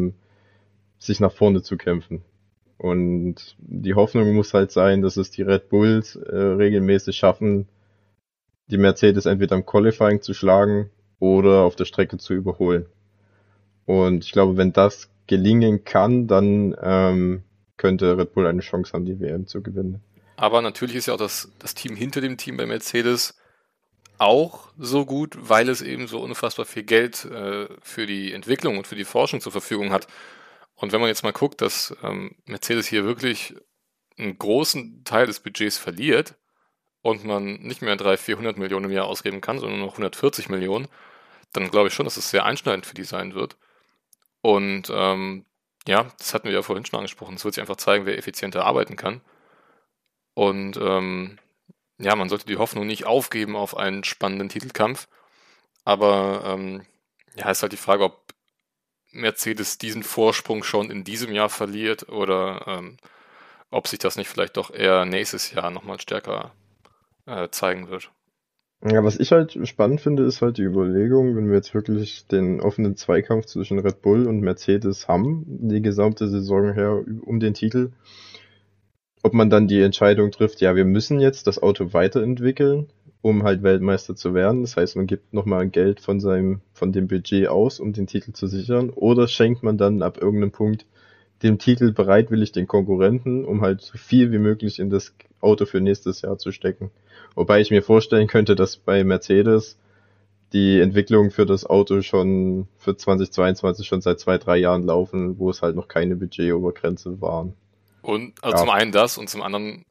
sich nach vorne zu kämpfen. Und die Hoffnung muss halt sein, dass es die Red Bulls regelmäßig schaffen, die Mercedes entweder im Qualifying zu schlagen oder auf der Strecke zu überholen. Und ich glaube, wenn das gelingen kann, dann könnte Red Bull eine Chance haben, die WM zu gewinnen. Aber natürlich ist ja auch das Team hinter dem Team bei Mercedes auch so gut, weil es eben so unfassbar viel Geld für die Entwicklung und für die Forschung zur Verfügung hat. Und wenn man jetzt mal guckt, dass Mercedes hier wirklich einen großen Teil des Budgets verliert und man nicht mehr 300-400 Millionen im Jahr ausgeben kann, sondern nur noch 140 Millionen, dann glaube ich schon, dass es sehr einschneidend für die sein wird. Und ja, das hatten wir ja vorhin schon angesprochen. Es wird sich einfach zeigen, wer effizienter arbeiten kann. Und ja, man sollte die Hoffnung nicht aufgeben auf einen spannenden Titelkampf. Aber ja, ist halt die Frage, ob Mercedes diesen Vorsprung schon in diesem Jahr verliert oder ob sich das nicht vielleicht doch eher nächstes Jahr nochmal stärker zeigen wird. Ja, was ich halt spannend finde, ist halt die Überlegung, wenn wir jetzt wirklich den offenen Zweikampf zwischen Red Bull und Mercedes haben, die gesamte Saison her um den Titel, ob man dann die Entscheidung trifft, ja, wir müssen jetzt das Auto weiterentwickeln, um halt Weltmeister zu werden. Das heißt, man gibt nochmal Geld von dem Budget aus, um den Titel zu sichern, oder schenkt man dann ab irgendeinem Punkt dem Titel bereitwillig den Konkurrenten, um halt so viel wie möglich in das Auto für nächstes Jahr zu stecken. Wobei ich mir vorstellen könnte, dass bei Mercedes die Entwicklung für das Auto schon für 2022 schon seit 2-3 Jahren laufen, wo es halt noch keine Budgetobergrenze waren. Und also zum einen das und zum anderen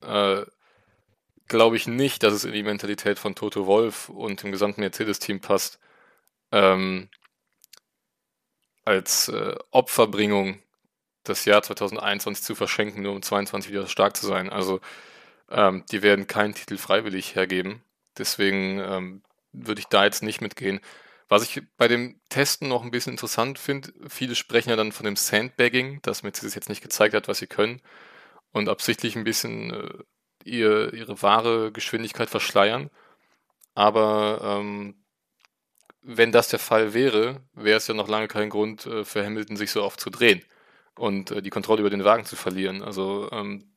glaube ich nicht, dass es in die Mentalität von Toto Wolff und dem gesamten Mercedes-Team passt, als Opferbringung das Jahr 2021 zu verschenken, nur um 22 wieder stark zu sein. Also die werden keinen Titel freiwillig hergeben. Deswegen würde ich da jetzt nicht mitgehen. Was ich bei dem Testen noch ein bisschen interessant finde, viele sprechen ja dann von dem Sandbagging, dass Mercedes jetzt nicht gezeigt hat, was sie können und absichtlich ein bisschen ihre wahre Geschwindigkeit verschleiern. Aber wenn das der Fall wäre, wäre es ja noch lange kein Grund für Hamilton, sich so oft zu drehen und die Kontrolle über den Wagen zu verlieren. Also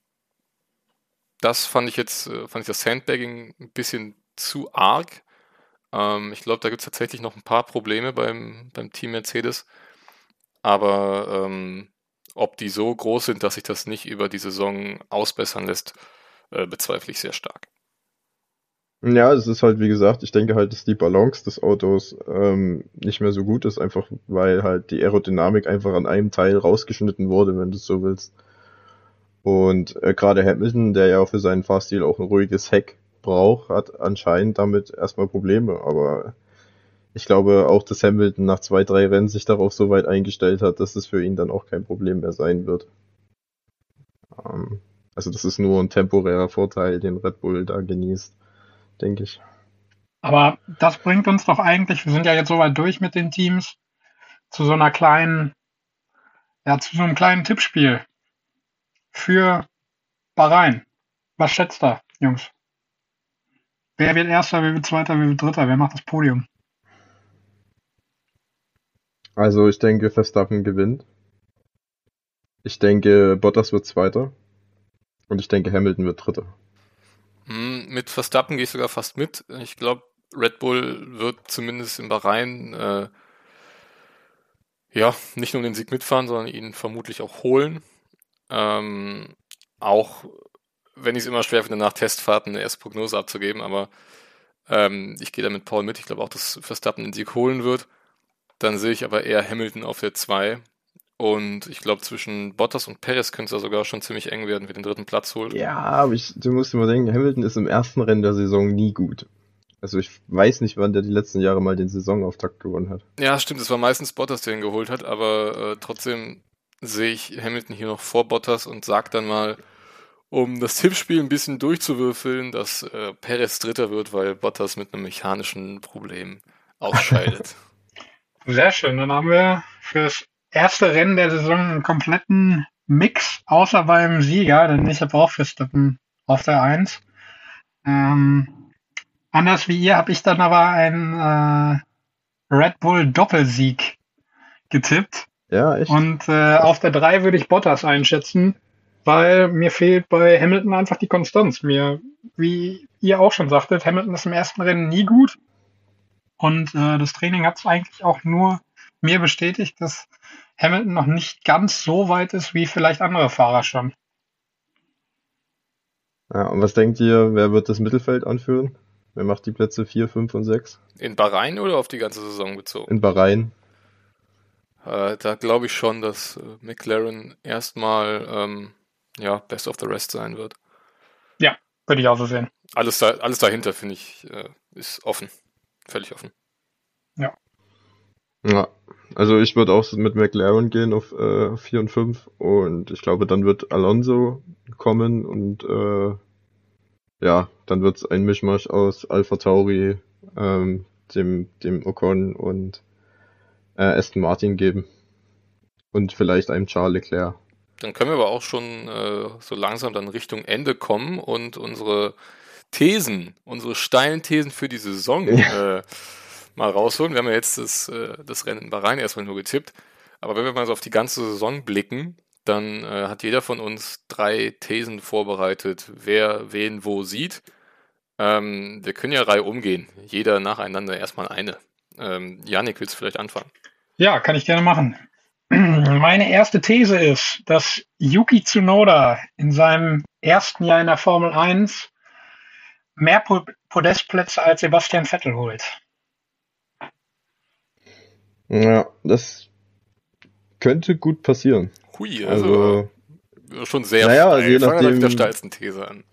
das fand ich das Sandbagging ein bisschen zu arg. Ich glaube, da gibt es tatsächlich noch ein paar Probleme beim Team Mercedes. Aber ob die so groß sind, dass sich das nicht über die Saison ausbessern lässt, bezweifle ich sehr stark. Ja, es ist halt, wie gesagt, ich denke halt, dass die Balance des Autos nicht mehr so gut ist, einfach weil halt die Aerodynamik einfach an einem Teil rausgeschnitten wurde, wenn du es so willst. Und gerade Hamilton, der ja für seinen Fahrstil auch ein ruhiges Heck braucht, hat anscheinend damit erstmal Probleme. Aber ich glaube auch, dass Hamilton nach 2, 3 Rennen sich darauf so weit eingestellt hat, dass es für ihn dann auch kein Problem mehr sein wird. Also das ist nur ein temporärer Vorteil, den Red Bull da genießt, denke ich. Aber das bringt uns doch eigentlich, wir sind ja jetzt soweit durch mit den Teams, zu so einem kleinen Tippspiel für Bahrain. Was schätzt ihr, Jungs? Wer wird Erster, wer wird Zweiter, wer wird Dritter? Wer macht das Podium? Also ich denke, Verstappen gewinnt. Ich denke, Bottas wird Zweiter. Und ich denke, Hamilton wird Dritter. Mit Verstappen gehe ich sogar fast mit. Ich glaube, Red Bull wird zumindest in Bahrain nicht nur um den Sieg mitfahren, sondern ihn vermutlich auch holen. Auch wenn ich es immer schwer finde, nach Testfahrten eine erste Prognose abzugeben, aber ich gehe da mit Paul mit. Ich glaube auch, dass Verstappen den Sieg holen wird. Dann sehe ich aber eher Hamilton auf der 2. Und ich glaube, zwischen Bottas und Perez könnte es ja sogar schon ziemlich eng werden, wer den 3. Platz holt. Ja, aber du musst immer denken, Hamilton ist im ersten Rennen der Saison nie gut. Also ich weiß nicht, wann der die letzten Jahre mal den Saisonauftakt gewonnen hat. Ja, stimmt, es war meistens Bottas, der ihn geholt hat, aber trotzdem sehe ich Hamilton hier noch vor Bottas und sage dann mal, um das Tippspiel ein bisschen durchzuwürfeln, dass Perez Dritter wird, weil Bottas mit einem mechanischen Problem ausscheidet. Sehr schön, dann haben wir fürs erste Rennen der Saison einen kompletten Mix, außer beim Sieger, denn ich habe auch Verstappen auf der 1. Anders wie ihr habe ich dann aber einen Red Bull Doppelsieg getippt. Ja, echt? Und auf der 3 würde ich Bottas einschätzen, weil mir fehlt bei Hamilton einfach die Konstanz. Wie ihr auch schon sagtet, Hamilton ist im ersten Rennen nie gut. Und das Training hat es eigentlich auch nur mir bestätigt, dass Hamilton noch nicht ganz so weit ist, wie vielleicht andere Fahrer schon. Ja, und was denkt ihr, wer wird das Mittelfeld anführen? Wer macht die Plätze 4, 5 und 6? In Bahrain oder auf die ganze Saison bezogen? In Bahrain. Da glaube ich schon, dass McLaren erstmal Best of the Rest sein wird. Ja, würde ich auch so sehen. Alles dahinter, finde ich, ist offen. Völlig offen. Ja, also ich würde auch mit McLaren gehen auf 4 und 5 und ich glaube, dann wird Alonso kommen und dann wird es ein Mischmasch aus AlphaTauri, dem Ocon und Aston Martin geben und vielleicht einem Charles Leclerc. Dann können wir aber auch schon so langsam dann Richtung Ende kommen und unsere steilen Thesen für die Saison mal rausholen. Wir haben ja jetzt das Rennen in Bahrain erstmal nur getippt, aber wenn wir mal so auf die ganze Saison blicken, dann hat jeder von uns 3 Thesen vorbereitet, wer wen wo sieht. Wir können ja Reihe umgehen, jeder nacheinander erstmal eine. Yannick, willst du vielleicht anfangen? Ja, kann ich gerne machen. Meine erste These ist, dass Yuki Tsunoda in seinem ersten Jahr in der Formel 1 mehr Podestplätze als Sebastian Vettel holt. Ja, das könnte gut passieren. Hui, Also schon sehr naja, steil. also je Fangen wir nachdem- mit der steilsten These an.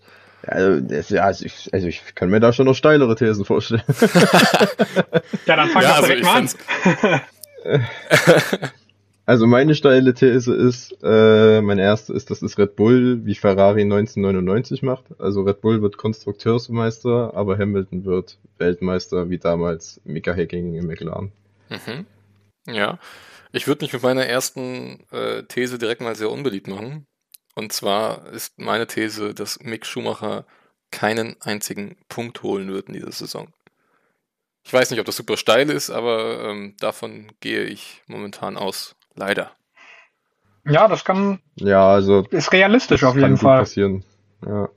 Ich kann mir da schon noch steilere Thesen vorstellen. Ja, dann fang doch direkt mal an. Also meine steile These ist, meine erste ist, dass es Red Bull wie Ferrari 1999 macht. Also Red Bull wird Konstrukteursmeister, aber Hamilton wird Weltmeister wie damals Mika Häkkinen in McLaren. Mhm. Ja, ich würde mich mit meiner ersten These direkt mal sehr unbeliebt machen. Und zwar ist meine These, dass Mick Schumacher keinen einzigen Punkt holen wird in dieser Saison. Ich weiß nicht, ob das super steil ist, aber davon gehe ich momentan aus. Leider. Ja, das Ja, also ist realistisch das auf kann jeden gut Fall. passieren. Ja.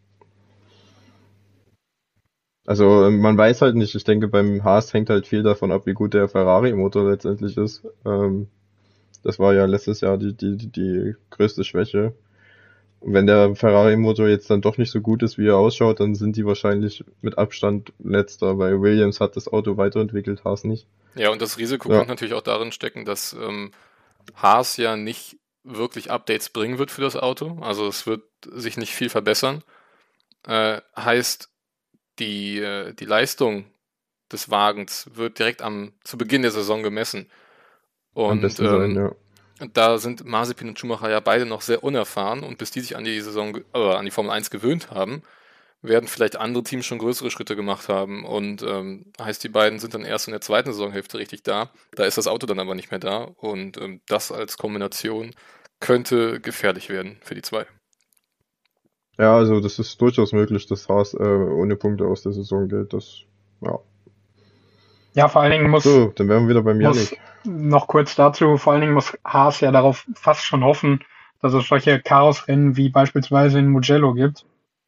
Also man weiß halt nicht, ich denke beim Haas hängt halt viel davon ab, wie gut der Ferrari-Motor letztendlich ist. Das war ja letztes Jahr die größte Schwäche. Und wenn der Ferrari-Motor jetzt dann doch nicht so gut ist, wie er ausschaut, dann sind die wahrscheinlich mit Abstand letzter, weil Williams hat das Auto weiterentwickelt, Haas nicht. Ja, und das Risiko Ja. könnte natürlich auch darin stecken, dass Haas ja nicht wirklich Updates bringen wird für das Auto. Also es wird sich nicht viel verbessern. Heißt, die Leistung des Wagens wird direkt zu Beginn der Saison gemessen. Am Und besten sein, ja. da sind Mazepin und Schumacher ja beide noch sehr unerfahren und bis die sich an die an die Formel 1 gewöhnt haben, werden vielleicht andere Teams schon größere Schritte gemacht haben und heißt, die beiden sind dann erst in der zweiten Saisonhälfte richtig da. Da ist das Auto dann aber nicht mehr da und das als Kombination könnte gefährlich werden für die zwei. Ja, also das ist durchaus möglich, dass Haas ohne Punkte aus der Saison geht. Ja. Ja, vor allen Dingen muss So, dann wären wir wieder beim muss Yannick. noch kurz dazu, vor allen Dingen muss Haas ja darauf fast schon hoffen, dass es solche Chaosrennen wie beispielsweise in Mugello gibt,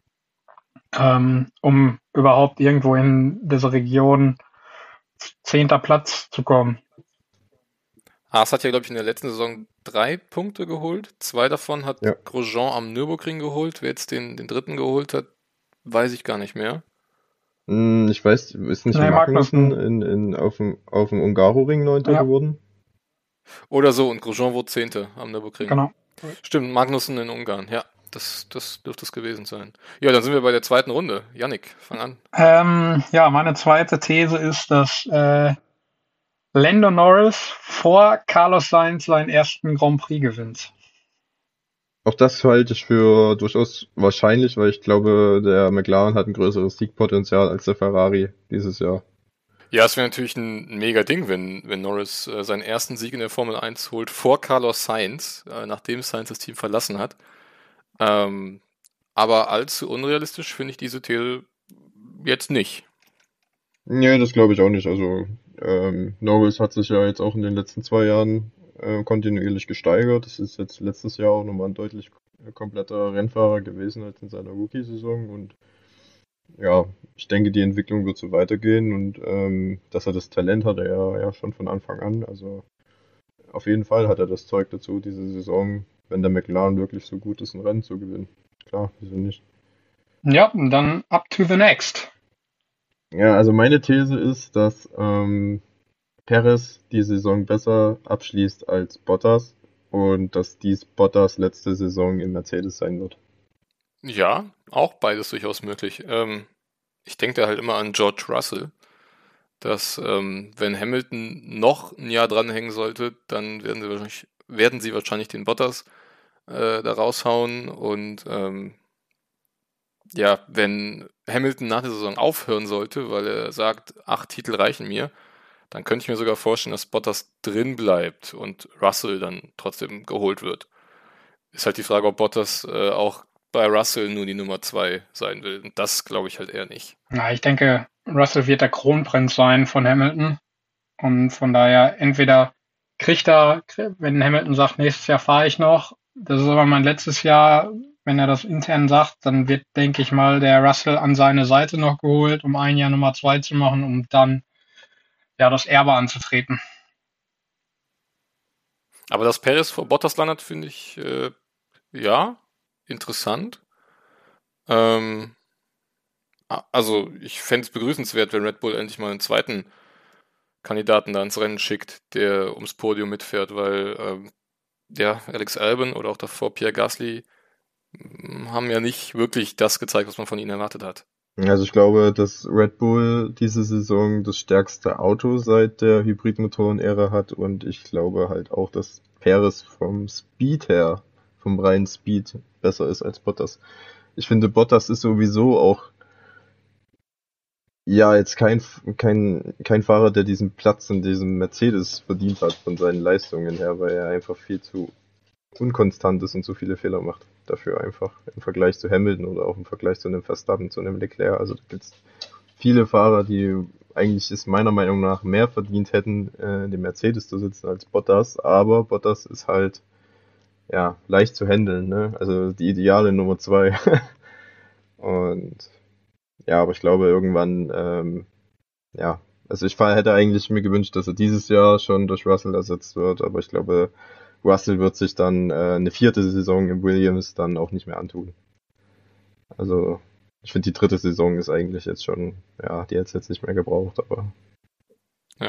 um überhaupt irgendwo in dieser Region 10. Platz zu kommen. Haas hat ja, glaube ich, in der letzten Saison 3 Punkte geholt. 2 davon hat Ja. Grosjean am Nürburgring geholt. Wer jetzt den dritten geholt hat, weiß ich gar nicht mehr. Ich weiß, ist nicht Nee, Magnussen auf dem Hungaroring 9. Ja. geworden? Oder so, und Grosjean wurde 10. am Nürburgring. Genau. Stimmt, Magnussen in Ungarn, ja. Das dürfte es gewesen sein. Ja, dann sind wir bei der zweiten Runde. Yannick, fang an. Ja, meine zweite These ist, dass Lando Norris vor Carlos Sainz seinen ersten Grand Prix gewinnt. Auch das halte ich für durchaus wahrscheinlich, weil ich glaube, der McLaren hat ein größeres Siegpotenzial als der Ferrari dieses Jahr. Ja, es wäre natürlich ein mega Ding, wenn Norris seinen ersten Sieg in der Formel 1 holt vor Carlos Sainz, nachdem Sainz das Team verlassen hat. Aber allzu unrealistisch finde ich diese These jetzt nicht. Nee, das glaube ich auch nicht. Also Norris hat sich ja jetzt auch in den letzten 2 Jahren kontinuierlich gesteigert. Das ist jetzt letztes Jahr auch nochmal ein deutlich kompletter Rennfahrer gewesen als in seiner Rookie-Saison. Und ja, ich denke, die Entwicklung wird so weitergehen und dass er das Talent hat, er ja schon von Anfang an. Also auf jeden Fall hat er das Zeug dazu, diese Saison, wenn der McLaren wirklich so gut ist, ein Rennen zu gewinnen. Klar, wieso nicht? Ja, und dann up to the next. Ja, also meine These ist, dass Perez die Saison besser abschließt als Bottas und dass dies Bottas letzte Saison in Mercedes sein wird. Ja, auch beides durchaus möglich. Ich denke da halt immer an George Russell, dass wenn Hamilton noch ein Jahr dranhängen sollte, dann werden sie wahrscheinlich den Bottas da raushauen und ja, wenn Hamilton nach der Saison aufhören sollte, weil er sagt, 8 Titel reichen mir, dann könnte ich mir sogar vorstellen, dass Bottas drin bleibt und Russell dann trotzdem geholt wird. Ist halt die Frage, ob Bottas auch bei Russell nur die Nummer 2 sein will. Und das glaube ich halt eher nicht. Ja, ich denke, Russell wird der Kronprinz sein von Hamilton. Und von daher entweder wenn Hamilton sagt, nächstes Jahr fahre ich noch, das ist aber mein letztes Jahr, wenn er das intern sagt, dann wird, denke ich mal, der Russell an seine Seite noch geholt, um ein Jahr Nummer 2 zu machen, um dann ja das Erbe anzutreten. Aber dass Perez vor Bottas landet, finde ich ja interessant. Also ich fände es begrüßenswert, wenn Red Bull endlich mal einen zweiten Kandidaten da ins Rennen schickt, der ums Podium mitfährt, weil ja, Alex Albon oder auch davor Pierre Gasly haben ja nicht wirklich das gezeigt, was man von ihnen erwartet hat. Also ich glaube, dass Red Bull diese Saison das stärkste Auto seit der Hybridmotoren-Ära hat und ich glaube halt auch, dass Perez vom Speed her, vom reinen Speed besser ist als Bottas. Ich finde, Bottas ist sowieso auch jetzt kein Fahrer, der diesen Platz in diesem Mercedes verdient hat von seinen Leistungen her, weil er einfach viel zu unkonstant ist und zu viele Fehler macht. Dafür einfach im Vergleich zu Hamilton oder auch im Vergleich zu einem Verstappen, zu einem Leclerc. Also da gibt es viele Fahrer, die eigentlich es meiner Meinung nach mehr verdient hätten, in dem Mercedes zu sitzen als Bottas, aber Bottas ist halt leicht zu handeln, ne? Also die ideale Nummer 2. Und aber ich glaube irgendwann, also ich hätte eigentlich mir gewünscht, dass er dieses Jahr schon durch Russell ersetzt wird, aber ich glaube, Russell wird sich dann eine 4. Saison im Williams dann auch nicht mehr antun. Also ich finde, die 3. Saison ist eigentlich jetzt schon, die hätte es jetzt nicht mehr gebraucht, aber. Ja.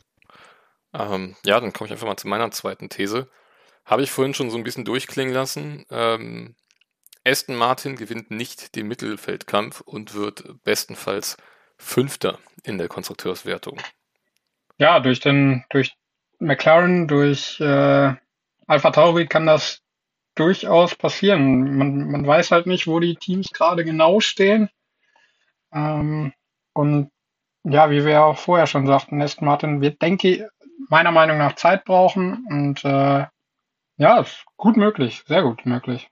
Dann komme ich einfach mal zu meiner zweiten These. Habe ich vorhin schon so ein bisschen durchklingen lassen. Aston Martin gewinnt nicht den Mittelfeldkampf und wird bestenfalls Fünfter in der Konstrukteurswertung. Ja, durch McLaren, durch AlphaTauri kann das durchaus passieren. Man weiß halt nicht, wo die Teams gerade genau stehen. Und ja, wie wir ja auch vorher schon sagten, Aston Martin wird, denke ich, meiner Meinung nach Zeit brauchen. Und ist gut möglich, sehr gut möglich.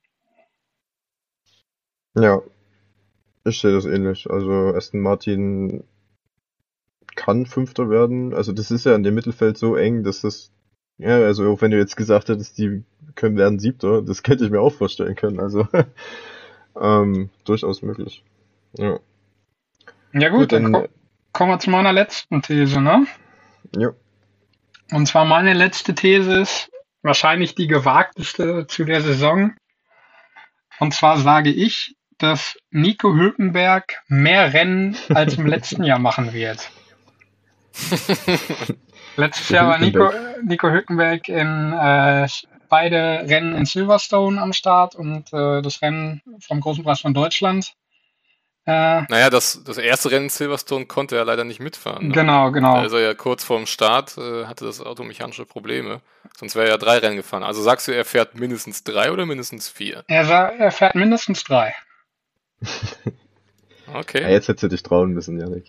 Ja, ich sehe das ähnlich. Also Aston Martin kann Fünfter werden. Also das ist ja in dem Mittelfeld so eng, dass das, also auch wenn du jetzt gesagt hättest, die werden Siebter, das hätte ich mir auch vorstellen können. Also durchaus möglich. Ja. Ja gut, dann kommen wir zu meiner letzten These, ne? Ja. Und zwar meine letzte These ist wahrscheinlich die gewagteste zu der Saison. Und zwar sage ich, dass Nico Hülkenberg mehr Rennen als im letzten Jahr machen wird. Letztes Jahr war Nico Hülkenberg in beide Rennen in Silverstone am Start und das Rennen vom Großen Preis von Deutschland. Das erste Rennen in Silverstone konnte er leider nicht mitfahren. Ne? Genau. Da ist er ja kurz vorm Start, hatte das Auto mechanische Probleme. Sonst wäre er ja 3 Rennen gefahren. Also sagst du, er fährt mindestens 3 oder mindestens 4? Er fährt mindestens 3. Okay. Ja, jetzt hättest du dich trauen müssen, Jannik.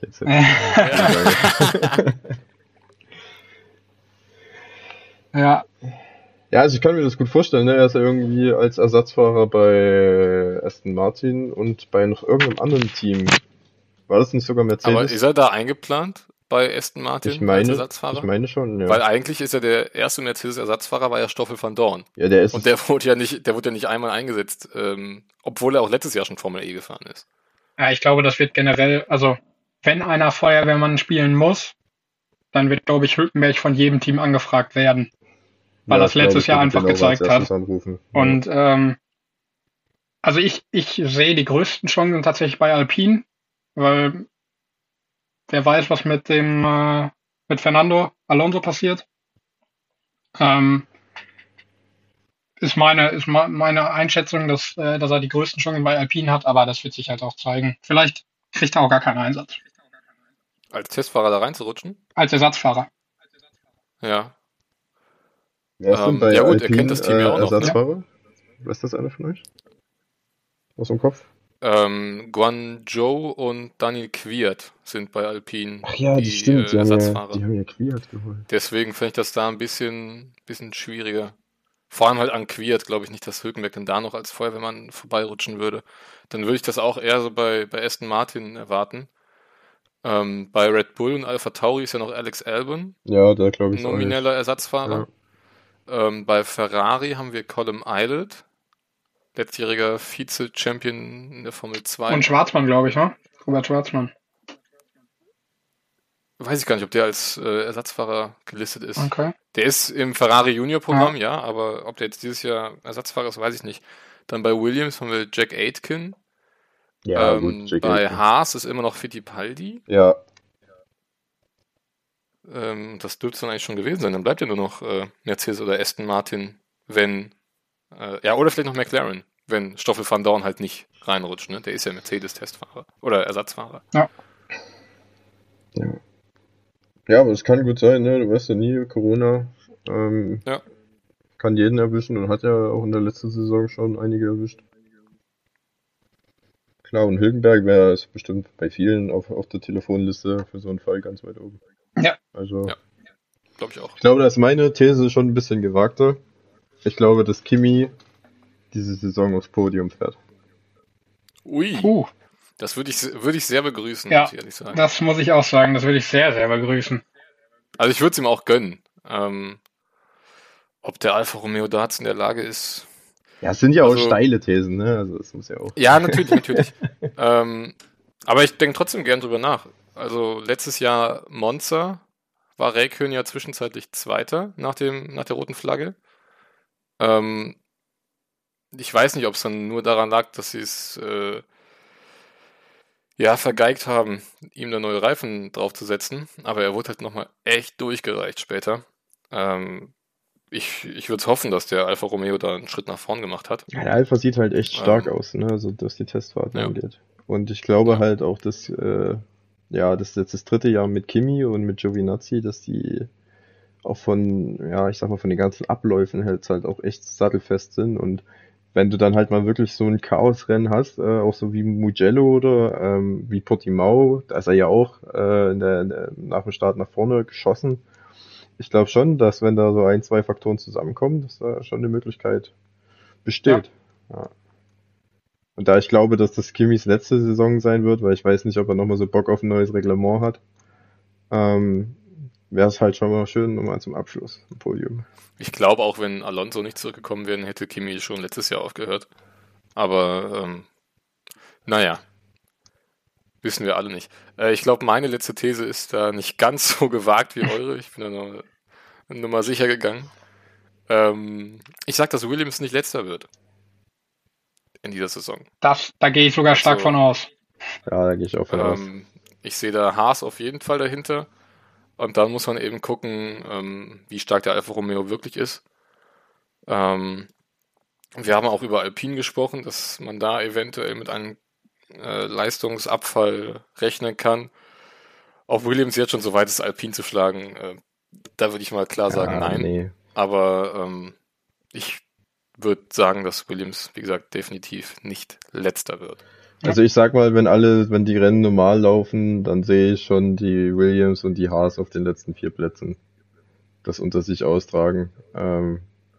Ja. Ja, also ich kann mir das gut vorstellen, ne? Er ist ja irgendwie als Ersatzfahrer bei Aston Martin und bei noch irgendeinem anderen Team. War das nicht sogar Mercedes? Aber ist er da eingeplant bei Aston Martin als Ersatzfahrer? Ich meine schon, ja. Weil eigentlich ist ja der erste Mercedes-Ersatzfahrer war ja Stoffel van Dorn. Ja, der ist. Und der wurde ja nicht einmal eingesetzt, obwohl er auch letztes Jahr schon Formel E gefahren ist. Ja, ich glaube, das wird generell, also wenn einer Feuerwehrmann spielen muss, dann wird, glaube ich, Hülkenberg von jedem Team angefragt werden. Weil das letztes Jahr einfach gezeigt hat. Und also ich sehe die größten Chancen tatsächlich bei Alpine, weil wer weiß, was mit Fernando Alonso passiert. Ist meine Einschätzung, dass er die größten Chancen bei Alpine hat, aber das wird sich halt auch zeigen. Vielleicht kriegt er auch gar keinen Einsatz. Als Testfahrer da reinzurutschen? Als Ersatzfahrer. Ja. Wer ist denn bei ja gut, Alpine, er kennt das Team ja auch noch. Ersatzfahrer? Ne? Weiß das einer von euch? Aus dem Kopf? Guangzhou und Daniel Kvyat sind bei Alpine. Ach ja, die stimmt, Ersatzfahrer. Die haben ja Kvyat geholt. Deswegen finde ich das da ein bisschen schwieriger. Vor allem halt an Kvyat, glaube ich nicht, dass Hülkenberg dann da noch als Feuerwehrmann vorbeirutschen würde. Dann würde ich das auch eher so bei Aston Martin erwarten. Bei Red Bull und AlphaTauri ist ja noch Alex Albon. Ja, der glaube ich nomineller Ersatzfahrer. Ja. Bei Ferrari haben wir Colin Eilert, letztjähriger Vize-Champion in der Formel 2. Und Schwarzmann, glaube ich, ne? Robert Schwarzmann. Weiß ich gar nicht, ob der als Ersatzfahrer gelistet ist. Okay. Der ist im Ferrari Junior-Programm, ja, aber ob der jetzt dieses Jahr Ersatzfahrer ist, weiß ich nicht. Dann bei Williams haben wir Jack Aitken. Ja, gut, Jack bei Aitken. Haas ist immer noch Fittipaldi. Ja. Das dürfte es dann eigentlich schon gewesen sein. Dann bleibt ja nur noch Mercedes oder Aston Martin, wenn oder vielleicht noch McLaren, wenn Stoffel van Dorn halt nicht reinrutscht, ne? Der ist ja Mercedes-Testfahrer oder Ersatzfahrer. Ja. Ja, aber es kann gut sein, ne? Du weißt ja nie, Corona. Ja. kann jeden erwischen und hat ja auch in der letzten Saison schon einige erwischt. Klar, und Hülkenberg wäre es bestimmt bei vielen auf der Telefonliste für so einen Fall ganz weit oben. Ja. Also, Ja. Glaube ich auch. ich glaube, da ist meine These schon ein bisschen gewagter. Ich glaube, dass Kimi diese Saison aufs Podium fährt. Ui, das würde ich sehr begrüßen, Ja, muss ich ehrlich sagen. das muss ich auch sagen. Das würde ich sehr, sehr begrüßen. Also ich würde es ihm auch gönnen. Ob der Alfa Romeo da jetzt in der Lage ist. Ja, es sind ja auch Also- steile Thesen, ne? Also, das muss ja auch. Ja, natürlich. Aber ich denke trotzdem gern drüber nach. Also letztes Jahr Monza war Räikkönen ja zwischenzeitlich Zweiter nach der roten Flagge. Ich weiß nicht, ob es dann nur daran lag, dass sie es vergeigt haben, ihm da neue Reifen draufzusetzen. Aber er wurde halt nochmal echt durchgereicht später. Ich würde hoffen, dass der Alfa Romeo da einen Schritt nach vorn gemacht hat. Ja, der Alpha sieht halt echt stark Ähm, aus, ne? Also, was die Testfahrten ja. angeht. Und ich glaube Ja. halt auch, dass, das ist jetzt das dritte Jahr mit Kimi und mit Giovinazzi, dass die auch von den ganzen Abläufen halt auch echt sattelfest sind. Und wenn du dann halt mal wirklich so ein Chaosrennen hast, auch so wie Mugello oder wie Portimao, da ist er ja auch nach dem Start nach vorne geschossen. Ich glaube schon, dass wenn da so 1, 2 Faktoren zusammenkommen, dass da schon eine Möglichkeit besteht. Ja. Und da ich glaube, dass das Kimmys letzte Saison sein wird, weil ich weiß nicht, ob er nochmal so Bock auf ein neues Reglement hat, wäre es halt schon mal schön, nochmal zum Abschluss im Podium. Ich glaube auch, wenn Alonso nicht zurückgekommen wäre, hätte Kimi schon letztes Jahr aufgehört. Aber naja, wissen wir alle nicht. Ich glaube, meine letzte These ist da nicht ganz so gewagt wie eure. Ich bin da noch eine Nummer sicher gegangen. Ich sag, dass Williams nicht letzter wird in dieser Saison. Da gehe ich sogar stark Also, von aus. Ja, da gehe ich auch von aus. Ich sehe da Haas auf jeden Fall dahinter. Und dann muss man eben gucken, wie stark der Alfa Romeo wirklich ist. Wir haben auch über Alpine gesprochen, dass man da eventuell mit einem Leistungsabfall rechnen kann. Auf Williams jetzt schon so weit ist, Alpine zu schlagen, da würde ich mal klar sagen, nein. Nee. Aber ich würde sagen, dass Williams, wie gesagt, definitiv nicht letzter wird. Also ich sag mal, wenn die Rennen normal laufen, dann sehe ich schon die Williams und die Haas auf den letzten 4 Plätzen das unter sich austragen. Also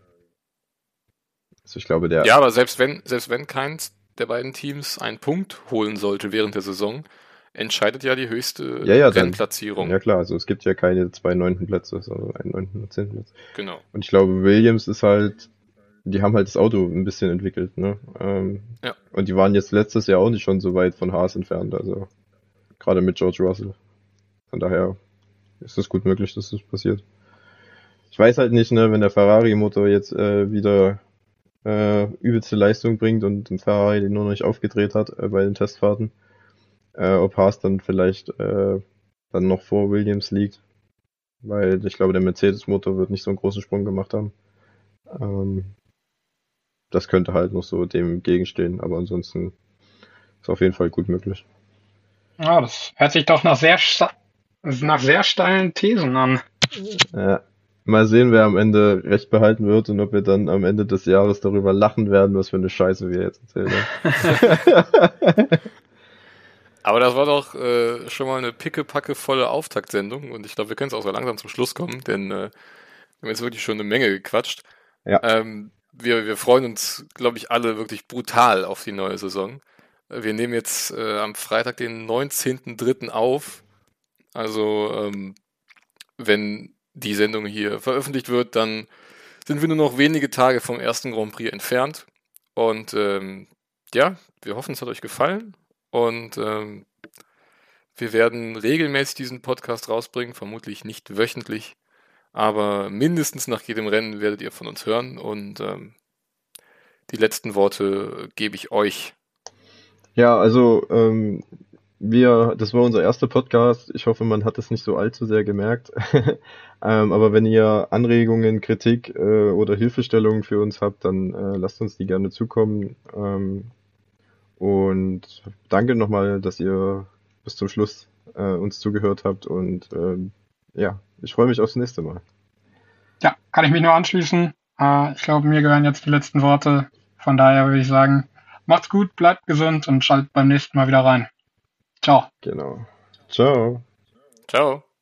ich glaube, Ja, aber selbst wenn keins der beiden Teams einen Punkt holen sollte während der Saison, entscheidet ja die höchste dann. Rennplatzierung. Ja klar, also es gibt ja keine 2 9. Plätze, sondern einen 9. und 10. Platz. Genau. Und ich glaube, Williams ist halt, die haben halt das Auto ein bisschen entwickelt, ne? Ja. Und die waren jetzt letztes Jahr auch nicht schon so weit von Haas entfernt, also gerade mit George Russell. Von daher ist es gut möglich, dass das passiert. Ich weiß halt nicht, ne, wenn der Ferrari-Motor jetzt wieder übelste Leistung bringt und ein Ferrari den nur noch nicht aufgedreht hat bei den Testfahrten, ob Haas dann vielleicht dann noch vor Williams liegt, weil ich glaube, der Mercedes-Motor wird nicht so einen großen Sprung gemacht haben. Das könnte halt noch so dem entgegenstehen, aber ansonsten ist auf jeden Fall gut möglich. Ja, das hört sich doch nach sehr steilen Thesen an. Mal sehen, wer am Ende recht behalten wird und ob wir dann am Ende des Jahres darüber lachen werden, was für eine Scheiße wir jetzt erzählen. Aber das war doch schon mal eine pickepackevolle Auftaktsendung und ich glaube, wir können jetzt auch so langsam zum Schluss kommen, denn wir haben jetzt wirklich schon eine Menge gequatscht. Ja. Wir freuen uns, glaube ich, alle wirklich brutal auf die neue Saison. Wir nehmen jetzt am Freitag, den 19.03. auf. Also, wenn die Sendung hier veröffentlicht wird, dann sind wir nur noch wenige Tage vom ersten Grand Prix entfernt. Und wir hoffen, es hat euch gefallen. Und wir werden regelmäßig diesen Podcast rausbringen, vermutlich nicht wöchentlich. Aber mindestens nach jedem Rennen werdet ihr von uns hören. Und die letzten Worte gebe ich euch. Ja, also das war unser erster Podcast. Ich hoffe, man hat es nicht so allzu sehr gemerkt. Aber wenn ihr Anregungen, Kritik oder Hilfestellungen für uns habt, dann lasst uns die gerne zukommen. Und danke nochmal, dass ihr bis zum Schluss uns zugehört habt. Und ich freue mich aufs nächste Mal. Ja, kann ich mich nur anschließen. Ich glaube, mir gehören jetzt die letzten Worte. Von daher würde ich sagen, macht's gut, bleibt gesund und schaltet beim nächsten Mal wieder rein. Ciao. Genau. Ciao. Ciao.